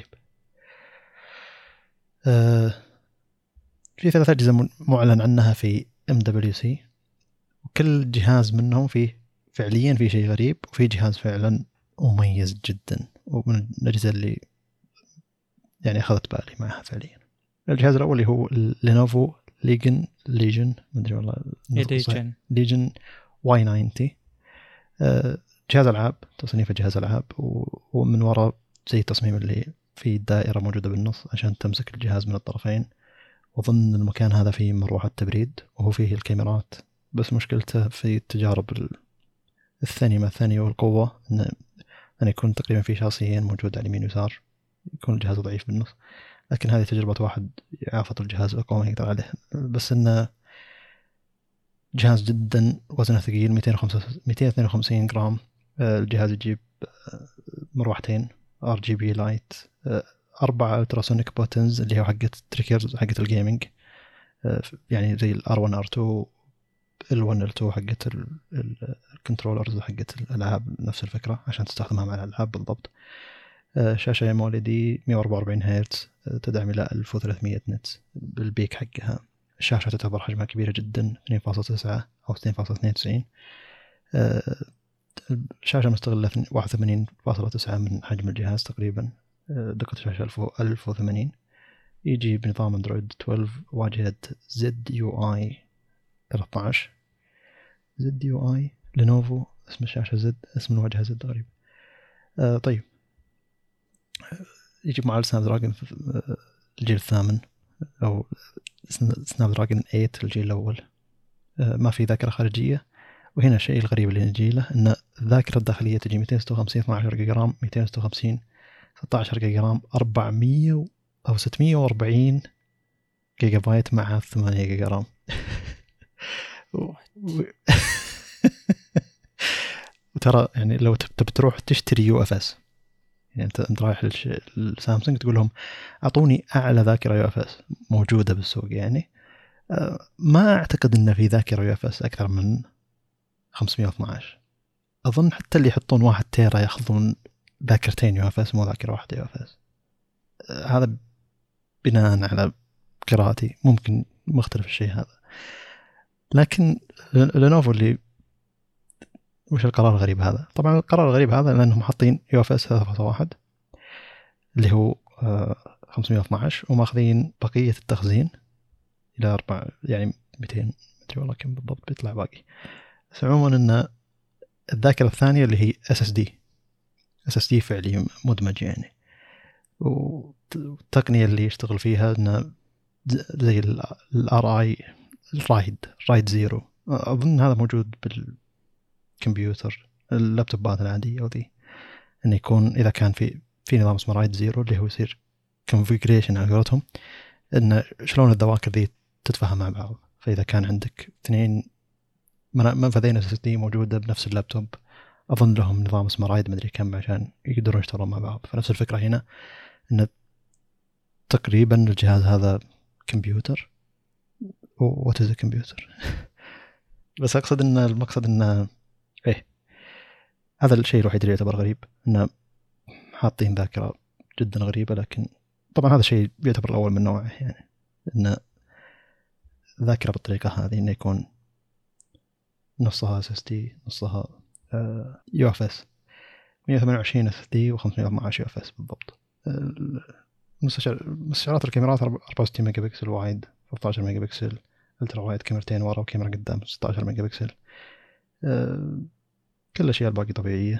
آه في ثلاث اجهزه معلن عنها في إم دبليو سي، وكل جهاز منهم فيه فعليا فيه شيء غريب، وفي جهاز فعلا مميز جدا ومن الأجهزة اللي يعني أخذت بالي معها فعليا. الجهاز الأول اللي هو لينوفو ليجن ليجن ما أدري والله ليجن ليجن واي تسعين. أه جهاز ألعاب، تصنيف جهاز ألعاب، ومن وراء زي التصميم اللي فيه دائرة موجودة بالنص عشان تمسك الجهاز من الطرفين. وظن المكان هذا فيه مروحة تبريد وهو فيه الكاميرات، بس مشكلته في التجارب الثانية مع الثانية والقوة إن أن يكون تقريبا في شاصيين موجود على اليمين ويسار، يكون الجهاز ضعيف بالنص. لكن هذه تجربة واحد يعافط الجهاز أقوى ما يقدر عليه. بس إنه جهاز جدا وزنه ثقيل مئتين واثنين وخمسين جرام. الجهاز يجيب مروحتين آر جي بي لايت، أربعة ألتراسونيك بوتنز اللي هو حقة تريكرز حقة الجيمينج، يعني زي الآر ون آر تو ال ون ال تو حقة الكنترولرز حقة الألعاب، نفس الفكرة عشان تستخدمها مع الألعاب بالضبط. شاشة أموليد مئة وأربعة وأربعين هرتز تدعم إلى ألف وثلاثمئة نت بالبيك حقها. الشاشة تعتبر حجمها كبيرة جدا اثنين فاصلة تسعة أو اثنين فاصلة اثنين وتسعين. الشاشة مستغلة واحد وثمانين فاصلة تسعة من حجم الجهاز تقريبا. دقة الشاشة ألف وثمانين. يجي بنظام اندرويد اثنا عشر، واجهة زد يو اي ثلاثة عشر. زد يو اي لينوفو، اسم الشاشة زد، اسم الواجهة زد غريب. آه طيب، يجي مع السناب دراجون الجيل الثامن أو سناب دراجون ثمانية الجيل الأول. آه ما في ذاكرة خارجية. وهنا الشيء الغريب اللي نجي له أن الذاكرة الداخلية تجي مئتين وستة وخمسين اثنا عشر جيجا رام، مئتين وستة وخمسين ستة عشر جيجا رام، أربعمية أو ستمية وأربعين جيجا بايت مع ثمانية جيجا رام. وترى يعني لو تبي تروح تشتري يو اف اس، يعني انت انت رايح للسامسونج تقول لهم اعطوني اعلى ذاكره يو اف اس موجوده بالسوق، يعني ما اعتقد ان في ذاكره يو اف اس اكثر من خمسمية واثني عشر. اظن حتى اللي يحطون واحد تيرا ياخذون ذاكرتين يو اف اس مو ذاكره واحده يو اف اس. هذا بناء على قراءتي، ممكن مختلف الشيء هذا. لكن لينوفو اللي وش القرار الغريب هذا؟ طبعا القرار الغريب هذا لأنهم حاطين يو اف اس ثلاثة فاصلة واحد اللي هو خمسمية واثني عشر، وماخذين بقية التخزين إلى أربعة يعني مئتين، ما أدري والله كم بالضبط بيطلع باقي. بس عموما إن الذاكرة الثانية اللي هي اس اس دي اس اس دي فعلي مدمج يعني، والتقنية اللي يشتغل فيها إنه زي الار اي الرايد رايد زيرو. أظن هذا موجود بال كمبيوتر اللابتوبات العادية أو ذي، إنه يكون إذا كان في في نظام اسمه رايد زيرو اللي هو يصير configuration على قولتهم، إنه شلون الذواكر ذي تتفاهم مع بعض. فإذا كان عندك اثنين منفذين اس اس دي موجودة بنفس اللابتوب، أظن لهم نظام اسمه رايد مدري كم عشان يقدرون يشتغلون مع بعض. فنفس الفكرة هنا، إنه تقريبا الجهاز هذا كمبيوتر. what is a computer؟ بس أقصد إن المقصد إنه إيه، هذا الشيء الوحيد اللي يعتبر غريب، إنه حاطين ذاكرة جدا غريبة. لكن طبعا هذا الشيء يعتبر الأول من نوعه، يعني إن ذاكرة بالطريقة هذه إنه يكون نصها اس اس دي نصها يو اف اس، مئة وثمانية وعشرين اس اس دي وخمسمية واثني عشر يو اف اس بالضبط. مستشعرات الكاميرات أربعة وستين ميجا بكسل وايد، ثلاثة عشر ميجا بكسل الترا وايد، كاميرتين ورا وكاميرا قدام ستة عشر ميجا بكسل. كل الأشياء الباقي طبيعية.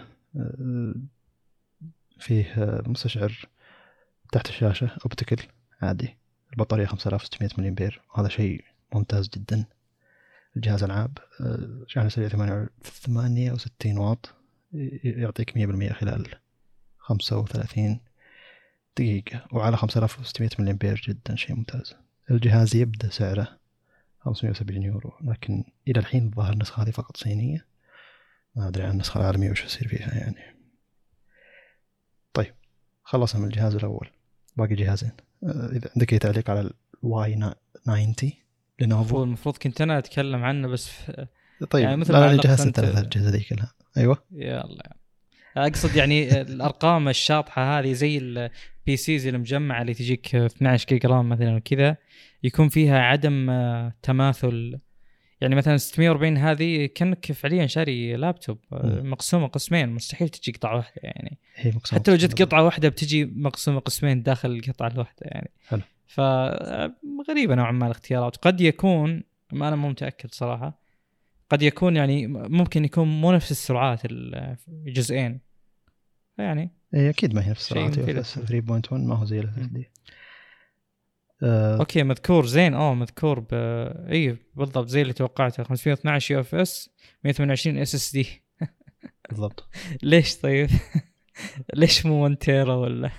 فيه مستشعر تحت الشاشة أوبتيكل عادي، البطارية خمسة آلاف وستمية ملي أمبير، وهذا شيء ممتاز جدا. الجهاز ألعاب، شحن سريع ثمانية وستين واط، يعطيك مية بالمية خلال خمسة وثلاثين دقيقة، وعلى خمسة آلاف وستمية ملي أمبير جدا شيء ممتاز. الجهاز يبدأ سعره خمسمية وسبعين يورو، لكن إلى الحين ظهر النسخة هذه فقط صينية، ما أدري عن النسخة العالمية وش يصير فيها يعني. طيب خلصنا من الجهاز الأول، باقي جهازين. إذا عندك أي تعليق على الواي تسعين لينوفو؟ المفروض كنت أنا أتكلم عنه بس ف... طيب يعني مثل ما جهزت أنت الأجهزة ذي كلها. أيوة يلا، أقصد يعني الأرقام الشاطحة هذه زي البي سيز المجمعة اللي تجيك اثنا عشر جيجا رام مثلا وكذا، يكون فيها عدم تماثل. يعني مثلا ستمية وأربعين هذه كأنك فعليا شاري لابتوب مقسومة قسمين، مستحيل تجي قطعة واحدة يعني. حتى لو جت قطعة واحدة بتجي مقسومة قسمين داخل القطعة الواحدة يعني. حلو. فغريبة نوعا ما الاختيارات. قد يكون، ما أنا مو متأكد صراحة، قد يكون يعني ممكن يكون مو نفس السرعات الجزئين يعني. إيه أكيد ما هي نفس السرعات، ثلاثة فاصلة واحد ما هو زي الاس اس دي. أه اوكي مذكور زين. اه مذكور ب اي بالضبط زي اللي توقعته، خمسمية واثني عشر يو اف اس، مئة وثمانية وعشرين اس اس دي بالضبط. ليش طيب؟ ليش مو واحد تيرا ولا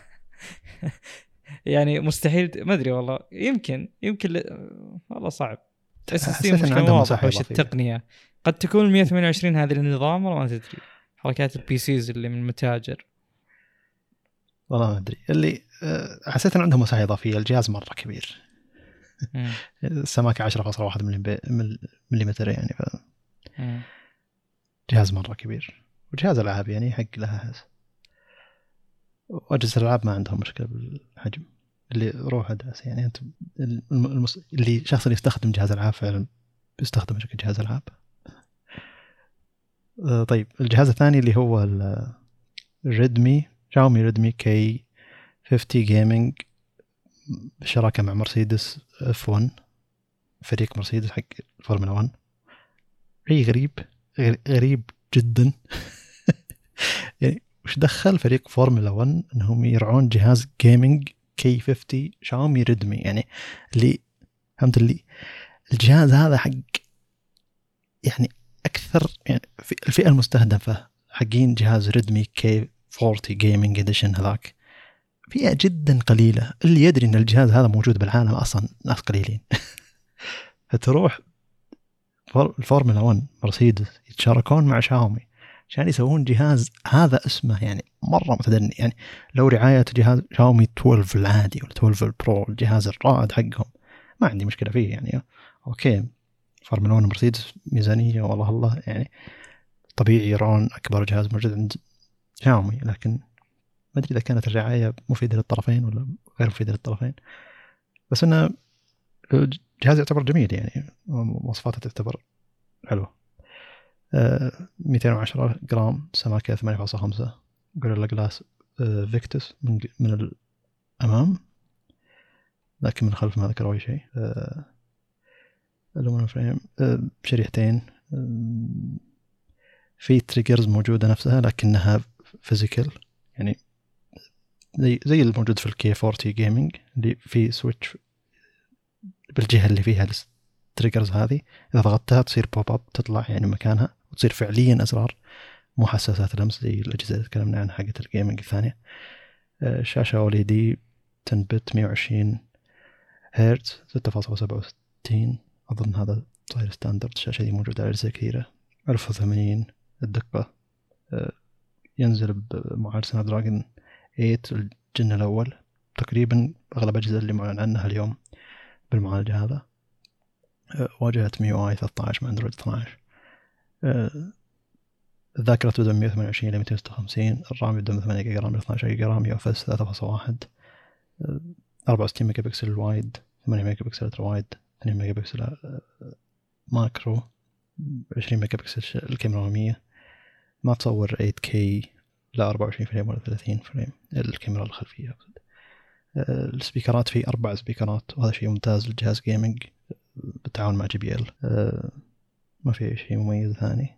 يعني مستحيل، ما ادري والله. يمكن يمكن ل... والله صعب. اس اس دي مشكلة واضحة وش التقنية. قد تكون مئة وثمانية وعشرين هذه النظام، ولا ما تدري حركات البي سيز اللي من المتاجر، والله ما أدري. اللي حسيت أن عندهم مساحة إضافية. الجهاز مرة كبير، السماكة عشرة فاصلة واحد مليمتر يعني، ف... جهاز مرة كبير، وجهاز ألعاب يعني حق لها هز. وأجهزة الألعاب ما عندهم مشكلة بالحجم. اللي روح ادعس يعني انت المس... اللي الشخص اللي يستخدم جهاز العاب فعلا بيستخدم جهاز العاب. آه طيب الجهاز الثاني اللي هو الريدمي شاومي ريدمي كي خمسين جيمنج بالشراكه مع مرسيدس اف واحد، فريق مرسيدس حق الفورمولا واحد. شيء غريب غريب جدا. يعني وش دخل فريق فورمولا واحد انهم يرعون جهاز جيمنج كي خمسين شاومي ريدمي؟ يعني اللي فهمت اللي الجهاز هذا حق يعني اكثر يعني في الفئه المستهدفه حقين جهاز ريدمي كي أربعين جيمنج اديشن هذاك فئه جدا قليله. اللي يدري ان الجهاز هذا موجود بالعالم اصلا ناس قليلين. فتروح الفورمولا واحد مرسيدس يتشاركون مع شاومي عشان يسوون جهاز هذا اسمه يعني مرة متدني. يعني لو رعاية جهاز شاومي اثنا عشر العادي ولا اثنا عشر البرو الجهاز الرائد حقهم ما عندي مشكلة فيه يعني اوكي. فورمولا واحد مرسيدس ميزانية والله الله يعني طبيعي يرون أكبر جهاز موجود عند شاومي، لكن ما أدري إذا كانت الرعاية مفيدة للطرفين ولا غير مفيدة للطرفين. بس إنه الجهاز يعتبر جميل يعني مواصفاته تعتبر حلوة. أه مئتين وعشرة جرام سماكة ثمانية فاصلة خمسة غوريلا جلاس أه فيكتس من, من الأمام، لكن من الخلف ما ذكروا أي شيء. أه ألومنيوم فريم أه شريحتين أه في تريجرز موجودة نفسها لكنها فيزيكال يعني زي زي الموجود في الكي أربعين جيمنج اللي في سويتش بالجهة اللي فيها التريجرز هذه إذا ضغطتها تصير بوب أب تطلع يعني مكانها وتصير فعليا أزرار مو حساسات لمس زي الأجهزة اللي تكلمنا عنها حقت الجيمنج الثانية. شاشة أو إل إي دي عشرة بت مئة وعشرين هرتز ستة فاصلة سبعة وستين أظن هذا صاير ستاندرد. الشاشة دي موجودة على أجهزة كثيرة. ألف وثمانين الدقة. ينزل بمعالج سناب دراجون ثمانية الجن الأول تقريبا أغلب الأجهزة اللي معلن عنها اليوم بالمعالج هذا. واجهة مي يو آي ثلاثة عشر مع أندرويد اثنا عشر. الذاكرة تبدأ من مئة وثمانية وعشرين إلى مئتين وستة وخمسين. الرام يبدأ من ثمانية جيجا رام إلى اثنا عشر جيجا رام يو إف إس ثلاثة فاصلة واحد. أربعة وستين ميجا بكسل وايد، ثمانية ميجا بكسل الترا وايد، اثنين ميجا بكسل ماكرو، عشرين ميجا بكسل الكاميرا الأمامية. ما تصور ثمانية كي لا أربعة وعشرين فريم ولا ثلاثين فريم الكاميرا الخلفية. السبيكرات فيه أربع سبيكرات وهذا شيء ممتاز للجهاز جيمنج بالتعاون مع جي بي إل. ما في شيء مميز ثاني.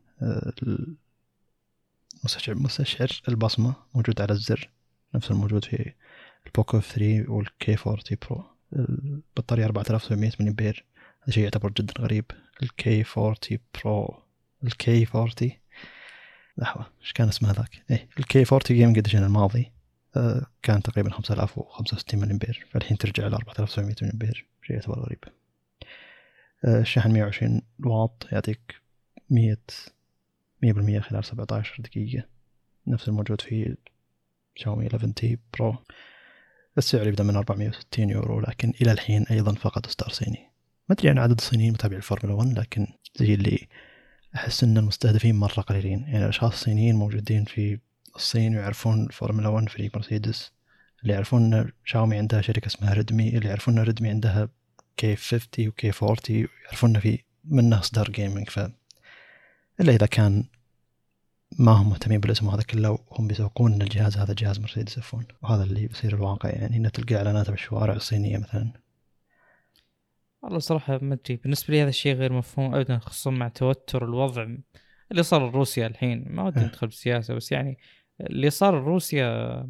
مستشعر مستشعر البصمة موجود على الزر نفس الموجود في البوكو ثلاثة والكي أربعين برو. البطارية أربعة آلاف وسبعمية ملي أمبير هذا شيء يعتبر جدا غريب. الكي أربعين برو الكي أربعين لحظة ايش كان اسمه هذاك؟ ايه الكي أربعين جيمنج اديشن الماضي آه كان تقريبا خمسة آلاف وخمسة وستين ملي أمبير، فالحين ترجع ل أربعة آلاف وسبعمية ملي أمبير، شيء يعتبر غريب. آه الشحن مئة وعشرين واط يعطيك مئة مئة بالمئة خلال سبعة عشر دقيقة نفس الموجود في شاومي إحدى عشر تي برو. السعر يبدأ من أربعمية وستين يورو، لكن إلى الحين أيضا فقط إصدار صيني. ما أدري عن عدد الصينيين متابعي الفورمولا واحد، لكن زي اللي أحس أن المستهدفين مرة قليلين. يعني الأشخاص الصينيين موجودين في الصين ويعرفون فورمولا واحد فريق مرسيدس، اللي يعرفون أن شاومي عندها شركة اسمها ريدمي، اللي يعرفون أن ريدمي عندها كي خمسين وكي أربعين، ويعرفون أن في منه إصدار جيمنج. ف إلا إذا كان ما هم مهتمين بالاسم هذا كله وهم بيسوقون أن الجهاز هذا جهاز مرسيدس اف واحد، وهذا اللي بيصير الواقع. يعني إن تلقى إعلانات بالشوارع الصينية مثلا. والله صراحة ما أدري، بالنسبة لي هذا الشيء غير مفهوم أبدا، خصوصا مع توتر الوضع اللي صار روسيا الحين. ما ودي ندخل بالسياسة، بس يعني اللي صار روسيا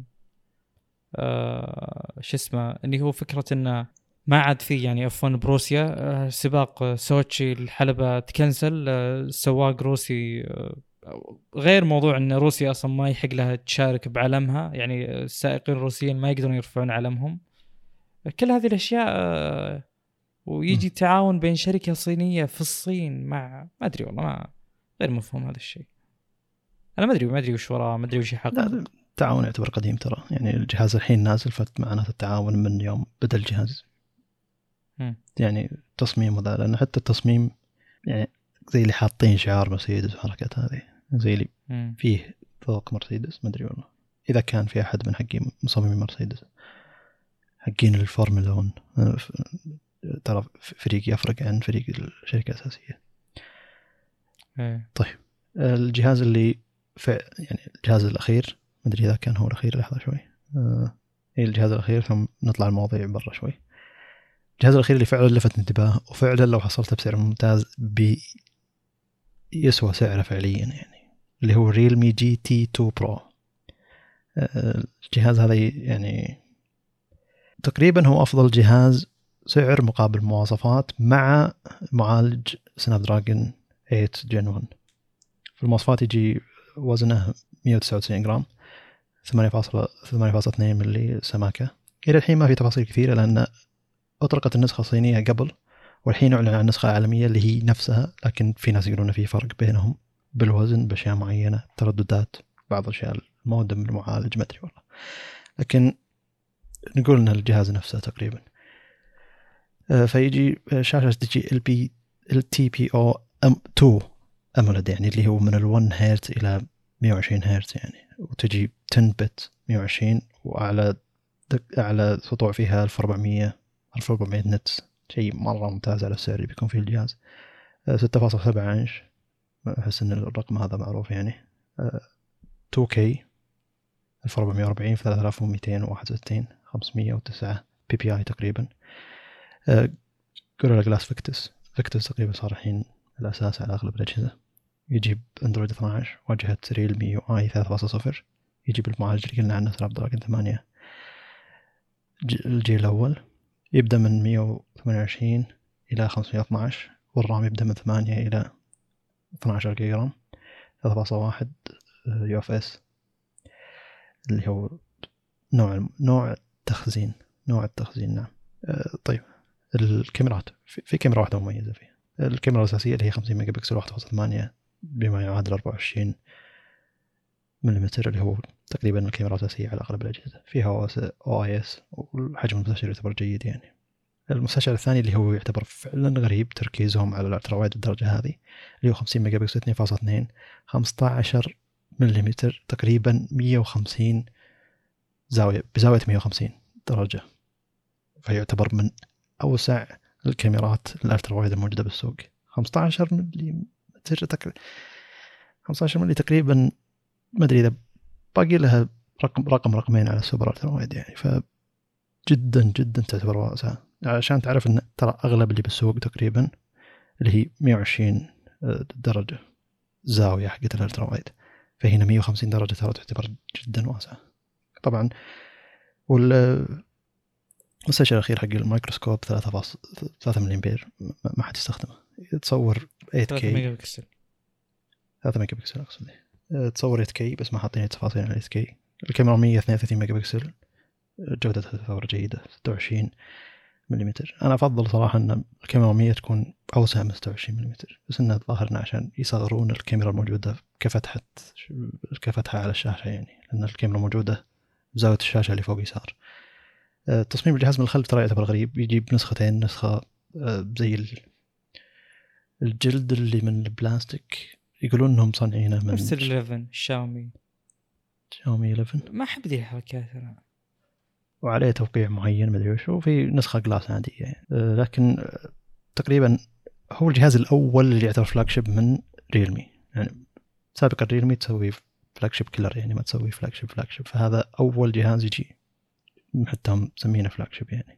آه شو اسمه اللي هو فكرة إنه ما عاد فيه يعني اف واحد بروسيا. آه سباق سوتشي الحلبة تكنسل. آه سواق روسي آه غير موضوع ان روسيا اصلا ما يحق لها تشارك بعلمها، يعني السائقين الروسيين ما يقدرون يرفعون علمهم. كل هذه الاشياء آه ويجي م. تعاون بين شركة صينية في الصين مع ما ادري والله ما غير مفهوم هذا الشيء. انا ما ادري ما ادري وش وراه، ما ادري وش يحقق. التعاون يعتبر قديم ترى، يعني الجهاز الحين نازل فمعناته التعاون من يوم بدأ الجهاز. م. يعني تصميم وذا، لأن حتى التصميم يعني زي اللي حاطين شعار مرسيدس وحركات هذه زي اللي م. فيه فوق مرسيدس. ما ادري والله اذا كان في احد من حقي مصممين مرسيدس. حقين الفورمولا واحد. ترى فريق يفرق عن فريق الشركة الأساسية. طيب الجهاز اللي يعني الجهاز الأخير، ما أدري إذا كان هو الأخير، لحظة شوي. آه الجهاز الأخير ثم نطلع المواضيع برا شوي. الجهاز الأخير اللي فعلا لفت انتباه وفعلا لو حصلته بسعر ممتاز بيسوى سعره فعليا يعني، اللي هو ريلمي جي تي تو برو. آه الجهاز هذا يعني تقريبا هو أفضل جهاز سعر مقابل مواصفات مع معالج سناب دراجون ثمانية جن واحد. في المواصفات يجي وزنه مئة وتسعة وتسعين جرام، ثمانية فاصلة اثنين ملي سماكة. إلى الحين ما في تفاصيل كثيرة لأن أطلقت النسخة الصينية قبل، والحين أعلن عن النسخة العالمية اللي هي نفسها، لكن في ناس يقولون في فرق بينهم بالوزن بأشياء معينة، ترددات، بعض الأشياء، المودم، المعالج، ما أدري والله، لكن نقول إن الجهاز نفسه تقريبا. فيجي شاشة تجي ال بي ال تي بي او ام اثنين امولد، يعني اللي هو من ال1 هرتز الى مئة وعشرين هرتز يعني، وتجي عشرة بت مئة وعشرين، واعلى اعلى سطوع فيها ألف وأربعمية ألف وأربعمية نتس، شيء مره ممتاز على السعر اللي بيكون فيه الجهاز. ستة فاصلة سبعة انش، احس ان الرقم هذا معروف يعني. تو كي ألف وأربعمية وأربعين في ثلاثة آلاف ومئتين وواحد وستين، خمسمية وتسعة بي بي اي تقريبا. جوريلا جلاس فيكتس فيكتس تقريبا صار الحين الأساس على أغلب الأجهزة. يجيب أندرويد اثنا عشر، واجهة ريلمي يو آي ثلاثة فاصلة صفر، يجيب المعالج اللي قلنا عنه سناب دراجون ثمانية الجيل الأول، يبدأ من مئة وثمانية وعشرين إلى خمسمية واثناشر، والرام يبدأ من ثمانية إلى اثنا عشر جيجا رام، ثلاثة فاصلة واحد يو اف اس اللي هو نوع نوع التخزين نوع التخزين نعم. أه طيب الكاميرات، في, في كاميرا واحدة مميزة فيه، الكاميرا الأساسية اللي هي خمسين ميجا بكسل واحد فاصلة ثمانية بما يعادل أربعة وعشرين مليمتر، اللي هو تقريبا الكاميرا الأساسية على أغلب الأجهزة. فيها أو آي إس، والحجم المستشعر يعتبر جيد يعني. المستشعر الثاني اللي هو يعتبر فعلا غريب تركيزهم على الألتراوايد بالدرجة هذه، اللي هو خمسين ميجا بكسل اثنين فاصلة اثنين، خمسة عشر مليمتر، تقريبا مئة وخمسين زاوية، بزاوية مئة وخمسين درجة، فيعتبر من أوسع الكاميرات الألتراوايد الموجودة بالسوق. خمسة عشر ملي تقريبا خمسة عشر ملي تقريبا، ما أدري إذا باقي لها رقم رقم رقمين على السوبر ألتراوايد يعني، فجدا جدا تعتبر واسعة. عشان تعرف أن ترى أغلب اللي بالسوق تقريبا اللي هي مئة وعشرين درجة زاوية حقت الألتراوايد، فهنا مئة وخمسين درجة ترى تعتبر جدا واسعة طبعا. وال المستشعر الأخير حق الميكروسكوب ثلاثة فاصلة ثلاثة ملي أمبير، ما حد يستخدمه، تصور ثمانية كي ثلاثة ميجا بكسل ثلاثة ميجا بكسل أقصد، تصور ثمانية كي بس ما حاطين تفاصيل على ثمانية كي. الكاميرا مئة واثنين وثلاثين ميجا بكسل، جودتها تعتبر جيدة، ستة وعشرين ملم. أنا أفضل صراحة أن الكاميرا مئة تكون أوسع من ستة وعشرين ملم، بس إنه ظاهرنا عشان يصغرون الكاميرا الموجودة كفتحة كفتحة على الشاشة يعني، لأن الكاميرا موجودة بزاوية الشاشة اللي فوق يسار. تصميم الجهاز من الخلف ترى يعتبر غريب، يجيب نسختين، نسخة زي الجلد اللي من البلاستيك، يقولون انهم صنعينه من نفس الإليفن شاومي شاومي إليفن، ما احب ذي الحركات انا، وعليه توقيع معين ما ادري وش، وفي نسخه جلاس عاديه يعني. لكن تقريبا هو الجهاز الاول اللي يعتبر فلاج شيب من ريلمي يعني. سابقا ريلمي تسوي فلاج شيب كلر يعني، ما تسوي فلاج شيب فلاج شيب فهذا اول جهاز يجي حتى هم مسمينه فلاج شيب يعني.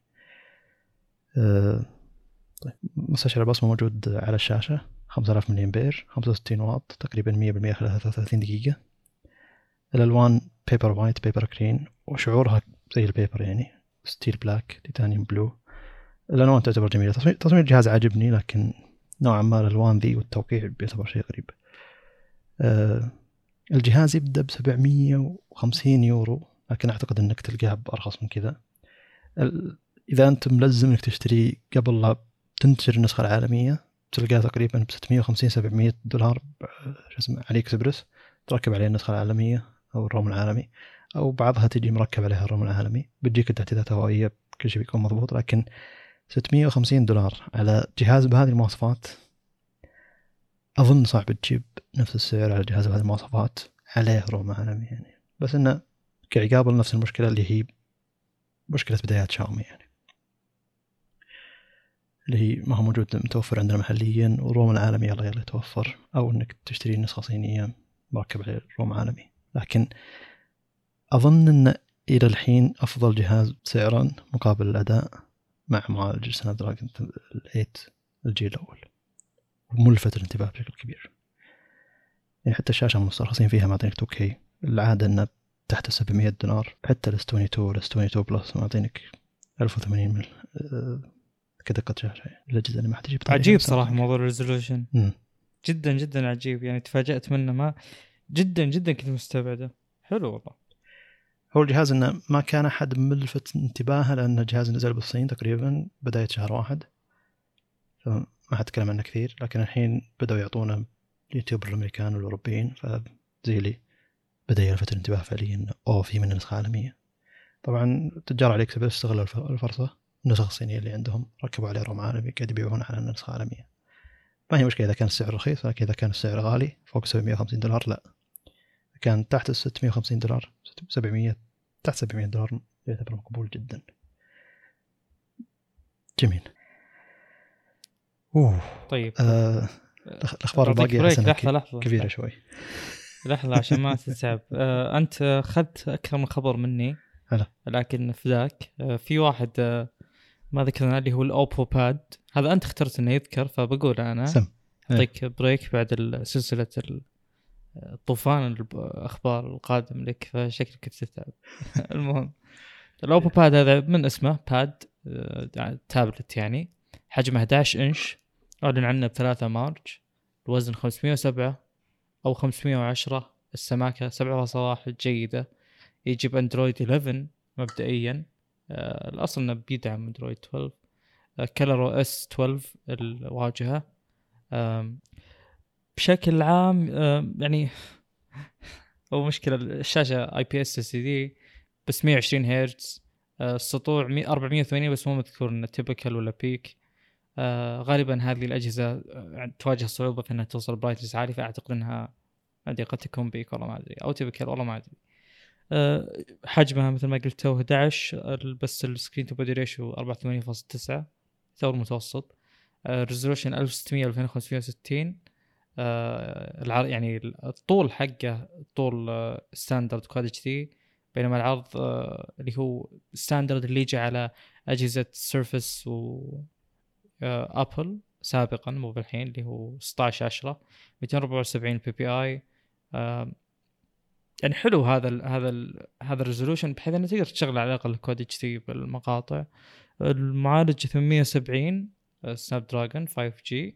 أه طيب مستشعر البصمة موجود على الشاشة، خمسة آلاف ملي أمبير، خمسة وستين واط، تقريبا مية بالمية خلال ثلاثة وثلاثين دقيقة. الألوان بيبر وايت، بيبر جرين، وشعورها زي البيبر يعني، ستيل بلاك، تيتانيوم بلو. الألوان تعتبر جميلة، تصميم الجهاز عجبني، لكن نوعا ما الألوان ذي والتوقيع بيعتبر شيء غريب. أه الجهاز يبدأ بسبعمية وخمسين يورو، لكن أعتقد أنك تلقاها بأرخص من كذا إذا أنت ملزم أنك تشتري قبل لا تنتشر النسخة العالمية، تلقاها تقريبا بستمية وخمسين سبعمية دولار شو اسمه علي إكسبرس، تركب عليها النسخة العالمية أو الروم العالمي، أو بعضها تجي مركب عليها الروم العالمي، بتجيك التحديثات هوائية، كل شيء بيكون مضبوط. لكن ستمية وخمسين دولار على جهاز بهذه المواصفات أظن صعب تجيب نفس السعر على جهاز بهذه المواصفات عليه روم عالمي يعني. بس إنه قاعد يقابل نفس المشكلة اللي هي مشكلة بدايات شاومي يعني، اللي هي ما هو موجود متوفر عندنا محليا، والروم العالمي يلا يلا يتوفر، أو إنك تشتري نسخة صينية مركب عليه روم عالمي. لكن أظن إن إلى الحين أفضل جهاز سعرا مقابل الأداء مع معالج سناب دراجون ثمانية الجيل الأول، وملفت الانتباه بشكل كبير. يعني حتى الشاشة مسترخصين فيها معطينك تو كي، العادة إنه تحت سبعمية دينار. حتى ال إس اثنين وعشرين ال إس اثنين وعشرين بلس معطينك ألف وثمانين من كدقة شاشة. الأجهزة اللي ما حتجي عجيب صراحة موضوع الريزولوشن، م. جدا جدا عجيب يعني، تفاجأت منه، ما جدا جدا كنت مستبعده. حلو والله. هو الجهاز إنه ما كان أحد ملفت انتباهه، لأن الجهاز نزل بالصين تقريبا بداية شهر واحد، فما حد تكلم عنه كثير. لكن الحين بدأوا يعطونا اليوتيوبر الأمريكان والأوروبيين، فزي لي بدأ يلفت الانتباه فعليا أو في من نسخة عالمية. طبعا تجار عليك سبب استغلوا الفرصة، النسخ الصينية اللي عندهم ركبوا عليه روم عالمي قاعد يبيعون على النسخة عالمية. ما هي مشكلة إذا كان السعر رخيص، لكن إذا كان السعر غالي فوق سبعمية وخمسين دولار لا. كان تحت ستمية وخمسين دولار سبعمية، تحت سبعمية دولار يعتبر مقبول جدا. جميل. أوه. طيب آه الأخبار الباقية لحظة لحظة كبيرة شوي. لحظة عشان ما تتعب. آه أنت أخذت أكثر من خبر مني. هلا. لكن في ذاك آه في واحد آه ما ذكرنا اللي هو الأوبو باد، هذا أنت اخترت إنه يذكر، فبقول أنا سم. أعطيك بريك بعد سلسلة الطوفان الأخبار القادم لك، فشكلك تتعب. المهم الأوبو باد هذا من اسمه باد آه تابلت يعني، حجمه إحدى عشر إنش، أعلن عنه بثلاثة مارس، الوزن خمسمية وسبعة أو خمسمية وعشرة، السماكة سبعة فاصلة واحد جيدة، يجي بأندرويد إحدى عشر مبدئيا. آه الأصل أنه بيدعم أندرويد اثنا عشر. آه كلر او اس اثنا عشر الواجهة. آه بشكل عام آه يعني هو مشكلة الشاشة اي بي اس سي دي بس مية وعشرين هرتز، آه السطوع أربعمية وثمانين بس مو مذكور انه تيبيكال ولا بيك. آه غالبا هذه الأجهزة آه تواجه صعوبة في انها توصل برايتنس عالي، فأعتقد انها أدري قد تكون بيك والله ما أدري، أو تيبيكال والله ما أدري. أه حجمها مثل ما قلت هو إحدى عشر، بس السكرين تو بودي ريشيو أربعة وثمانين فاصلة تسعة، ثور متوسط. أه ريزولوشن ألف وستمية ألفين وخمسمية وستين. أه العرض يعني الطول حقه طول أه ستاندرد كواد اتش دي، بينما العرض أه اللي هو ستاندرد اللي يجي على أجهزة سيرفس و أه أبل سابقا مو بالحين، اللي هو ستة عشر عشرة مئتين وأربعة وسبعين بي بي اي. أه يعني حلو هذا ال هذا ال هذا الريزولوشن، بحيث انه تقدر تشغل على الاقل كود اتش دي بالمقاطع. المعالج ثمانمية وسبعين سناب دراجون خمسة جي،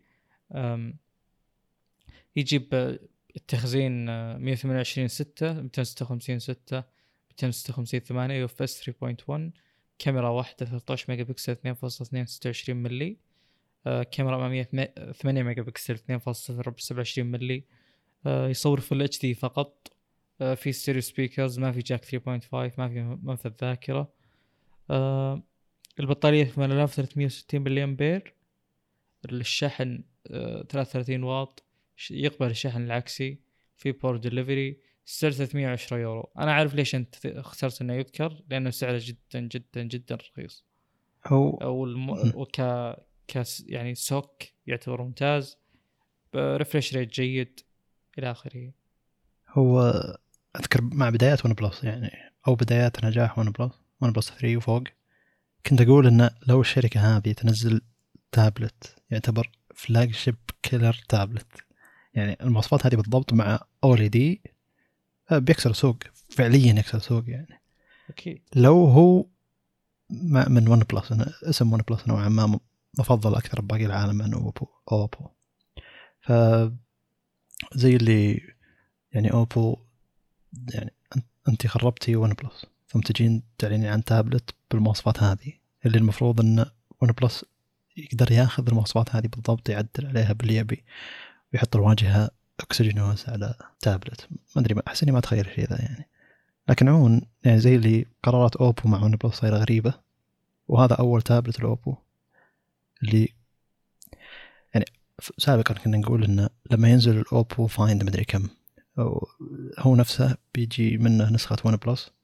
يجيب التخزين مية وثمانية وعشرين ستة مئتين وستة وخمسين ستة مئتين وستة وخمسين ثمانية، يو اف اس ثلاثة نقطة واحد، كاميرا واحدة ثلاثة عشر ميجا بكسل اثنين فاصلة اثنين ستة وعشرين ملي، كاميرا امامية ثمانية ميجا بكسل اثنين فاصلة صفر سبعة وعشرين ملي، يصور في الاتش دي فقط، في ستيريو سبيكرز، ما في جاك ثلاثة فاصلة خمسة، ما في منفذ ذاكرة. أه البطارية ثمانية آلاف وثلاثمية وستين ملي أمبير، الشحن أه ثلاثة وثلاثين واط، يقبل الشحن العكسي، في بور ديليفري، سعر ثلاثمية وعشرة يورو. أنا عارف ليش أنت اخترت إنه يذكر، لأنه سعره جدا جدا جدا رخيص، هو أو الم... وك ك يعني سوك يعتبر ممتاز، بريفرش ريت جيد إلى آخره. هو أذكر مع بدايات ون بلس يعني، أو بدايات نجاح ون بلس ون بلس ثلاثة وفوق، كنت أقول إن لو الشركة هذه تنزل تابلت يعتبر فلاج شيب كيلر تابلت، يعني المواصفات هذه بالضبط مع أوليدي بيكسر سوق فعليا، يكسر سوق يعني. أكيد. لو هو من ون بلس، أنا اسم ون بلس نوعا ما مفضل أكثر باقي العالم من أوبو أوبو ف زي اللي يعني أوبو يعني أنت خربتي ون بلس ثم تجين تعلنين عن تابلت بالمواصفات هذه، اللي المفروض أن ون بلس يقدر ياخذ المواصفات هذه بالضبط، يعدل عليها باللي يبي، ويحط الواجهة أكسجينوس على تابلت. ما أدري، أحس إني ما أتخيل شيء ذا يعني. لكن عموما يعني زي اللي قرارات أوبو مع ون بلس صايرة غريبة، وهذا أول تابلت الأوبو اللي يعني سابقا كنا نقول إنه لما ينزل الأوبو فايند مدري كم، هو نفسه بيجي منه نسخة ون بلس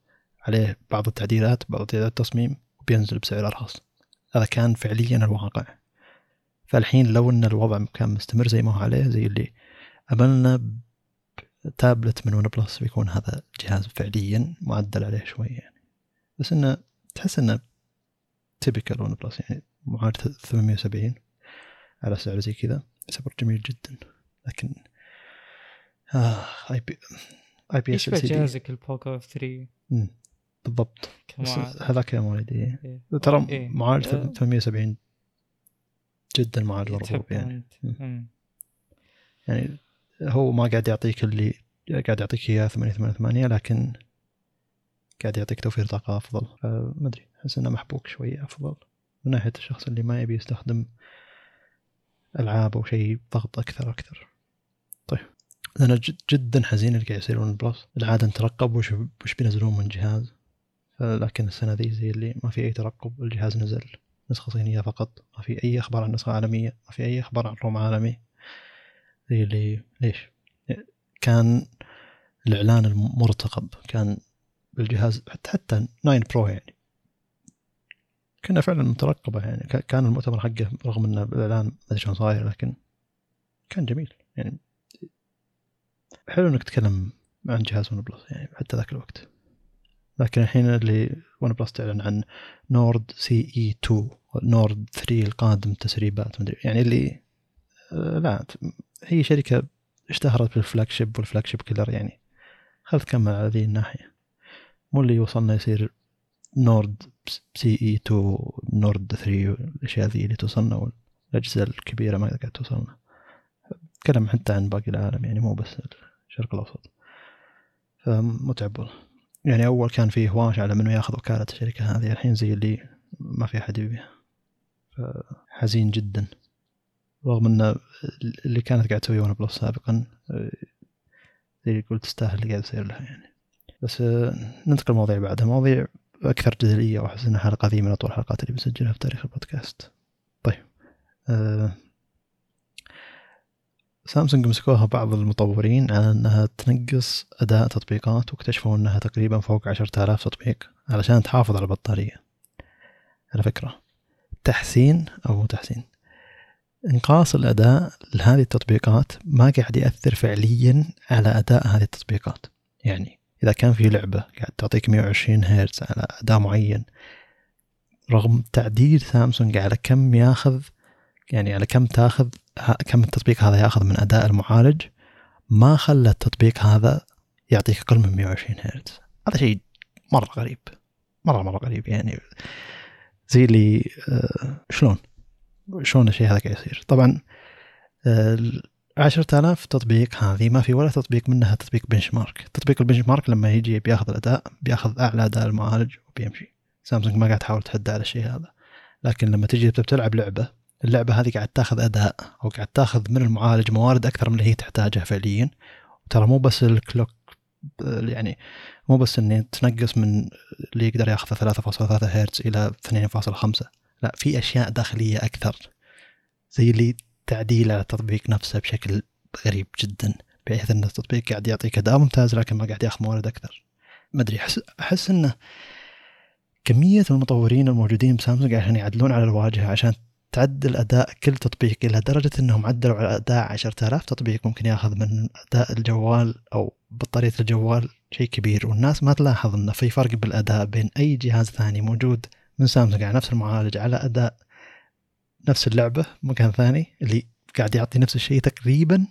عليه بعض التعديلات بعض تعديلات التصميم وبينزل بسعر أرخص. هذا كان فعليا الواقع. فالحين لو أن الوضع كان مستمر زي ما هو عليه زي اللي أملنا تابلت من ون بلس بيكون هذا جهاز فعليا معدل عليه شوي يعني. بس إنه تحس إنه تيبيكال ون بلس يعني معالج ثمانمية وسبعين على سعر زي كذا يعتبر جميل جدا. لكن آه اي بي اي بي اس ال سي دي جهازك البوكو اف ثلاثة بالضبط. هذاك يا مولدي إيه. ترى إيه. معالج أه. ثمانمية وسبعين جدا معالج مرغوب يعني. يعني هو ما قاعد يعطيك اللي قاعد يعطيك اياه ثمانية ثمانية ثمانية لكن قاعد يعطيك توفير طاقة أفضل. فما أدري أحس إنه محبوك شوية أفضل من ناحية الشخص اللي ما يبي يستخدم ألعاب أو شيء ضغط أكثر أكثر. طيب أنا جد جدا حزين اللي قاعد يصير ون بلس. العادة نترقب وش وش بينزلون من جهاز، لكن السنة ذي زي اللي ما في أي ترقب. الجهاز نزل نسخة صينية فقط، ما في أي أخبار عن نسخة عالمية، ما في أي أخبار عن روم عالمي. زي اللي ليش كان الإعلان المرتقب كان بالجهاز حتى حتى تسعة برو يعني كنا فعلا مترقبة يعني. كان المؤتمر حقه رغم أنه الإعلان ما أدري شلون صاير لكن كان جميل يعني. حلو إنك تتكلم عن جهاز ون بلس يعني حتى ذاك الوقت. لكن الحين اللي ون بلس تعلن عن نورد سي اي اثنين نورد ثلاثة القادم تسريبات مدري يعني اللي آه لا هي شركة اشتهرت بالفلاجشيب والفلاجشيب كيلر يعني. خل تكمل على ذي الناحية مو اللي يوصلنا يصير نورد سي اي اثنين نورد ثلاثة الاشياء ذي اللي توصلنا والاجهزة الكبيرة ما قاعد توصلنا. تكلم حتى عن باقي العالم يعني مو بس الشرق الاوسط. فمتعب والله يعني. اول كان فيه هواش على منو ياخذ وكالة الشركة هذه، الحين زي اللي ما في احد يبيها. فحزين جدا رغم ان اللي كانت قاعد تسويه ون بلس سابقا زي اللي قلت تستاهل اللي قاعد يصير لها يعني. بس ننتقل لمواضيع بعدها، مواضيع أكثر جدلية وأحس إنها حلقة ذي من أطول الحلقات اللي بسجلها في تاريخ البودكاست. طيب أه سامسونج مسكوها بعض المطورين على أنها تنقص أداء تطبيقات، واكتشفوا أنها تقريبا فوق عشرة آلاف تطبيق علشان تحافظ على البطارية. على فكرة تحسين أو تحسين انقاص الأداء لهذه التطبيقات ما قاعد يأثر فعليا على أداء هذه التطبيقات. يعني إذا كان في لعبة قاعد تعطيك مية وعشرين هرتز على أداء معين، رغم تعديل سامسونج على كم ياخذ يعني على كم تاخذ كم التطبيق هذا ياخذ من أداء المعالج، ما خلى التطبيق هذا يعطيك أقل من مية وعشرين هرتز. هذا شيء مرة غريب مرة مرة غريب يعني. زي اللي آه شلون شلون الشيء هذا قاعد يصير. طبعا آه عشرة آلاف تطبيق هذه ما في ولا تطبيق منها تطبيق بنش مارك. تطبيق البنش مارك لما يجي بياخذ الأداء بياخذ أعلى أداء المعالج وبيمشي. سامسونج ما قاعد تحاول تحدى على الشيء هذا. لكن لما تجي بتلعب لعبة، اللعبة هذه قاعد تاخذ أداء أو قاعد تاخذ من المعالج موارد أكثر من اللي هي تحتاجها فعليا. ترى مو بس الكلوك يعني مو بس إنه تنقص من اللي يقدر ياخذ ثلاثة فاصلة ثلاثة هرتز إلى اثنين فاصلة خمسة، لا في أشياء داخلية أكثر زي اللي تعديل على التطبيق نفسه بشكل غريب جدا، بحيث أن التطبيق قاعد يعطيك أداء ممتاز لكن ما قاعد ياخذ موارد أكثر. ما أدري أحس أحس إنه كمية المطورين الموجودين بسامسونج عشان يعدلون على الواجهة عشان تعدل أداء كل تطبيق إلى درجة أنهم عدلوا على أداء عشرة آلاف تطبيق ممكن ياخذ من أداء الجوال أو بطارية الجوال شيء كبير. والناس ما تلاحظ أنه في فرق بالأداء بين أي جهاز ثاني موجود من سامسونج على نفس المعالج على أداء نفس اللعبة مكان ثاني اللي قاعد يعطي نفس الشيء تقريبا.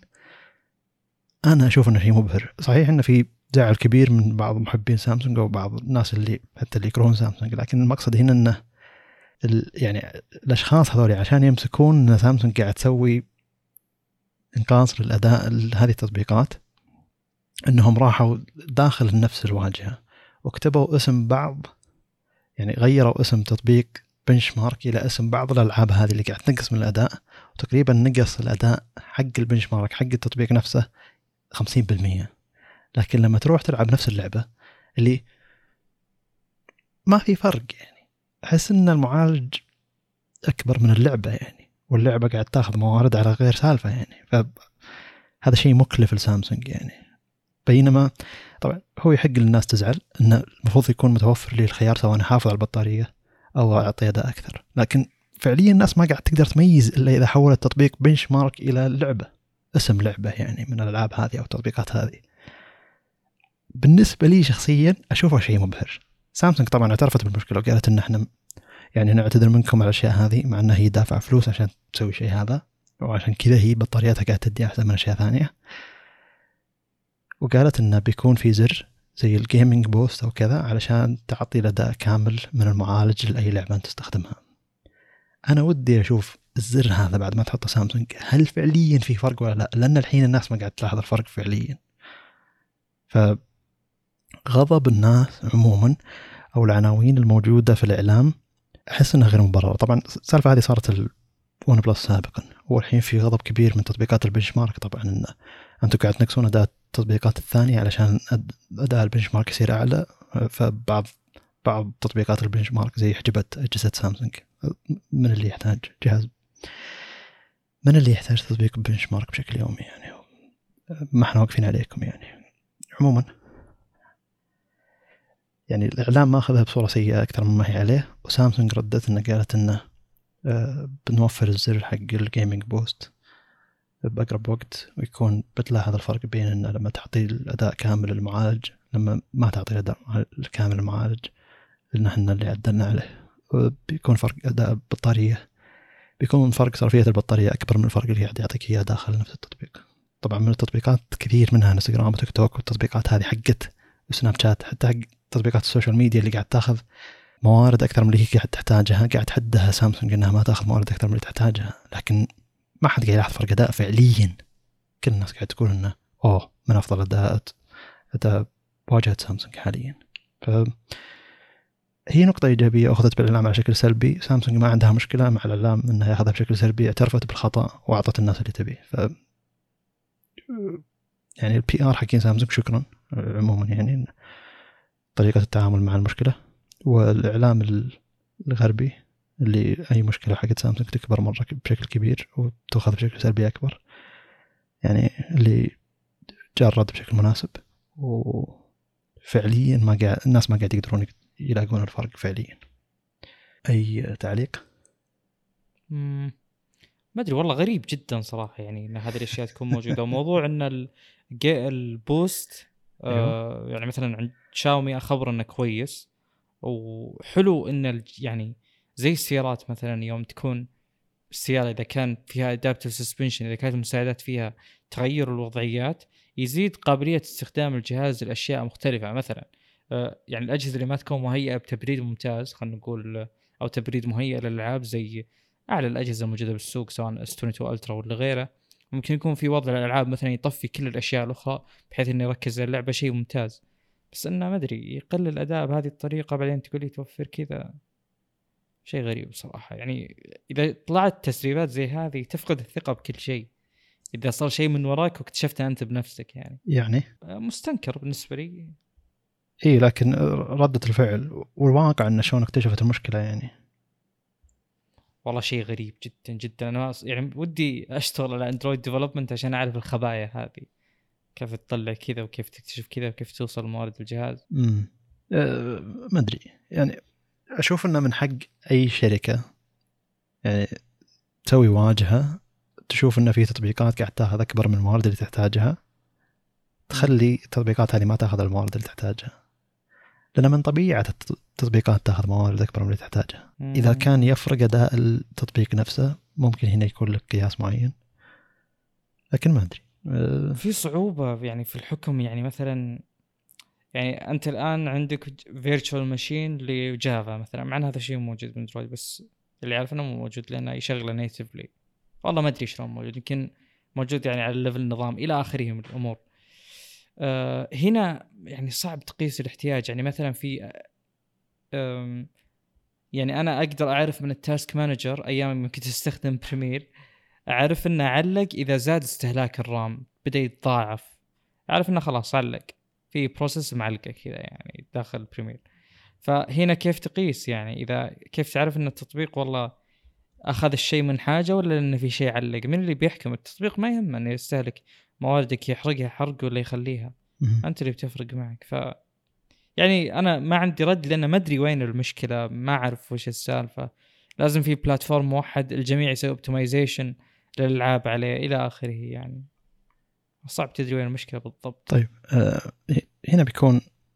أنا أشوف أنه شيء مبهر. صحيح أنه في زعل كبير من بعض محبين سامسونج أو بعض الناس اللي حتى اللي يكرهون سامسونج، لكن المقصد هنا أنه يعني الأشخاص هذول عشان يمسكون أن سامسونج قاعد تسوي انقاص للأداء هذه التطبيقات، أنهم راحوا داخل نفس الواجهة وكتبوا اسم بعض، يعني غيروا اسم تطبيق بنش مارك إلى اسم بعض الألعاب هذه اللي قاعد تنقص من الأداء، وتقريبا نقص الأداء حق البنش مارك حق التطبيق نفسه خمسين بالمية. لكن لما تروح تلعب نفس اللعبة اللي ما في فرق، يعني أحس أن المعالج أكبر من اللعبة يعني، واللعبة قاعد تأخذ موارد على غير سالفة يعني. فهذا شيء مكلف لسامسونج يعني. بينما طبعا هو يحق للناس تزعل انه المفروض يكون متوفر لي الخيار سواء انا احافظ على البطاريه او اعطي اداء اكثر، لكن فعليا الناس ما قاعد تقدر تميز الا اذا حول التطبيق بنش مارك الى لعبه، اسم لعبه يعني من الالعاب هذه او التطبيقات هذه. بالنسبه لي شخصيا اشوفه شيء مبهر. سامسونج طبعا اعترفت بالمشكله وقالت ان احنا يعني نعتذر منكم على الاشياء هذه، مع انها هي دافعه فلوس عشان تسوي شيء هذا، وعشان كذا هي بطارياتها قاعده تدي احسن من اشياء ثانيه. وقالت انه بيكون في زر زي الجيمنج بوست او كذا علشان تعطي الاداء كامل من المعالج لاي لعبه انت تستخدمها. انا ودي اشوف الزر هذا بعد ما تحطه سامسونج هل فعليا في فرق ولا لا، لان الحين الناس ما قاعد تلاحظ الفرق فعليا. فغضب الناس عموما او العناوين الموجوده في الاعلام احس انها غير مبرره. طبعا السالفه هذه صارت الون بلس سابقا، والحين في غضب كبير من تطبيقات البنش مارك طبعا ان انتم قاعد تنقصون اداء التطبيقات الثانيه علشان اداء البنش مارك يصير اعلى. فبعض بعض تطبيقات البنش مارك زي حجبت اجهزه سامسونج. من اللي يحتاج جهاز من اللي يحتاج تطبيق بنش مارك بشكل يومي يعني؟ ما احنا واقفين عليكم يعني. عموما يعني الإعلام ما أخذها بصورة سيئة أكثر مما هي عليه، وسامسونج ردت إنه قالت إنه آه بنوفر الزر حق الجيمنج بوست بأقرب وقت، ويكون بتلاحظ الفرق بين إنه لما تعطي الأداء كامل للمعالج لما ما تعطي الأداء الكامل للمعالج، لأن إحنا اللي عدلنا عليه. بيكون فرق أداء البطارية، بيكون فرق صرفية البطارية أكبر من الفرق اللي قاعد يعطيك إياه داخل نفس التطبيق. طبعا من التطبيقات كثير منها انستغرام وتيك توك والتطبيقات هذه حقت وسناب شات، حتى حق تطبيقات السوشيال ميديا اللي قاعد تاخذ موارد أكثر من اللي هي قاعد تحتاجها، قاعد تحدها سامسونج إنها ما تاخذ موارد أكثر من اللي تحتاجها، لكن ما حد قاعد يلاحظ فرق أداء فعليا. كل الناس قاعد تقول إنه أوه من أفضل أداءات أداء واجهة سامسونج حاليا. فهي نقطة إيجابية أخذت بالإعلام على شكل سلبي. سامسونج ما عندها مشكلة مع الإعلام إنها يأخذها بشكل سلبي، اعترفت بالخطأ وأعطت الناس اللي تبيه. ف يعني البي آر حقين سامسونج شكرا عموما، يعني طريقة التعامل مع المشكلة. والإعلام الغربي اللي أي مشكلة حقت سامسونج تكبر مرة بشكل كبير وتأخذ بشكل سلبي أكبر، يعني اللي جاء الرد بشكل مناسب، وفعليا ما قاعد الناس ما قاعد يقدرون يلاقون الفرق فعليا. أي تعليق؟ مم. ما أدري والله، غريب جدا صراحة يعني إن هذه الأشياء تكون موجودة. وموضوع إن البوست آه يعني مثلا عند شاومي أخبر إنه كويس وحلو، إن يعني زي السيارات مثلا يوم تكون السيارة إذا كان فيها adaptive suspension، إذا كانت المساعدات فيها تغير الوضعيات، يزيد قابلية استخدام الجهاز لأشياء مختلفة. مثلا آه يعني الأجهزة اللي ما تكون مهيئة بتبريد ممتاز، خلينا نقول، أو تبريد مهيئ للألعاب زي أعلى الأجهزة الموجودة بالسوق سواء إس اثنين وعشرين ألترا ولا غيره، ممكن يكون في وضع الألعاب مثلا يطفي كل الأشياء الأخرى بحيث إنه يركز على اللعبة، شيء ممتاز. بس إنه ما أدري يقلل الأداء بهذه الطريقة بعدين تقولي توفر كذا، شيء غريب صراحة. يعني إذا طلعت تسريبات زي هذه تفقد الثقة بكل شيء، إذا صار شيء من وراك واكتشفته أنت بنفسك يعني يعني مستنكر بالنسبة لي. إيه، لكن ردة الفعل والواقع أن شلون اكتشفت المشكلة يعني والله شيء غريب جدا جدا. أنا يعني ودي أشتغل على أندرويد ديفلوبمنت عشان أعرف الخبايا هذه، كيف تطلع كذا وكيف تكتشف كذا وكيف توصل موارد الجهاز. امم أه ما أدري، يعني أشوف أنه من حق أي شركة يعني تسوي واجهة تشوف أنه في تطبيقات قاعد تأخذ أكبر من الموارد اللي تحتاجها، تخلي التطبيقات هذه ما تأخذ الموارد اللي تحتاجها، لأن من طبيعة التطبيقات تأخذ موارد أكبر من اللي تحتاجها. مم. إذا كان يفرق أداء التطبيق نفسه ممكن هنا يكون لك قياس معين، لكن ما أدري أه في صعوبة يعني في الحكم. يعني مثلا يعني أنت الآن عندك virtual machine لجافا مثلا، مع أن هذا الشيء موجود باندرويد بس اللي عارف أنه مو موجود لأنه يشغله natively. والله ما أدري شلون موجود، يمكن موجود يعني على الليفل النظام إلى آخره من الأمور. أه هنا يعني صعب تقيس الاحتياج. يعني مثلا في أه يعني أنا أقدر أعرف من التاسك مانجر أيام ما كنت أستخدم بريمير، أعرف أنه علق إذا زاد استهلاك الرام بدأ يتضاعف، أعرف أنه خلاص علق في بروسيس معلقة كذا يعني داخل بريمير. فهنا كيف تقيس؟ يعني إذا كيف تعرف أن التطبيق والله أخذ الشيء من حاجة ولا أنه في شيء علق؟ من اللي بيحكم؟ التطبيق ما يهم أنه يستهلك مواردك يحرقها حرق ولا يخليها. أنت اللي بتفرق معك. ف يعني أنا ما عندي رد لأن ما أدري وين المشكلة، ما أعرف وش السالفة. لازم في بلاتفورم موحد الجميع يسوي اوبتمايزيشن للألعاب عليه إلى آخره، يعني صعب تدري وين المشكلة بالضبط. طيب آه هنا بيكون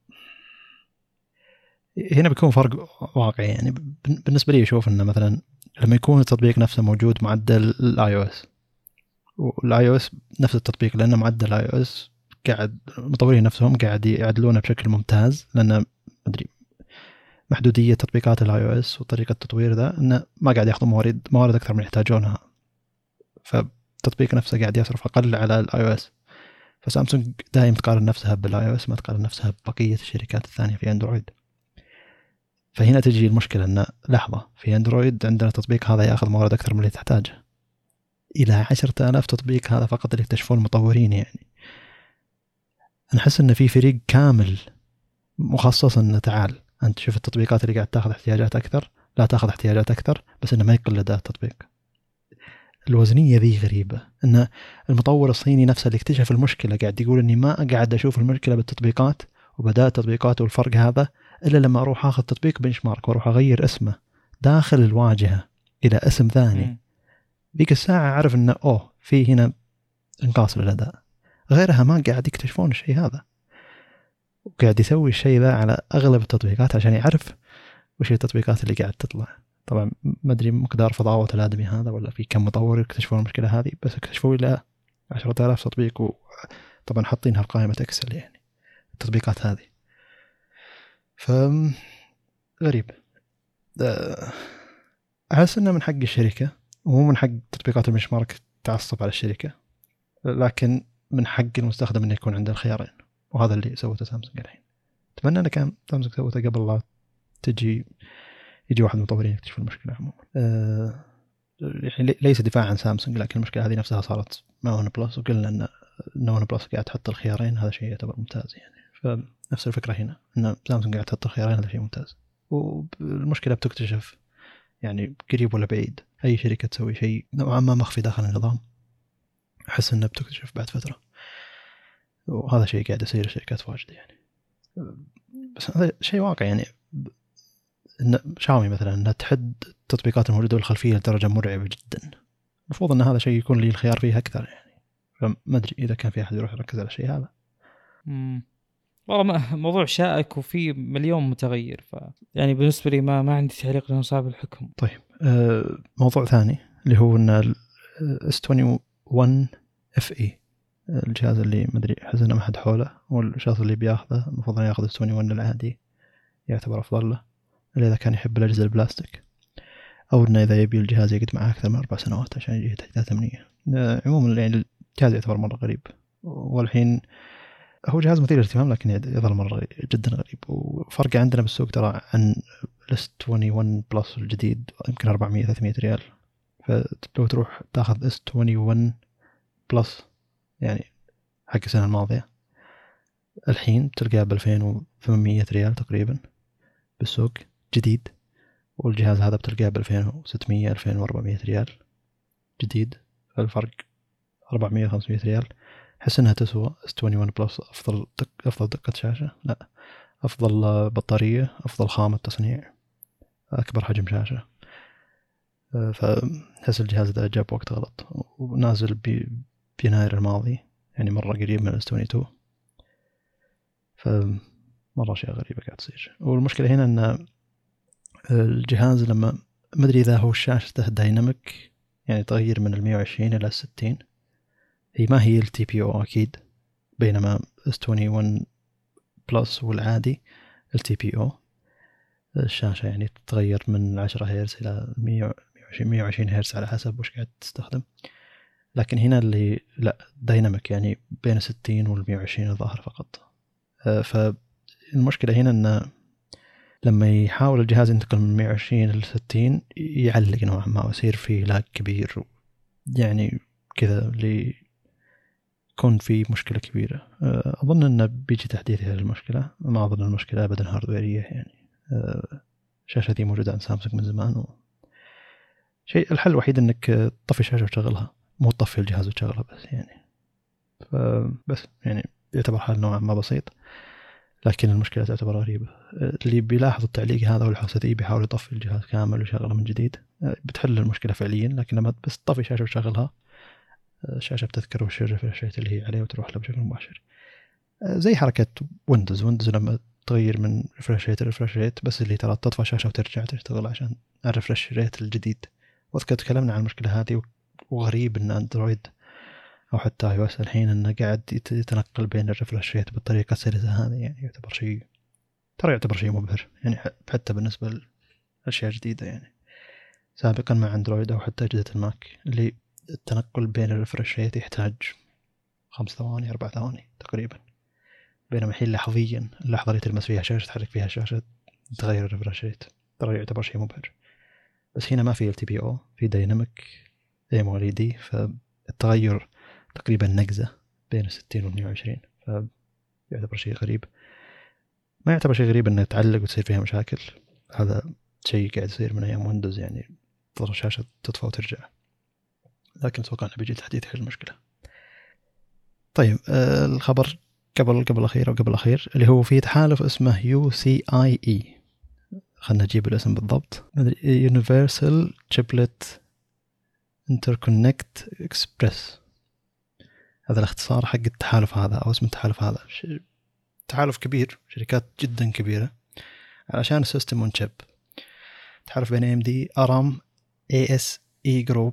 هنا بيكون فرق واقعي. يعني بالنسبة لي أشوف إنه مثلا لما يكون التطبيق نفسه موجود معدل الاي او اس، والاي او اس نفس التطبيق لأنه معدل اي او اس قاعد مطورين نفسهم قاعد يعدلونه بشكل ممتاز، لأن مدري محدودية تطبيقات الاي او اس وطريقة التطوير ذا إنه ما قاعد ياخذوا موارد موارد أكثر من يحتاجونها، فالتطبيق نفسه قاعد يصرف أقل على الاي او اس. فسامسونج دائما تقارن نفسها بالاي او اس، ما تقارن نفسها ببقية الشركات الثانية في اندرويد. فهنا تجي المشكلة أن لحظة في اندرويد عندنا تطبيق هذا يأخذ موارد أكثر من اللي تحتاجه، إلى عشرة آلاف تطبيق هذا فقط اللي يكتشفون المطورين. يعني أنا أحس أن في فريق كامل مخصص أن تعال أنت شوف التطبيقات اللي قاعد تأخذ احتياجات أكثر، لا تأخذ احتياجات أكثر، بس إنه ما يقل أداء التطبيق. الوزنية ذي غريبة، أن المطور الصيني نفسه اللي اكتشف المشكلة قاعد يقول أني ما قاعد أشوف المشكلة بالتطبيقات وبدأ التطبيقات والفرق هذا إلا لما أروح أخذ تطبيق بنشمارك وأروح أغير اسمه داخل الواجهة إلى اسم ثاني. ذيك الساعة أعرف أنه أوه في هنا انقاص للأداء. غيرها ما قاعد يكتشفون الشيء هذا، وقاعد يسوي الشيء ذا على أغلب التطبيقات عشان يعرف وش التطبيقات اللي قاعد تطلع. طبعا ما أدري مقدار فضاوة الآدمي هذا ولا في كم مطور يكتشفون المشكلة هذه، بس اكتشفوا إلى عشرة آلاف تطبيق، وطبعا حاطينها في قائمة إكسل يعني التطبيقات هذه. فغريب. أحس إنه من حق الشركة ومو من حق تطبيقات المشمارك تعصب على الشركة، لكن من حق المستخدم إنه يكون عنده الخيارين، وهذا اللي سوته سامسونج الحين. أتمنى أن كان سامسونج سوته قبل لا تجي يجي واحد من المطورين يكتشف المشكلة. عموما أه يعني ليس دفاع عن سامسونج، لكن المشكلة هذه نفسها صارت مع ون بلس، وقلنا أن ون بلس قاعد تحط الخيارين، هذا شيء يعتبر ممتاز يعني. فنفس الفكرة هنا أن سامسونج قاعد تحط الخيارين، هذا شيء ممتاز. والمشكلة بتكتشف يعني قريب ولا بعيد. أي شركة تسوي شيء نوعا ما مخفي داخل النظام أحس أنها بتكتشف بعد فترة، وهذا شيء قاعد يصير الشركات واجد يعني. بس هذا شيء واقع يعني. إن شاومي مثلا أنها تحد التطبيقات الموجودة بالخلفية لدرجة مرعبة جدا، المفروض أن هذا شيء يكون لي الخيار فيه أكثر يعني. فما أدري إذا كان في أحد يروح يركز على شيء هذا. امم والله موضوع شائك وفي مليون متغير، ف يعني بالنسبة لي ما ما عندي تعليق لأنه صعب الحكم. طيب آه موضوع ثاني اللي هو أن ال إس واحد وعشرين إف إي الجهاز اللي ما أدري حزنا ما حد حوله، والشخص اللي بياخذه المفروض أن يأخذ إس واحد وعشرين العادي يعتبر أفضل له، إلا إذا كان يحب الأجهزة البلاستيك، أو إنه إذا يبي الجهاز يقعد معه أكثر من أربع سنوات عشان يجي تحديثات أمنية. عموما يعني الجهاز يعتبر مرة غريب، والحين هو جهاز مثير للاهتمام لكن يظل مرة جدا غريب. وفرق عندنا بالسوق ترى عن إس واحد وعشرين بلس الجديد يمكن أربعمية ثلاثمية ريال. فلو تروح تاخذ إس واحد وعشرين بلس يعني حق السنة الماضية الحين تلقاه بألفين وثمانمية ريال تقريبا بالسوق جديد، والجهاز هذا بتلقاه بألفين وستمية ألفين وأربعمية ريال جديد. الفرق أربعمية خمسمية ريال. حس انها تسوى. إس واحد وعشرين بلس افضل دق افضل دقة شاشة، لا افضل بطارية، افضل خامة تصنيع، اكبر حجم شاشة. فحس الجهاز ده جاب وقت غلط، ونازل بيناير الماضي يعني مرة قريب من إس اثنين وعشرين. فمرة شيء غريبة قاعد تصير. والمشكلة هنا ان الجهاز لما ما ادري اذا هو شاشته دايناميك يعني تغير من المية وعشرين الى الستين، هي ما هي التي بي او اكيد، بينما إس واحد وعشرين بلس والعادي التي بي او الشاشة يعني تتغير من عشرة هرتز الى مية وعشرين هرتز على حسب وش قاعد تستخدم. لكن هنا اللي لا دايناميك يعني بين ستين والمية وعشرين الظاهر فقط. فالمشكلة هنا ان لما يحاول الجهاز ينتقل من مية وعشرين إلى ستين يعلق نوعا ما ويصير فيه لاج كبير يعني كذا، اللي يكون في مشكلة كبيرة. أظن أنه بيجي تحديث هذه المشكلة، ما أظن المشكلة أبدا هاردويرية يعني. الشاشة دي موجودة عند سامسونج من زمان، و... شيء الحل الوحيد أنك تطفي الشاشة وتشغلها، مو تطفي الجهاز وتشغلها بس يعني. فبس يعني يعتبر حل نوعا ما بسيط، لكن المشكلة تعتبر غريبة. اللي بيلاحظ التعليق هذا والحوسة بيحاول يطفي الجهاز كامل ويشغله من جديد، بتحل المشكلة فعليا، لكن لما بس تطفي شاشة وتشغلها الشاشة بتذكر وش الريفرش ريت اللي هي عليه وتروح له بشكل مباشر. زي حركة ويندوز ويندوز لما تغير من ريفرش ريت ريفرش ريت بس اللي ترى تطفى شاشة وترجع تشتغل عشان الريفرش ريت الجديد. وأذكر تكلمنا عن المشكلة هذه، وغريب إن أندرويد أو حتى اي او اس الحين إنه قاعد يتنقل بين الريفرش ريت بالطريقة السلسة هذه، يعني يعتبر شيء ترى يعتبر شيء مبهر يعني حتى بالنسبة لأشياء جديدة. يعني سابقا مع أندرويد أو حتى أجهزة الماك اللي التنقل بين الريفرش ريت يحتاج خمس ثواني أربع ثواني تقريبا، بينما الحين لحظيا اللحظة اللي تلمس فيها شاشة تحرك فيها شاشة تغير الريفرش ريت، ترى يعتبر شيء مبهر. بس هنا ما في ال تي بي او، في دايناميك ام ال اي دي، فالتغير تقريبا نقزة بين ستين و مية وعشرين، فيعتبر شيء غريب. ما يعتبر شيء غريب انه تعلق وتصير فيها مشاكل، هذا شيء قاعد يصير من ايام ويندوز، يعني تظهر الشاشة تطفى وترجع، لكن اتوقع انه بيجي تحديث يحل المشكلة. طيب آه الخبر قبل قبل الأخير أو قبل الأخير اللي هو في تحالف اسمه يو سي آي إي، خلنا نجيب الاسم بالضبط، Universal Chiplet Interconnect Express، هذا الاختصار حق التحالف هذا أو اسم التحالف هذا. تحالف كبير، شركات جدا كبيرة علشان السيستم اون شيب. تحالف بين إيه إم دي، أرام، إيه إس إي جروب،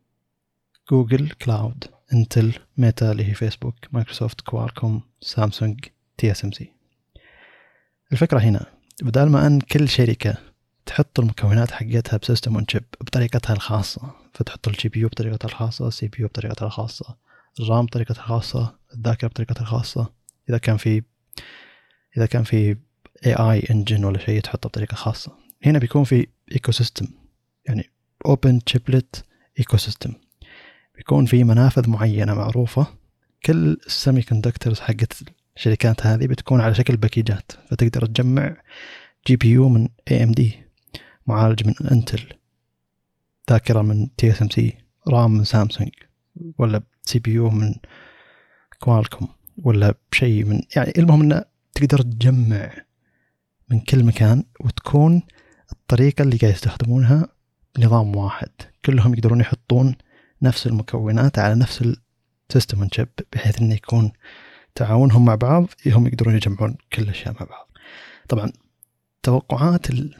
جوجل كلاود، انتل، ميتا اللي هي فيسبوك، مايكروسوفت، كوالكوم، سامسونج، تي اس ام سي. الفكرة هنا بدل ما أن كل شركة تحط المكونات حقتها بسيستم اون شيب بطريقتها الخاصة، فتحط الجي بي يو بطريقتها الخاصة، السي بي يو بطريقتها الخاصة، الرام بطريقتها الخاصة، الذاكرة بطريقتها الخاصة، إذا كان في إذا كان في إيه آي engine ولا شيء تحطه بطريقة خاصة. هنا بيكون في ايكو سيستم، يعني open chiplet ecosystem، بيكون في منافذ معينة معروفة، كل السيمي كوندكتورز حقت الشركات هذه بتكون على شكل باكيجات، فتقدر تجمع جي بي يو من إيه إم دي، معالج من انتل، ذاكرة من تي اس ام سي، رام من سامسونج، ولا سي بي يو من كوالكوم، ولا شيء من، يعني المهم انه تقدر تجمع من كل مكان، وتكون الطريقة اللي قاعد يستخدمونها نظام واحد، كلهم يقدرون يحطون نفس المكونات على نفس السيستم اون شيب، بحيث انه يكون تعاونهم مع بعض، هم يقدرون يجمعون كل الاشياء مع بعض. طبعا توقعات ال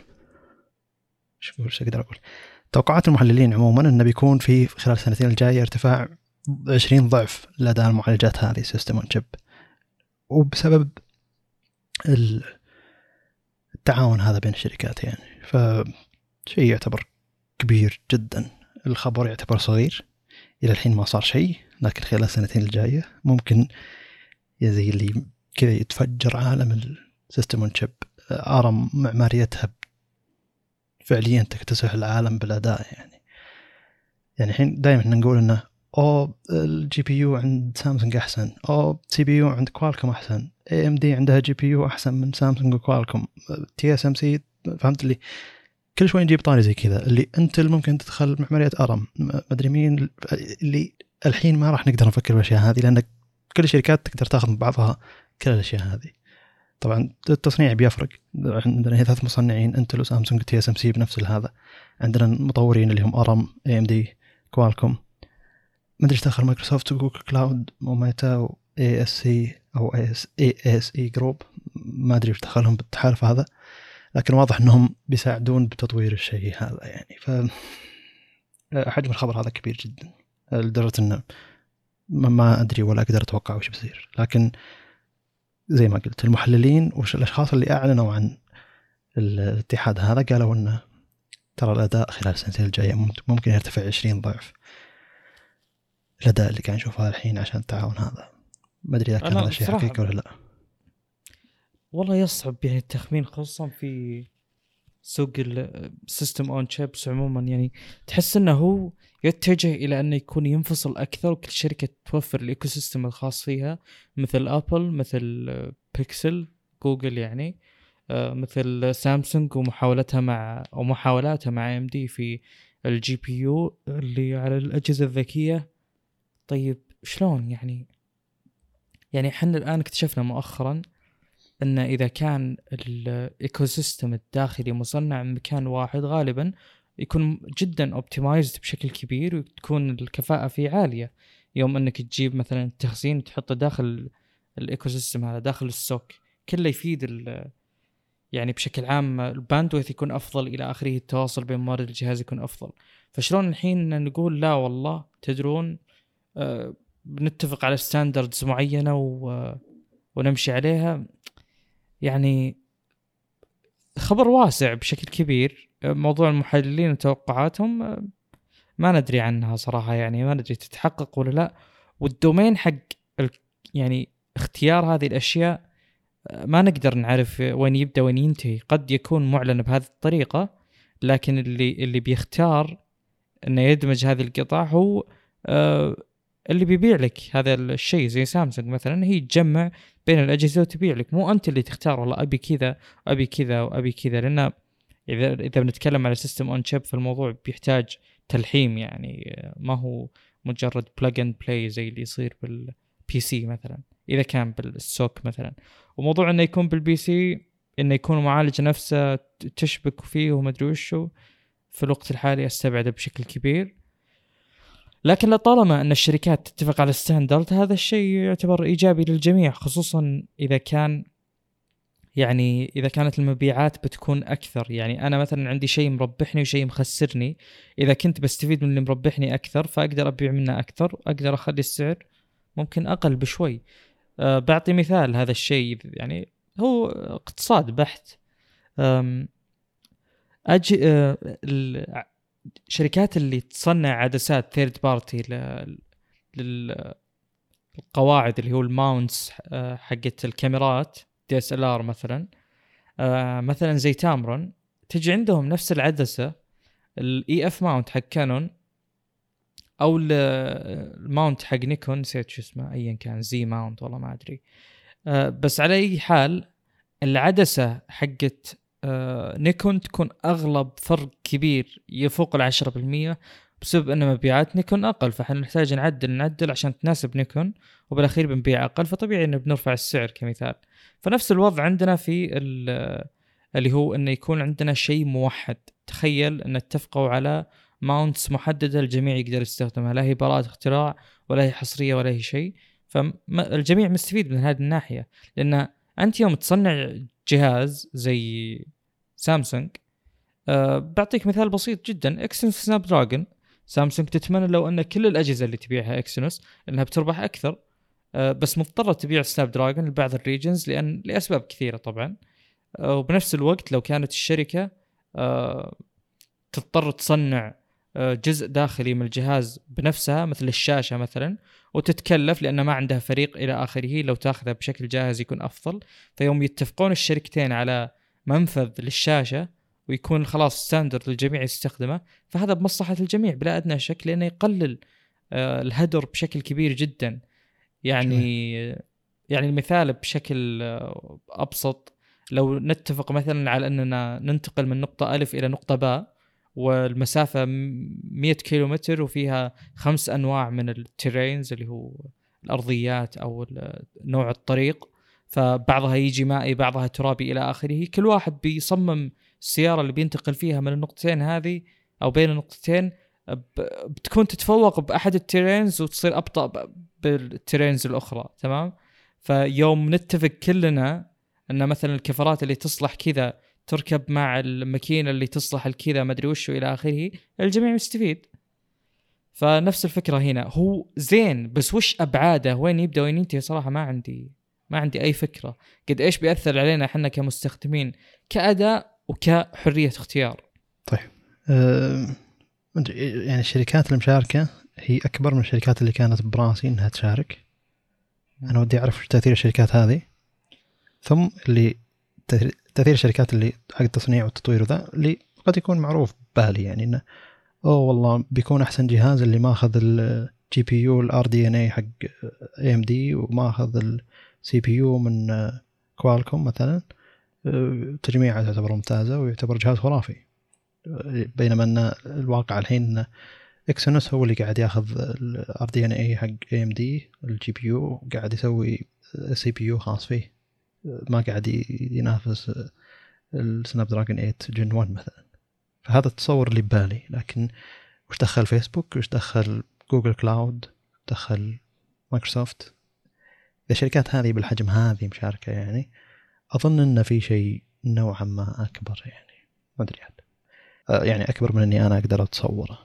شو اقدر اقول توقعات المحللين عموما انه بيكون في خلال السنتين الجايه ارتفاع عشرين ضعف لدى المعالجات هذه سيستم اون شيب، وبسبب التعاون هذا بين الشركات. يعني فشيء يعتبر كبير جدا. الخبر يعتبر صغير، الى الحين ما صار شيء، لكن خلال السنتين الجايه ممكن زي اللي كذا يتفجر عالم السيستم اون شيب. ارم معماريتها فعليا تكتسح العالم بالاداء. يعني يعني الحين دائما نقول انه او الجي بي يو عند سامسونج احسن، او سي بي يو عند كوالكوم احسن، اي ام دي عندها جي بي يو احسن من سامسونج وكوالكوم، تي اس ام سي، فهمت لي؟ كل شوي نجيب طاري زي كذا، اللي انتل ممكن تدخل معمارية ارم، ما ادري مين، اللي الحين ما راح نقدر نفكر بالاشياء هذه، لان كل الشركات تقدر تاخذ من بعضها كل الاشياء هذه. طبعا التصنيع بيفرق، عندنا هي ثلاث مصنعين، انتل وسامسونج وتي اس ام سي بنفس هذا، عندنا مطورين اللي هم ارم، اي ام دي، كوالكوم، ما ادري ايش دخل مايكروسوفت وجوجل كلاود وميتا واي اس سي او اي اس اي اس اي جروب، ما ادري ايش دخلهم بالتحالف هذا، لكن واضح انهم بيساعدون بتطوير الشيء هذا. يعني ف حجم الخبر هذا كبير جدا لدرجه انه ما ادري ولا اقدر اتوقع وش بيصير. لكن زي ما قلت المحللين وش الاشخاص اللي اعلنوا عن الاتحاد هذا قالوا انه ترى الاداء خلال السنتين الجايه ممكن يرتفع عشرين ضعف الاداء اللي كان نشوفه الحين عشان التعاون هذا. ما ادري اذا كان هذا الشيء حقيقي ولا لا. والله يصعب يعني التخمين، خصوصا في سوق السيستم اون شيبس عموما. يعني تحس انه هو يتجه الى انه يكون ينفصل اكثر، وكل شركه توفر الايكو سيستم الخاص فيها، مثل ابل، مثل بيكسل، جوجل، يعني مثل سامسونج ومحاولتها مع او محاولاتها مع ام دي في الجي بي يو اللي على الاجهزه الذكيه. طيب شلون يعني يعني احنا الآن اكتشفنا مؤخرا أن إذا كان الإيكو سيستم الداخلي مصنع من مكان واحد غالبا يكون جدا اوبتمايزد بشكل كبير وتكون الكفاءة فيه عالية. يوم أنك تجيب مثلا التخزين وتحطه داخل الإيكو سيستم هذا داخل السوك كله يفيد يعني بشكل عام الباندويث يكون أفضل إلى آخره، التواصل بين موارد الجهاز يكون أفضل. فشلون الحين نقول لا والله تدرون آه بنتفق على ستاندردز معينة و ونمشي عليها؟ يعني خبر واسع بشكل كبير. موضوع المحللين وتوقعاتهم ما ندري عنها صراحة، يعني ما ندري تتحقق ولا لا. والدومين حق يعني اختيار هذه الأشياء ما نقدر نعرف وين يبدأ وين ينتهي. قد يكون معلن بهذه الطريقة، لكن اللي اللي بيختار انه يدمج هذه القطع هو آه اللي بيبيع لك هذا الشيء. زي سامسونج مثلا هي تجمع بين الأجهزة وتبيع لك، مو أنت اللي تختار والله أبي كذا أبي كذا وأبي كذا. لأن إذا إذا بنتكلم على سيستم أون شيب فالموضوع بيحتاج تلحيم، يعني ما هو مجرد بلاج اند بلاي زي اللي يصير بالبي سي مثلا إذا كان بالسوك مثلا. وموضوع إنه يكون بالبي سي إنه يكون معالج نفسه تشبك فيه وما أدري وشو، في الوقت الحالي أستبعده بشكل كبير. لكن لطالما أن الشركات تتفق على ستاندرد هذا الشيء يعتبر إيجابي للجميع، خصوصا إذا كان يعني إذا كانت المبيعات بتكون أكثر. يعني أنا مثلا عندي شيء مربحني وشيء مخسرني، إذا كنت بستفيد من اللي مربحني أكثر فأقدر أبيع منه أكثر وأقدر أخلي السعر ممكن أقل بشوي. أه بعطي مثال هذا الشيء، يعني هو اقتصاد بحت. أجي أه الشركات اللي تصنع عدسات ثيرد بارتي للقواعد اللي هو الماونتس حقت الكاميرات دي اس ال ار مثلا، مثلا زي تامرون تجي عندهم نفس العدسة الاي اف ماونت حق كانون او الماونت حق نيكون، نسيت شو اسمه، ايا كان زي ماونت والله ما ادري. بس على اي حال العدسة حقت نيكون تكون أغلب فرق كبير يفوق العشرة بالمية بسبب أن مبيعات نيكون أقل، فحنا نحتاج نعدل نعدل عشان تناسب نيكون، وبالأخير بنبيع أقل، فطبيعي أنه بنرفع السعر كمثال. فنفس الوضع عندنا في اللي هو أنه يكون عندنا شيء موحد. تخيل أن اتفقوا على ماونتس محددة الجميع يقدر يستخدمها، لا هي براءة اختراع ولا هي حصرية ولا هي شيء، فالجميع مستفيد من هذه الناحية. لأن أنت يوم تصنع جهاز زي سامسونج، أه بعطيك مثال بسيط جدا، اكسينوس سناب دراجون. سامسونج تتمنى لو أن كل الأجهزة اللي تبيعها اكسينوس لأنها بتربح أكثر، أه بس مضطرة تبيع سناب دراجون لبعض الريجنز لأن لأسباب كثيرة طبعا. أه وبنفس الوقت لو كانت الشركة أه تضطر تصنع أه جزء داخلي من الجهاز بنفسها مثل الشاشة مثلا، وتتكلف لأن ما عندها فريق إلى آخره، لو تأخذها بشكل جاهز يكون أفضل. فيوم يتفقون الشركتين على منفذ للشاشة ويكون خلاص ستاندرد للجميع يستخدمه، فهذا بمصلحة الجميع بلا أدنى شك، لأنه يقلل آه الهدر بشكل كبير جدا. يعني يعني المثال بشكل آه أبسط، لو نتفق مثلا على أننا ننتقل من نقطة ألف إلى نقطة باء والمسافة مية كيلومتر وفيها خمس أنواع من التيرينز اللي هو الأرضيات أو نوع الطريق، فبعضها يجي مائي بعضها ترابي إلى آخره، كل واحد بيصمم السيارة اللي بينتقل فيها من النقطتين هذه أو بين النقطتين بتكون تتفوق بأحد التيرينز وتصير أبطأ بالتيرينز الأخرى. تمام؟ فيوم نتفق كلنا أن مثلا الكفرات اللي تصلح كذا تركب مع الماكينة اللي تصلح الكذا ما أدري وشو إلى آخره، الجميع مستفيد. فنفس الفكرة هنا، هو زين بس وش أبعاده، وين يبدأ وين ينتهي؟ صراحة ما عندي ما عندي أي فكرة قد إيش بيأثر علينا إحنا كمستخدمين كأداء وكحرية اختيار. طيب أه يعني الشركات المشاركة هي أكبر من الشركات اللي كانت براسي إنها تشارك. أنا ودي أعرف وش تأثير الشركات هذه، ثم اللي تأثير الشركات اللي حق التصنيع والتطوير ذا اللي قد يكون معروف بالي، يعني إنه أوه والله بيكون أحسن جهاز اللي ما أخذ ال جي بي يو ال آر دي إن إيه حق إيه إم دي وما أخذ ال سي بي يو من كوالكوم مثلا، تجميعها تعتبر ممتازة ويعتبر جهاز خرافي. بينما أن الواقع الحين إكسينوس هو اللي قاعد ياخذ ال آر دي إن إيه حق إيه إم دي الجي بي يو، قاعد يسوي سي بي يو خاص فيه، ما قاعد ينافس السناب دراجون ثمانية جن واحد مثلا. فهذا التصور اللي ببالي. لكن وش دخل فيسبوك، وش دخل جوجل كلاود، دخل مايكروسوفت، الشركات هذه بالحجم هذه مشاركة، يعني أظن أن في شيء نوعا ما أكبر، يعني ما أدري عاد يعني أكبر من أني أنا أقدر أتصوره.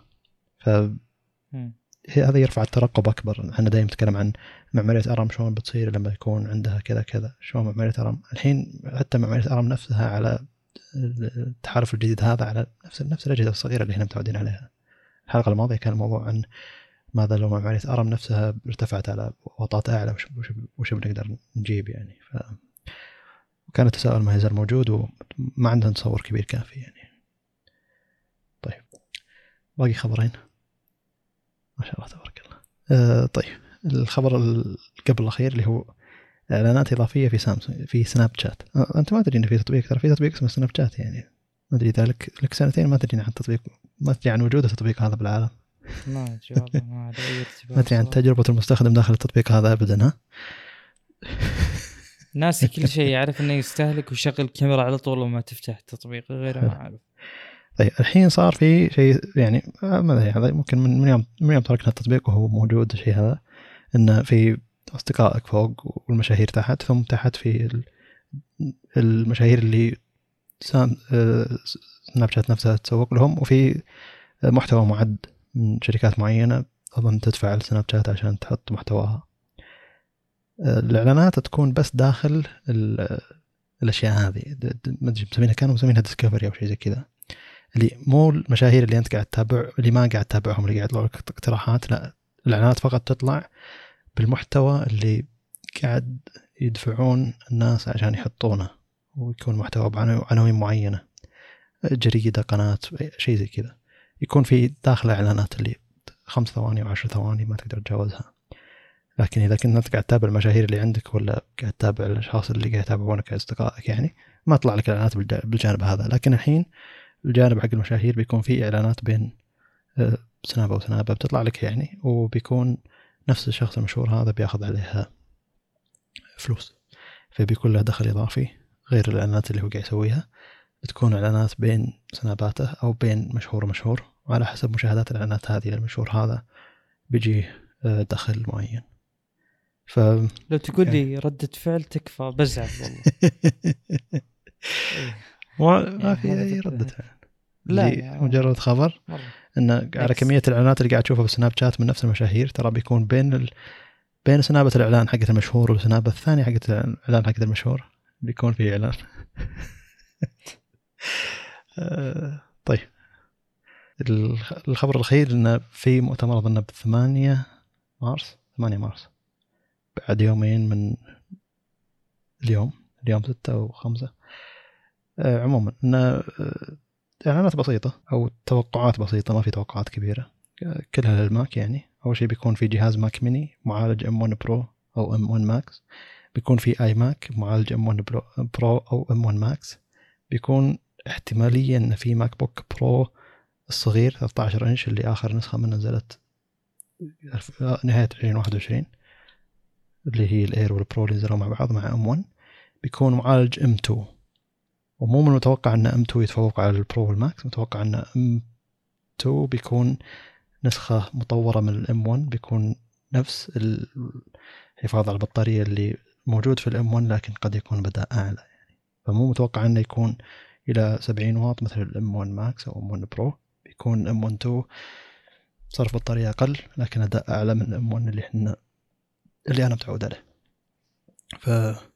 فهذا يرفع الترقب أكبر. احنا دائما نتكلم عن معمارية أرم شلون بتصير لما يكون عندها كذا كذا، شلون معمارية أرم الحين، حتى معمارية أرم نفسها على التحالف الجديد هذا على نفس نفس الأجهزة الصغيرة اللي احنا متعودين عليها. الحلقة الماضية كان الموضوع عن ماذا لو معمارية أرم نفسها ارتفعت على وطات أعلى، وش وش وش بنقدر نجيب يعني. ف وكان التساؤل ما يزال موجود وما عندنا تصور كبير كافي يعني. طيب باقي خبرين ما شاء الله تبارك الله. آه طيب الخبر قبل الأخير اللي هو إعلانات إضافية في سامسونج في سناب شات. آه أنت ما تدري إن في تطبيق، ترى في تطبيق اسمه سناب شات، يعني ما أدري ذلك لك سنتين ما تدري عن التطبيق، ما تدري عن وجود التطبيق هذا بالعالم. ما أدري والله ما على أي ارتباط. ما أدري عن تجربة المستخدم داخل التطبيق هذا أبدا. ها ناسي كل شيء، يعرف إنه يستهلك ويشغل الكاميرا على طول وما تفتح التطبيق غير ما أعرف. طيب الحين صار في شيء يعني ما أدري، هذا ممكن من يوم من يوم تركنا التطبيق وهو موجود الشيء هذا، إنه في أصدقائك فوق والمشاهير تحت، ثم تحت في المشاهير اللي سناب شات نفسها تسوق لهم، وفي محتوى معد من شركات معينة أظن تدفع لسناب شات عشان تحط محتواها. الإعلانات تكون بس داخل الأشياء هذه، ما أدري مسمينها، كانوا مسمينها ديسكفري أو شيء زي كذا، اللي مو المشاهير اللي أنت قاعد تتابع، اللي ما قاعد تتابعهم، اللي قاعد يطلعوا لك اقتراحات، لا الإعلانات فقط تطلع بالمحتوى اللي قاعد يدفعون الناس عشان يحطونه، ويكون محتوى بعناوين معينة، جريدة، قناة، شيء زي كذا، يكون في داخل إعلانات اللي خمس ثواني وعشر ثواني ما تقدر تتجاوزها. لكن إذا كنت قاعد تتابع المشاهير اللي عندك ولا قاعد تتابع الأشخاص اللي قاعد يتابعونك أصدقائك، يعني ما طلع لك إعلانات بالجانب هذا. لكن الحين الجانب حق المشاهير بيكون فيه إعلانات بين سنابة وسنابة بتطلع لك يعني، وبيكون نفس الشخص المشهور هذا بياخذ عليها فلوس، فبيكون له دخل إضافي غير الإعلانات اللي هو قاعد يسويها. بتكون إعلانات بين سناباته أو بين مشهور ومشهور، وعلى حسب مشاهدات الإعلانات هذه للمشهور هذا بيجي دخل معين. ف لو تقول لي ردة فعل تكفى بزعل والله. ما في أي ردة فعل، لا مجرد خبر إن على كمية الإعلانات اللي قاعد تشوفها بالسناب شات من نفس المشاهير، ترى بيكون بين ال... بين سنابة الإعلان حقة المشهور والسنابة الثانية حقة الإعلان حقة المشهور بيكون في إعلان. طيب الخبر الأخير إن في مؤتمر أظن بثمانية مارس ثمانية مارس بعد يومين من اليوم، اليوم ستة أو خمسة، عموما إن إعلانات بسيطة أو توقعات بسيطة، ما في توقعات كبيرة، كلها للماك. يعني أول شيء بيكون في جهاز ماك ميني معالج إم ون برو أو إم ون ماكس، بيكون في آي ماك معالج إم ون برو أو إم ون ماكس، بيكون احتماليا إن في ماك بوك برو الصغير ثلاثة عشر إنش اللي آخر نسخة منه نزلت نهاية عشرين واحد وعشرين، اللي هي الإير والبرو اللي نزلوا مع بعض مع إم ون، بيكون معالج إم تو. ومو من المتوقع أن إم تو يتفوق على البرو والماكس، متوقع أن إم تو بيكون نسخة مطورة من الإم ون، بيكون نفس الحفاظ على البطارية اللي موجود في الإم ون، لكن قد يكون بدأ أعلى يعني. فمو متوقع أنه يكون إلى سبعين واط مثل الإم ون ماكس أو إم ون برو، بيكون إم ون تو صرف بطارية أقل لكن أداء أعلى من الإم ون اللي إحنا اللي أنا متعود عليه. ف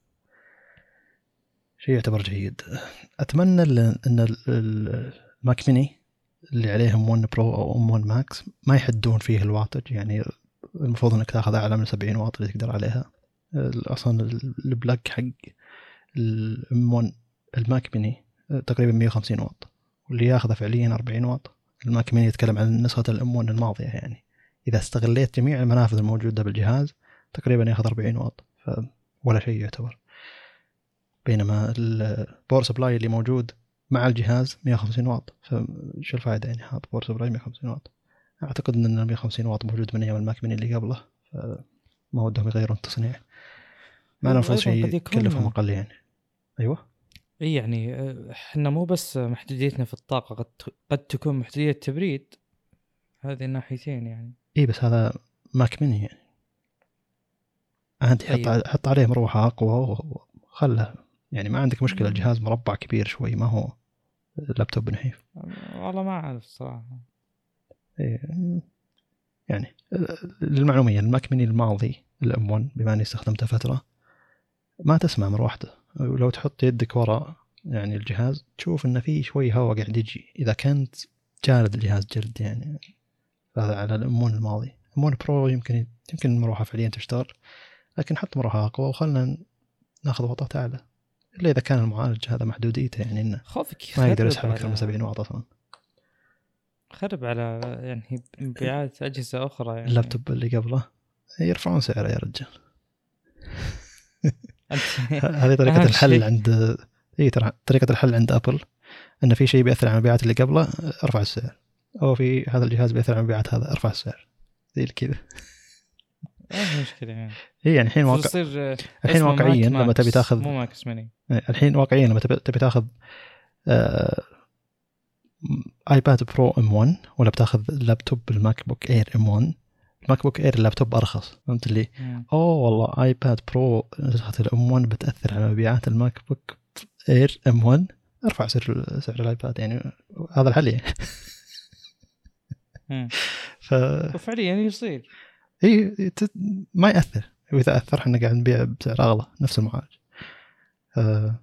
شيء يعتبر جيد. أتمنى أن الماك ميني اللي عليه إم ون برو أو إم ون ماكس ما يحدون فيه الواتج، يعني المفروض أنك تأخذ أعلى من سبعين واط اللي تقدر عليها. أصلا البلاك حق الإم ون الماك ميني تقريبا مية وخمسين واط، واللي يأخذه فعليا أربعين واط. الماك ميني يتكلم عن نسخة الإم ون الماضية، يعني إذا استغليت جميع المنافذ الموجودة بالجهاز تقريبا يأخذ أربعين واط، فولا شيء يعتبر. بينما الباور سبلاي اللي موجود مع الجهاز مية وخمسين واط، فشو الفائدة يعني هذا باور سبلاي مية وخمسين واط؟ أعتقد أن ال مية وخمسين واط موجود من أيام الماك ميني اللي قبله، فما ودهم يغيرون التصنيع. ما أنا المفروض أيضاً قد شيء يكون- يكلفهم أقل يعني. أيوة اي يعني آه، احنا مو بس محدوديتنا في الطاقة، قد قد تكون محدودية تبريد، هذه الناحيتين يعني. إيه بس هذا ماك ميني يعني، أنت حط أيوة. حط عليه مروحة أقوى وخله يعني، ما عندك مشكلة. الجهاز مربع كبير شوي، ما هو لابتوب نحيف. والله ما أعرف صراحة. إيه يعني للمعلومية الماك ميني الماضي الام واحد بما اني استخدمته فترة ما تسمع مروحته، ولو تحط يدك وراء يعني الجهاز تشوف انه في شوي هواء قاعد يجي اذا كنت جالد الجهاز جلد يعني. هذا على الام واحد الماضي. ام واحد برو يمكن يمكن المروحة فعليا تشتغل، لكن حط مروحة اقوى وخلنا ناخذ وطات اعلى، الا اذا كان المعالج هذا محدوديته يعني انه خوفك ما يقدر يخرب يسحب اكثر من على سبعين واط اصلا. خرب على يعني مبيعات أجهزة أخرى يعني. اللابتوب اللي قبله يرفعون سعره يا رجال. أنت هذه طريقة أهم الحل شيء. عند اي ترى طريقة الحل عند ابل، ان في شيء بيأثر على المبيعات اللي قبله ارفع السعر، او في هذا الجهاز بيأثر على المبيعات هذا ارفع السعر، زي كذا. ايه مشكلة يعني. هي يعني الحين واقع يصير الحين اسمه واقعيا ماك لما تبي ماكس، تاخذ مو ماكس ميني. الحين واقعيا لما تبي تبي تاخذ آه ايباد برو ام واحد ولا بتاخذ لابتوب الماك بوك اير ام واحد، الماك بوك اير اللابتوب ارخص، فهمت اللي مم. اوه والله ايباد برو نسخة الام واحد بتأثر على مبيعات الماك بوك اير ام واحد، ارفع سعر سعر الايباد يعني. هذا الحل يعني. مم. ف وفعليا يصير. اي تت... ما يأثر، واذا اثر احنا قاعد نبيع بسعر اغلى نفس المعالج. آه،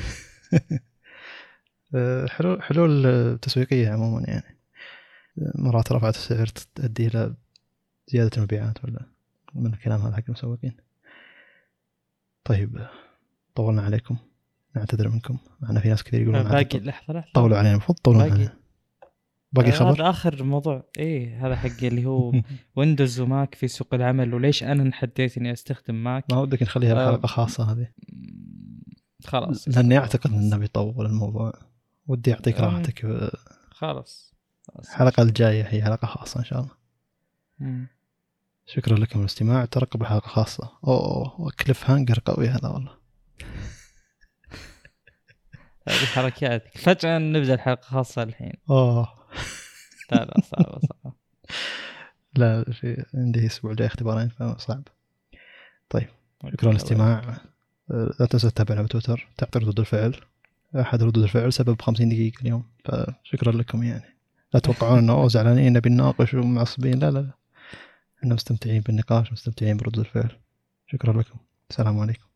آه، حلول حلول تسويقية عموما يعني، مرات رفعت السعر تؤدي إلى زيادة المبيعات ولا من الكلام هذا حق المسوقين. طيب طولنا عليكم، نعتذر منكم، معنا في ناس كثير يقولون باقي لحظة لحظة طولوا علينا، المفروض طولوا باقي علينا. باقي خبر هذا آخر موضوع. إيه هذا حق اللي هو ويندوز وماك في سوق العمل، وليش أنا انحديت إني أستخدم ماك. ما ودك نخليها آه، بحلقة خاصة هذه؟ خلاص لأني خلاص. أعتقد إنه بيطول الموضوع، ودي أعطيك أم، راحتك. خلاص خلاص. الحلقة الجاية هي حلقة خاصة إن شاء الله. مم. شكرا لكم الاستماع، ترقبوا حلقة خاصة. أوه كليف هانجر قوي هذا والله. هذه حركاتك فجأة نبدأ الحلقة خاصة الحين. أوه لا لا صعبة صعبة. لا في عندي أسبوع جاي اختبارين فصعب. طيب شكرا للاستماع. لا تنسى تتابعنا بتويتر، تعطي ردود الفعل، أحد ردود الفعل سبب خمسين دقيقة اليوم، فشكرا لكم يعني. لا توقعون أنه زعلانين نبي نناقش ومعصبين، لا لا لا، احنا مستمتعين بالنقاش، مستمتعين بردود الفعل. شكرا لكم، السلام عليكم.